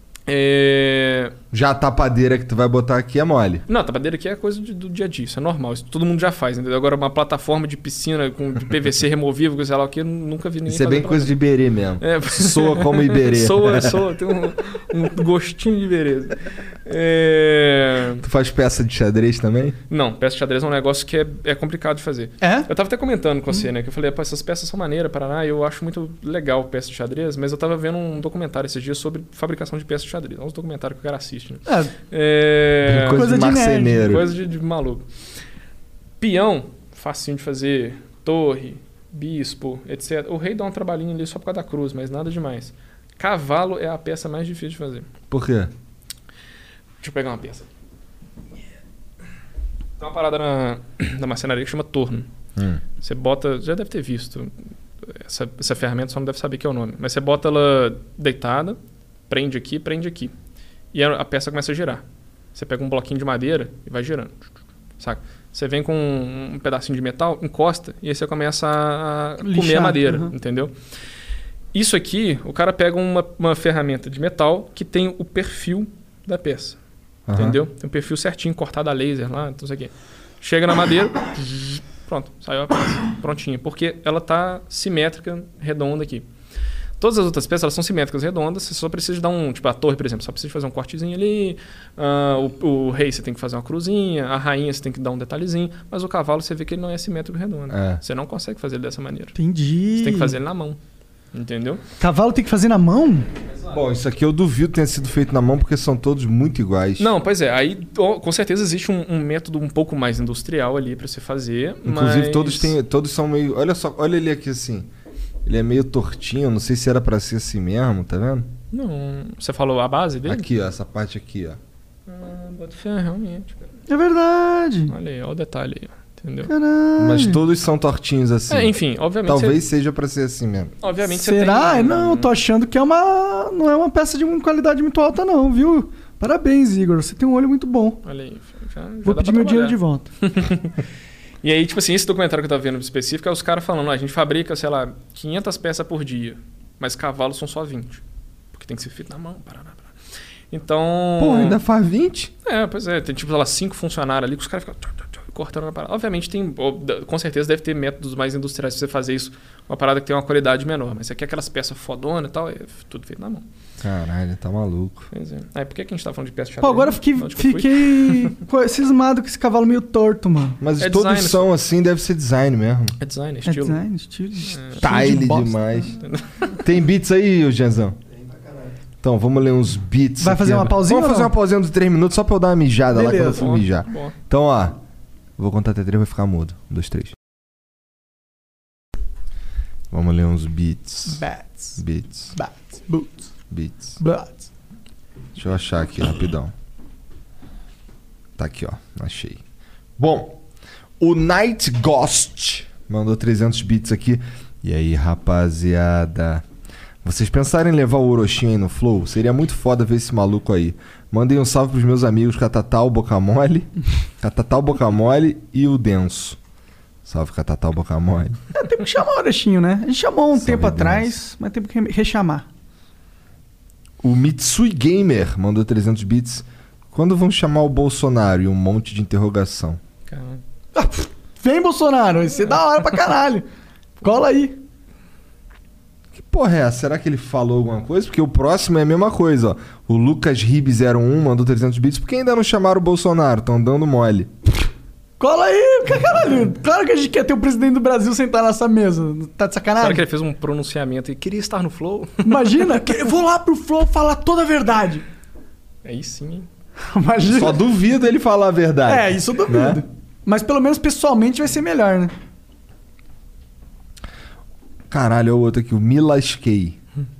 Já a tapadeira que tu vai botar aqui é mole. Não, a tapadeira aqui é coisa do dia a dia, isso é normal, isso todo mundo já faz, entendeu? Agora uma plataforma de piscina de PVC removível, sei lá o que, eu nunca vi ninguém fazer. Isso é bem coisa de Iberê mesmo. Soa como Iberê. Soa, tem um gostinho de Iberê. Tu faz peça de xadrez também? Não, peça de xadrez é um negócio que é complicado de fazer. Eu tava até comentando com você, né? Que eu falei, essas peças são maneiras, Paraná, eu acho muito legal peça de xadrez, mas eu tava vendo um documentário esses dias sobre fabricação de peças de xadrez. É uns documentários que o cara assiste, né? Coisa de marceneiro. Coisa de maluco. Peão, facinho de fazer. Torre, bispo, etc. O rei dá um trabalhinho ali só por causa da cruz, mas nada demais. Cavalo é a peça mais difícil de fazer. Por quê? Deixa eu pegar uma peça. Tem uma parada na marcenaria que chama torno. Você bota... Já deve ter visto. Essa ferramenta só não deve saber que é o nome. Mas você bota ela deitada, prende aqui. E a peça começa a girar. Você pega um bloquinho de madeira e vai girando. Saca? Você vem com um pedacinho de metal, encosta, e aí você começa a comer a madeira. Entendeu? Isso aqui, o cara pega uma ferramenta de metal que tem o perfil da peça. Entendeu? Tem um perfil certinho, cortado a laser lá, não sei o quê. Chega na madeira, pronto, saiu a peça, prontinha. Porque ela tá simétrica, redonda aqui. Todas as outras peças, elas são simétricas, redondas, você só precisa dar tipo a torre, por exemplo, só precisa fazer um cortezinho ali, o rei você tem que fazer uma cruzinha, a rainha você tem que dar um detalhezinho, mas o cavalo você vê que ele não é simétrico redondo. Você não consegue fazer ele dessa maneira. Entendi. Você tem que fazer ele na mão. Entendeu? Cavalo tem que fazer na mão? Bom, isso aqui eu duvido tenha sido feito na mão porque são todos muito iguais. Não, pois é. Aí com certeza existe um método um pouco mais industrial ali pra você fazer. Inclusive todos são meio... Olha só, olha ele aqui assim. Ele é meio tortinho, não sei se era pra ser assim mesmo, tá vendo? Não, você falou a base dele? Aqui, ó, essa parte aqui, ó. Bota fé, realmente, cara. É verdade. Olha aí, olha o detalhe aí, ó. Entendeu? Caralho. Mas todos são tortinhos assim. Enfim, obviamente. Talvez seja pra ser assim mesmo. Obviamente Será? você tem... Não, eu tô achando que não é uma peça de uma qualidade muito alta, não, viu? Parabéns, Igor. Você tem um olho muito bom. Olha aí. Vou pedir meu dinheiro de volta. E aí, tipo assim, esse documentário que eu tava vendo específico é os caras falando, a gente fabrica, sei lá, 500 peças por dia, mas cavalos são só 20. Porque tem que ser feito na mão, Paraná. Então... Pô, ainda faz 20? Pois é. Tem tipo, sei lá, 5 funcionários ali que os caras ficam cortando a parada. Obviamente com certeza deve ter métodos mais industriais pra você fazer isso, uma parada que tem uma qualidade menor. Mas se aqui aquelas peças fodonas e tal, é tudo feito na mão. Caralho, tá maluco. Pois é. Aí por que a gente tá falando de peça de xadrez? Pô, agora fiquei cismado com esse cavalo meio torto, mano. Mas todos são assim, deve ser design mesmo. É design, estilo. Style demais. Tem beats aí, Genzão? Tem pra caralho. Então, vamos ler uns beats. Vai fazer uma pausinha? Vamos fazer uma pausinha de 3 minutos só pra eu dar uma mijada. Beleza. Lá quando eu fui mijar. Bom. Então, ó. Vou contar até 3 e vai ficar mudo. 1, 2, 3. Vamos ler uns beats. Beats. Deixa eu achar aqui rapidão. Tá aqui, ó. Achei. Bom, o Night Ghost mandou 300 bits aqui. E aí, rapaziada? Vocês pensaram em levar o Orochinho aí no Flow? Seria muito foda ver esse maluco aí. Mandei um salve pros meus amigos Catatal, Bocamole e o Denso. Salve, Catatal, Bocamole. Tem que chamar o Orochinho, né? A gente chamou um tempo atrás, mas tem que rechamar. O Mitsui Gamer mandou 300 bits. Quando vão chamar o Bolsonaro? E um monte de interrogação. Caralho. Vem, Bolsonaro. Isso é da hora pra caralho. Cola aí. Que porra é essa? Será que ele falou alguma coisa? Porque o próximo é a mesma coisa, ó. O Lucas Rib01 mandou 300 bits. Por que ainda não chamaram o Bolsonaro? Estão dando mole. Cola aí, caralho. Claro que a gente quer ter o presidente do Brasil sentar nessa mesa. Tá de sacanagem? Será que ele fez um pronunciamento e queria estar no Flow? Imagina, eu vou lá pro Flow falar toda a verdade. Aí sim, hein? Imagina. Só duvido ele falar a verdade. Isso eu duvido. Né? Mas pelo menos pessoalmente vai ser melhor, né? Caralho, é o outro aqui, o Milaskei.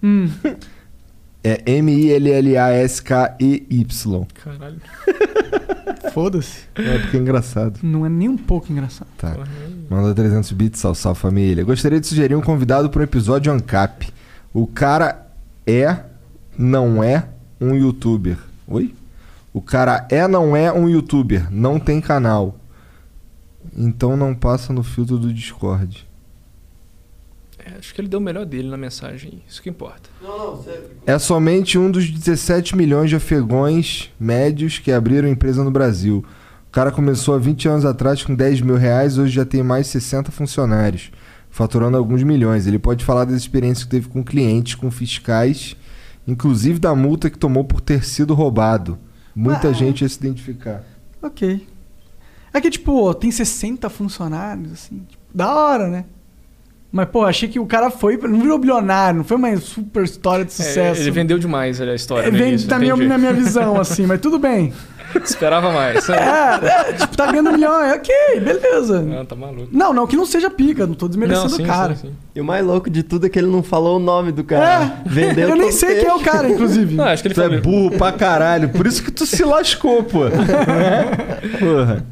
É M-I-L-L-A-S-K-E-Y. Caralho. Foda-se. É porque é engraçado. Não é nem um pouco engraçado. Tá. Manda 300 bits, salve família. Gostaria de sugerir um convidado para um episódio ANCAP. O cara não é um youtuber. Oi? O cara não é um youtuber. Não tem canal. Então não passa no filtro do Discord. Acho que ele deu o melhor dele na mensagem. Isso que importa. Não, sério. É somente um dos 17 milhões de afegões médios que abriram empresa no Brasil. O cara começou há 20 anos atrás com 10 mil reais, hoje já tem mais de 60 funcionários, faturando alguns milhões. Ele pode falar das experiências que teve com clientes, com fiscais, inclusive da multa que tomou por ter sido roubado. Muita gente ia se identificar. Ok. É que, tipo, tem 60 funcionários, assim. Tipo, da hora, né? Mas, pô, achei que o cara não virou bilionário, não foi uma super história de sucesso. Ele vendeu demais a história. Na minha visão, assim, mas tudo bem. Esperava mais. Tipo, tá ganhando 1 milhão, ok, beleza. Não, tá maluco. Não que não seja pica, não tô desmerecendo o cara. Sim. E o mais louco de tudo é que ele não falou o nome do cara. Vendeu eu nem sei quem é o cara, inclusive. Não, acho que ele é burro pra caralho, por isso que tu se lascou, pô. Porra.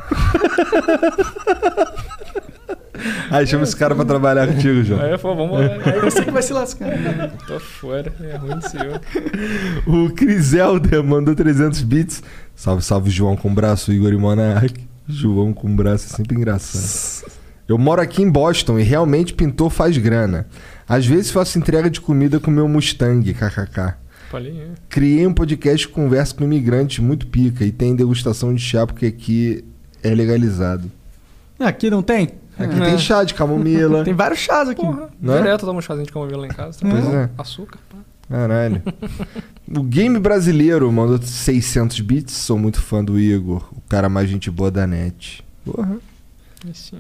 Aí chama esse cara pra trabalhar contigo, João. Aí, pô, vamos lá. Aí você que vai se lascar. Tô fora, é ruim de senhor. O Criselder mandou 300 bits. Salve, João com braço, Igor e Monark. João com braço é sempre engraçado. Eu moro aqui em Boston e realmente pintor faz grana. Às vezes faço entrega de comida com meu Mustang, kkk. Criei um podcast que conversa com imigrantes muito pica e tem degustação de chá porque aqui é legalizado. Aqui não tem? Aqui tem chá de camomila. Tem vários chás aqui. Porra, direto eu tomo um chazinho de camomila lá em casa. Pois é. Açúcar. Pá. Caralho. O Game Brasileiro mandou 600 bits. Sou muito fã do Igor. O cara mais gente boa da net. Porra. Sim.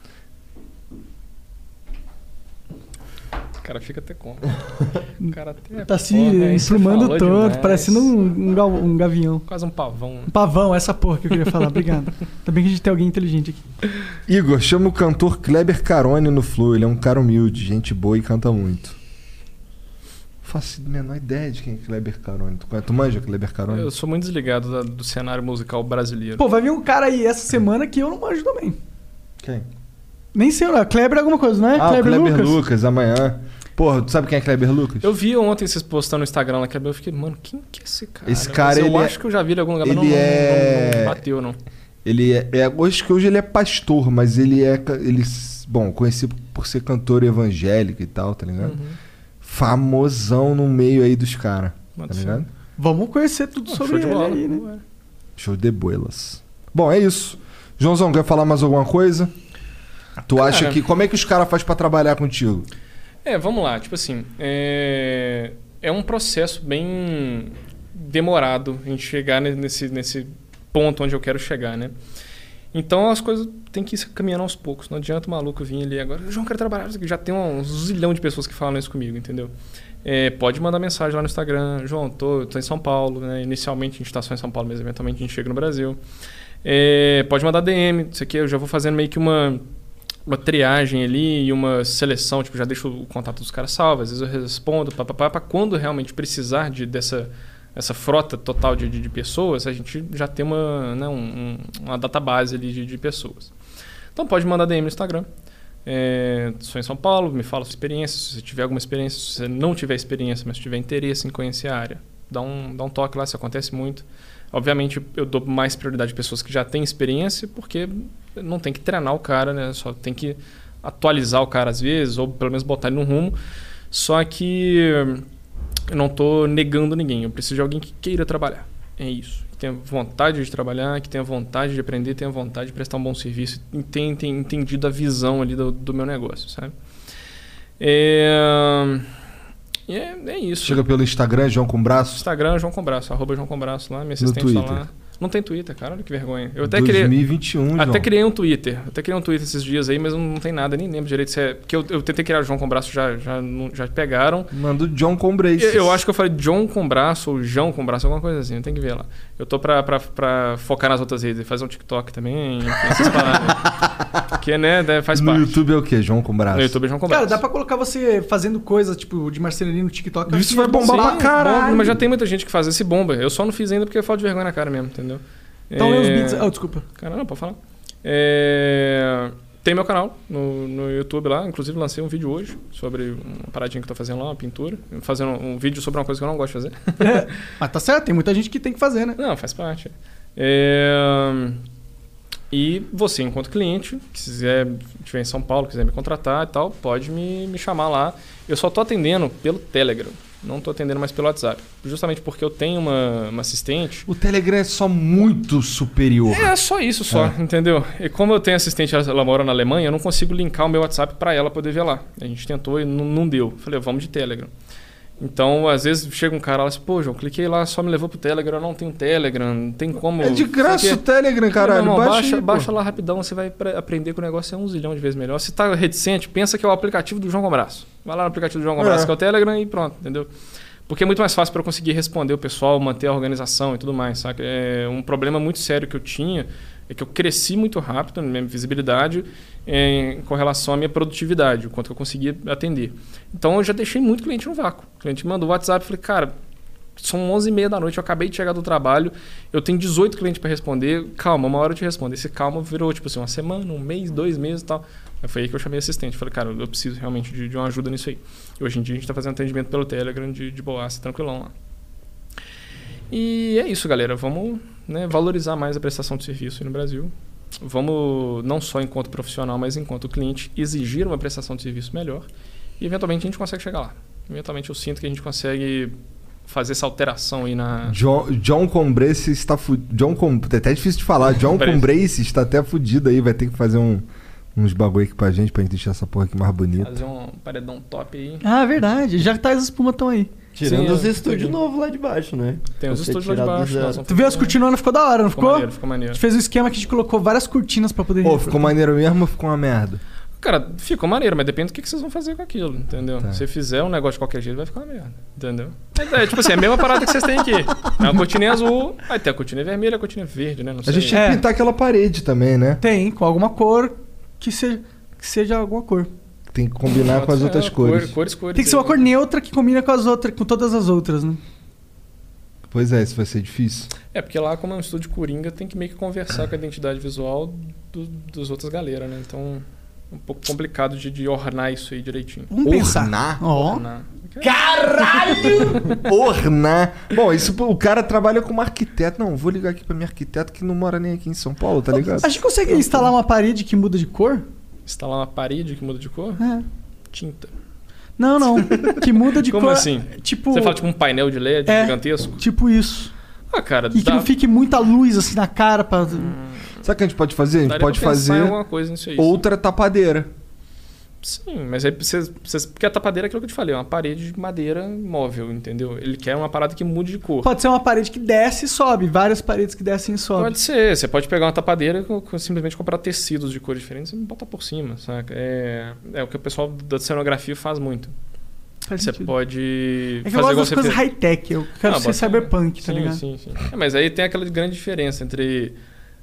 O cara fica até como. O cara até tá se emplumando todo, parecendo um gavião. Quase um pavão. Um pavão, essa porra que eu queria falar. Obrigado. Ainda bem que a gente tem alguém inteligente aqui. Igor, chama o cantor Kleber Carone no Flow. Ele é um cara humilde, gente boa e canta muito. Faço a menor ideia de quem é Kleber Carone. Tu manja Kleber Carone? Eu sou muito desligado do cenário musical brasileiro. Pô, vai vir um cara aí essa semana que eu não manjo também. Quem? Nem sei, não. Kleber é alguma coisa, não é? Kleber Lucas, amanhã. Porra, tu sabe quem é Kleber Lucas? Eu vi ontem vocês postando no Instagram lá, Kleber, eu fiquei, mano, quem que é esse cara? Esse cara, eu acho que eu já vi ele em algum lugar, mas não bateu, não. Ele acho que hoje ele é pastor, mas ele é... Bom, conheci por ser cantor evangélico e tal, tá ligado? Famosão no meio aí dos caras, tá ligado? Vamos conhecer tudo sobre ele aí, né? Show de boelas. Bom, é isso. Joãozão, quer falar mais alguma coisa? Tu acha que... Como é que os caras fazem pra trabalhar contigo? Vamos lá. Tipo assim, é um processo bem demorado a gente chegar nesse ponto onde eu quero chegar, né? Então as coisas tem que ir caminhando aos poucos. Não adianta o maluco vir ali agora. João, quero trabalhar. Já tem um zilhão de pessoas que falam isso comigo, entendeu? Pode mandar mensagem lá no Instagram. João, tô em São Paulo, né? Inicialmente a gente tá só em São Paulo, mas eventualmente a gente chega no Brasil. Pode mandar DM. Isso aqui eu já vou fazendo meio que uma triagem ali e uma seleção, tipo, já deixo o contato dos caras salvo, às vezes eu respondo, para quando realmente precisar essa frota total de pessoas, a gente já tem uma database ali de pessoas. Então pode mandar DM no Instagram. Sou em São Paulo, me fala sua experiência, se você tiver alguma experiência, se você não tiver experiência, mas tiver interesse em conhecer a área, dá um toque lá, isso acontece muito. Obviamente eu dou mais prioridade a pessoas que já têm experiência, porque não tem que treinar o cara, né? Só tem que atualizar o cara às vezes, ou pelo menos botar ele no rumo. Só que eu não estou negando ninguém, eu preciso de alguém que queira trabalhar. É isso. Que tenha vontade de trabalhar, que tenha vontade de aprender, tenha vontade de prestar um bom serviço e tenha entendido a visão ali do meu negócio, sabe? É isso. Chega pelo Instagram, João com Braço? Instagram, João com Braço, @ João com Braço lá, minha assistente tá lá. Não tem Twitter, cara, olha que vergonha. Eu até 2021, até criei um Twitter. Até criei um Twitter esses dias aí, mas não tem nada, nem lembro direito se é... Porque eu tentei criar o João com Braço, já pegaram. Manda o John com Braço. Eu acho que eu falei John com Braço ou João com Braço, alguma coisa assim, tem que ver lá. Eu tô pra focar nas outras redes, fazer um TikTok também, enfim, essas paradas. Que, né, faz parte. No YouTube é o quê? João com Braço? No YouTube é João com Braço. Cara, dá pra colocar você fazendo coisas, tipo, de marcenaria no TikTok. Isso vai bombar pra caralho. Mas já tem muita gente que faz esse bomba. Eu só não fiz ainda porque eu falo de vergonha na cara mesmo, entendeu? Então lê os beats. Desculpa. Cara, não, pode falar. Tem meu canal no YouTube lá. Inclusive lancei um vídeo hoje sobre uma paradinha que eu tô fazendo lá, uma pintura. Fazendo um vídeo sobre uma coisa que eu não gosto de fazer. Mas tá certo, tem muita gente que tem que fazer, né? Não, faz parte. E você, enquanto cliente, que quiser estiver em São Paulo, quiser me contratar e tal, pode me chamar lá. Eu só tô atendendo pelo Telegram. Não estou atendendo mais pelo WhatsApp. Justamente porque eu tenho uma assistente... O Telegram é só muito superior. É só isso, entendeu? E como eu tenho assistente, ela mora na Alemanha, eu não consigo linkar o meu WhatsApp para ela poder ver lá. A gente tentou e não deu. Falei, vamos de Telegram. Então, às vezes, chega um cara lá assim, pô, João, cliquei lá, só me levou pro Telegram, eu não tenho Telegram, não tem como... É de graça o Telegram, caralho. Não, baixa lá rapidão, você vai aprender que o negócio é 1 zilhão de vezes melhor. Se tá reticente, pensa que é o aplicativo do João com Braço. Vai lá no aplicativo do João com Braço, que é o Telegram, e pronto, entendeu? Porque é muito mais fácil para eu conseguir responder o pessoal, manter a organização e tudo mais, saca? É um problema muito sério que eu tinha, é que eu cresci muito rápido na minha visibilidade com relação à minha produtividade, o quanto que eu conseguia atender. Então eu já deixei muito cliente no vácuo. O cliente me mandou o WhatsApp e falei, cara, são 11h30 da noite, eu acabei de chegar do trabalho, eu tenho 18 clientes para responder, calma, uma hora eu te respondo. Esse calma virou tipo assim, uma semana, 1 mês, 2 meses e tal. Aí foi aí que eu chamei assistente. Falei, cara, eu preciso realmente de uma ajuda nisso aí. E hoje em dia a gente está fazendo atendimento pelo Telegram de boaça, tranquilão lá. E é isso, galera. Vamos, né, valorizar mais a prestação de serviço aí no Brasil. Vamos, não só enquanto profissional, mas enquanto cliente, exigir uma prestação de serviço melhor. E eventualmente a gente consegue chegar lá. Eventualmente eu sinto que a gente consegue fazer essa alteração aí na... John Combrace está fudido. É até difícil de falar. John Combrace está até fudido aí. Vai ter que fazer uns bagulho aqui pra gente deixar essa porra aqui mais bonita. Fazer um paredão top aí. Ah, verdade. Já tá as espumas tão aí. Tirando os estúdios novos lá de baixo, né? Tem os estúdios lá de baixo. Tu viu as cortinonas? Ficou da hora, não ficou? Ficou maneiro. A gente fez um esquema que a gente colocou várias cortinas pra poder... Pô, ficou maneiro mesmo ou ficou uma merda? Cara, ficou maneiro, mas depende do que vocês vão fazer com aquilo, entendeu? Tá. Se fizer um negócio de qualquer jeito, vai ficar uma merda, entendeu? Tipo assim, é a mesma parada que vocês têm aqui. É uma cortininha azul, aí tem a cortina vermelha e a cortina verde, né? Não sei. A gente tinha que pintar aquela parede também, né? Tem, com alguma cor que seja alguma cor. Tem que combinar com as outras cores. Cores. Tem que ser uma cor neutra que combina com as outras, com todas as outras, né? Pois é, isso vai ser difícil. É, porque lá, como é um estúdio Coringa, tem que meio que conversar com a identidade visual dos outras galera, né? Então, é um pouco complicado de ornar isso aí direitinho. Vamos pensar. Ornar? Caralho! Ornar. Bom, isso o cara trabalha como arquiteto. Não, vou ligar aqui pra minha arquiteta que não mora nem aqui em São Paulo, tá ligado? A gente consegue instalar uma parede que muda de cor? Instalar uma parede que muda de cor? É. Tinta. Não. Que muda de Como cor. Como assim? Tipo... Você fala tipo um painel de LED gigantesco? Tipo isso. Ah, cara... E que não fique muita luz assim na cara pra... Sabe o que a gente pode fazer? A gente pode fazer alguma coisa nisso aí, outra tapadeira. Sim, mas aí porque a tapadeira é aquilo que eu te falei, é uma parede de madeira móvel, entendeu? Ele quer uma parada que mude de cor. Pode ser uma parede que desce e sobe, várias paredes que descem e sobem. Pode ser, você pode pegar uma tapadeira e simplesmente comprar tecidos de cores diferentes e botar por cima, saca? É o que o pessoal da cenografia faz muito. Você pode fazer igual você coisas high-tech, eu quero ser cyberpunk, tá ligado? Sim. Mas aí tem aquela grande diferença entre...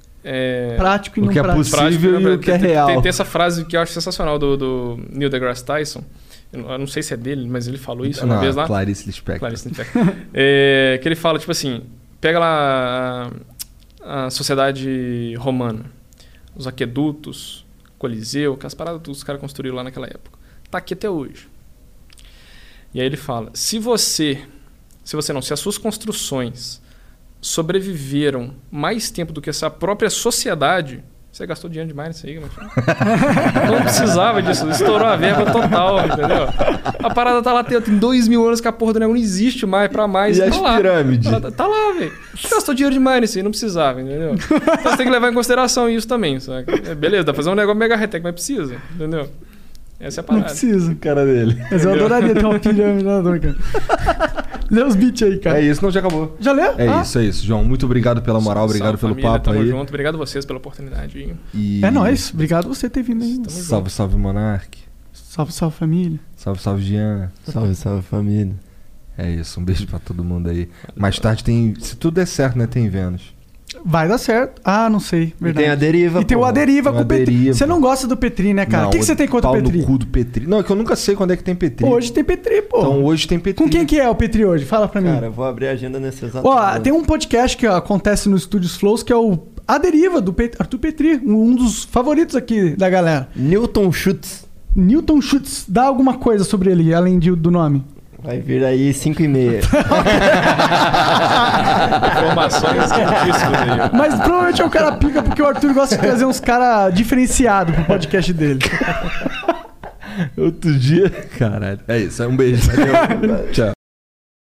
prático e não prático. O que é possível e o que é real. Tem essa frase que eu acho sensacional do Neil deGrasse Tyson. Eu não sei se é dele, mas ele falou isso uma vez lá. Clarice Lispector. Que ele fala, tipo assim, pega lá a sociedade romana, os aquedutos, Coliseu, que as paradas que os caras construíram lá naquela época. Tá aqui até hoje. E aí ele fala, se as suas construções sobreviveram mais tempo do que essa própria sociedade, você gastou dinheiro demais nisso aí, não precisava disso, estourou a verba total, entendeu? A parada tá lá, tem 2.000 anos que a porra do negócio não existe mais pra mais. E as pirâmides? Tá lá, velho. Gastou dinheiro demais nisso aí, não precisava, entendeu? Então você tem que levar em consideração isso também, sabe? Beleza, dá pra fazer um negócio mega high-tech, mas precisa, entendeu? Essa é a parada. Não precisa. Cara dele. Mas eu adoraria ter uma pirâmide lá, cara. Lê os beats aí, cara. É isso, não, já acabou. Já leu? É isso, João. Muito obrigado pela moral, obrigado pelo família, papo tamo aí. Junto. Obrigado a vocês pela oportunidade. É nóis. Obrigado você ter vindo aí. Salve, salve, Monark. Salve, salve, família. Salve, salve, Jean. Salve, salve, família. É isso, um beijo pra todo mundo aí. Mais tarde tem, se tudo der certo, né, tem Vênus. Vai dar certo. Ah, não sei. Verdade. E tem a Deriva. E tem o A Deriva com o Petri. Você não gosta do Petri, né, cara? O que você tem contra o Petri? No cu do Petri. Não, é que eu nunca sei quando é que tem Petri. Hoje tem Petri, pô. Então hoje tem Petri. Com quem que é o Petri hoje? Fala pra mim. Cara, eu vou abrir a agenda nesse exato momento. Tem um podcast que acontece no Estúdios Flows que é o A Deriva, do Arthur Petri. Um dos favoritos aqui da galera. Newton Schutz. Newton Schutz. Dá alguma coisa sobre ele, além do nome. Vai vir aí 5h30. Informações científicas aí. Mas provavelmente é um cara pica, porque o Arthur gosta de trazer uns caras diferenciados pro podcast dele. Outro dia... Caralho. É isso, um beijo. Valeu. Tchau.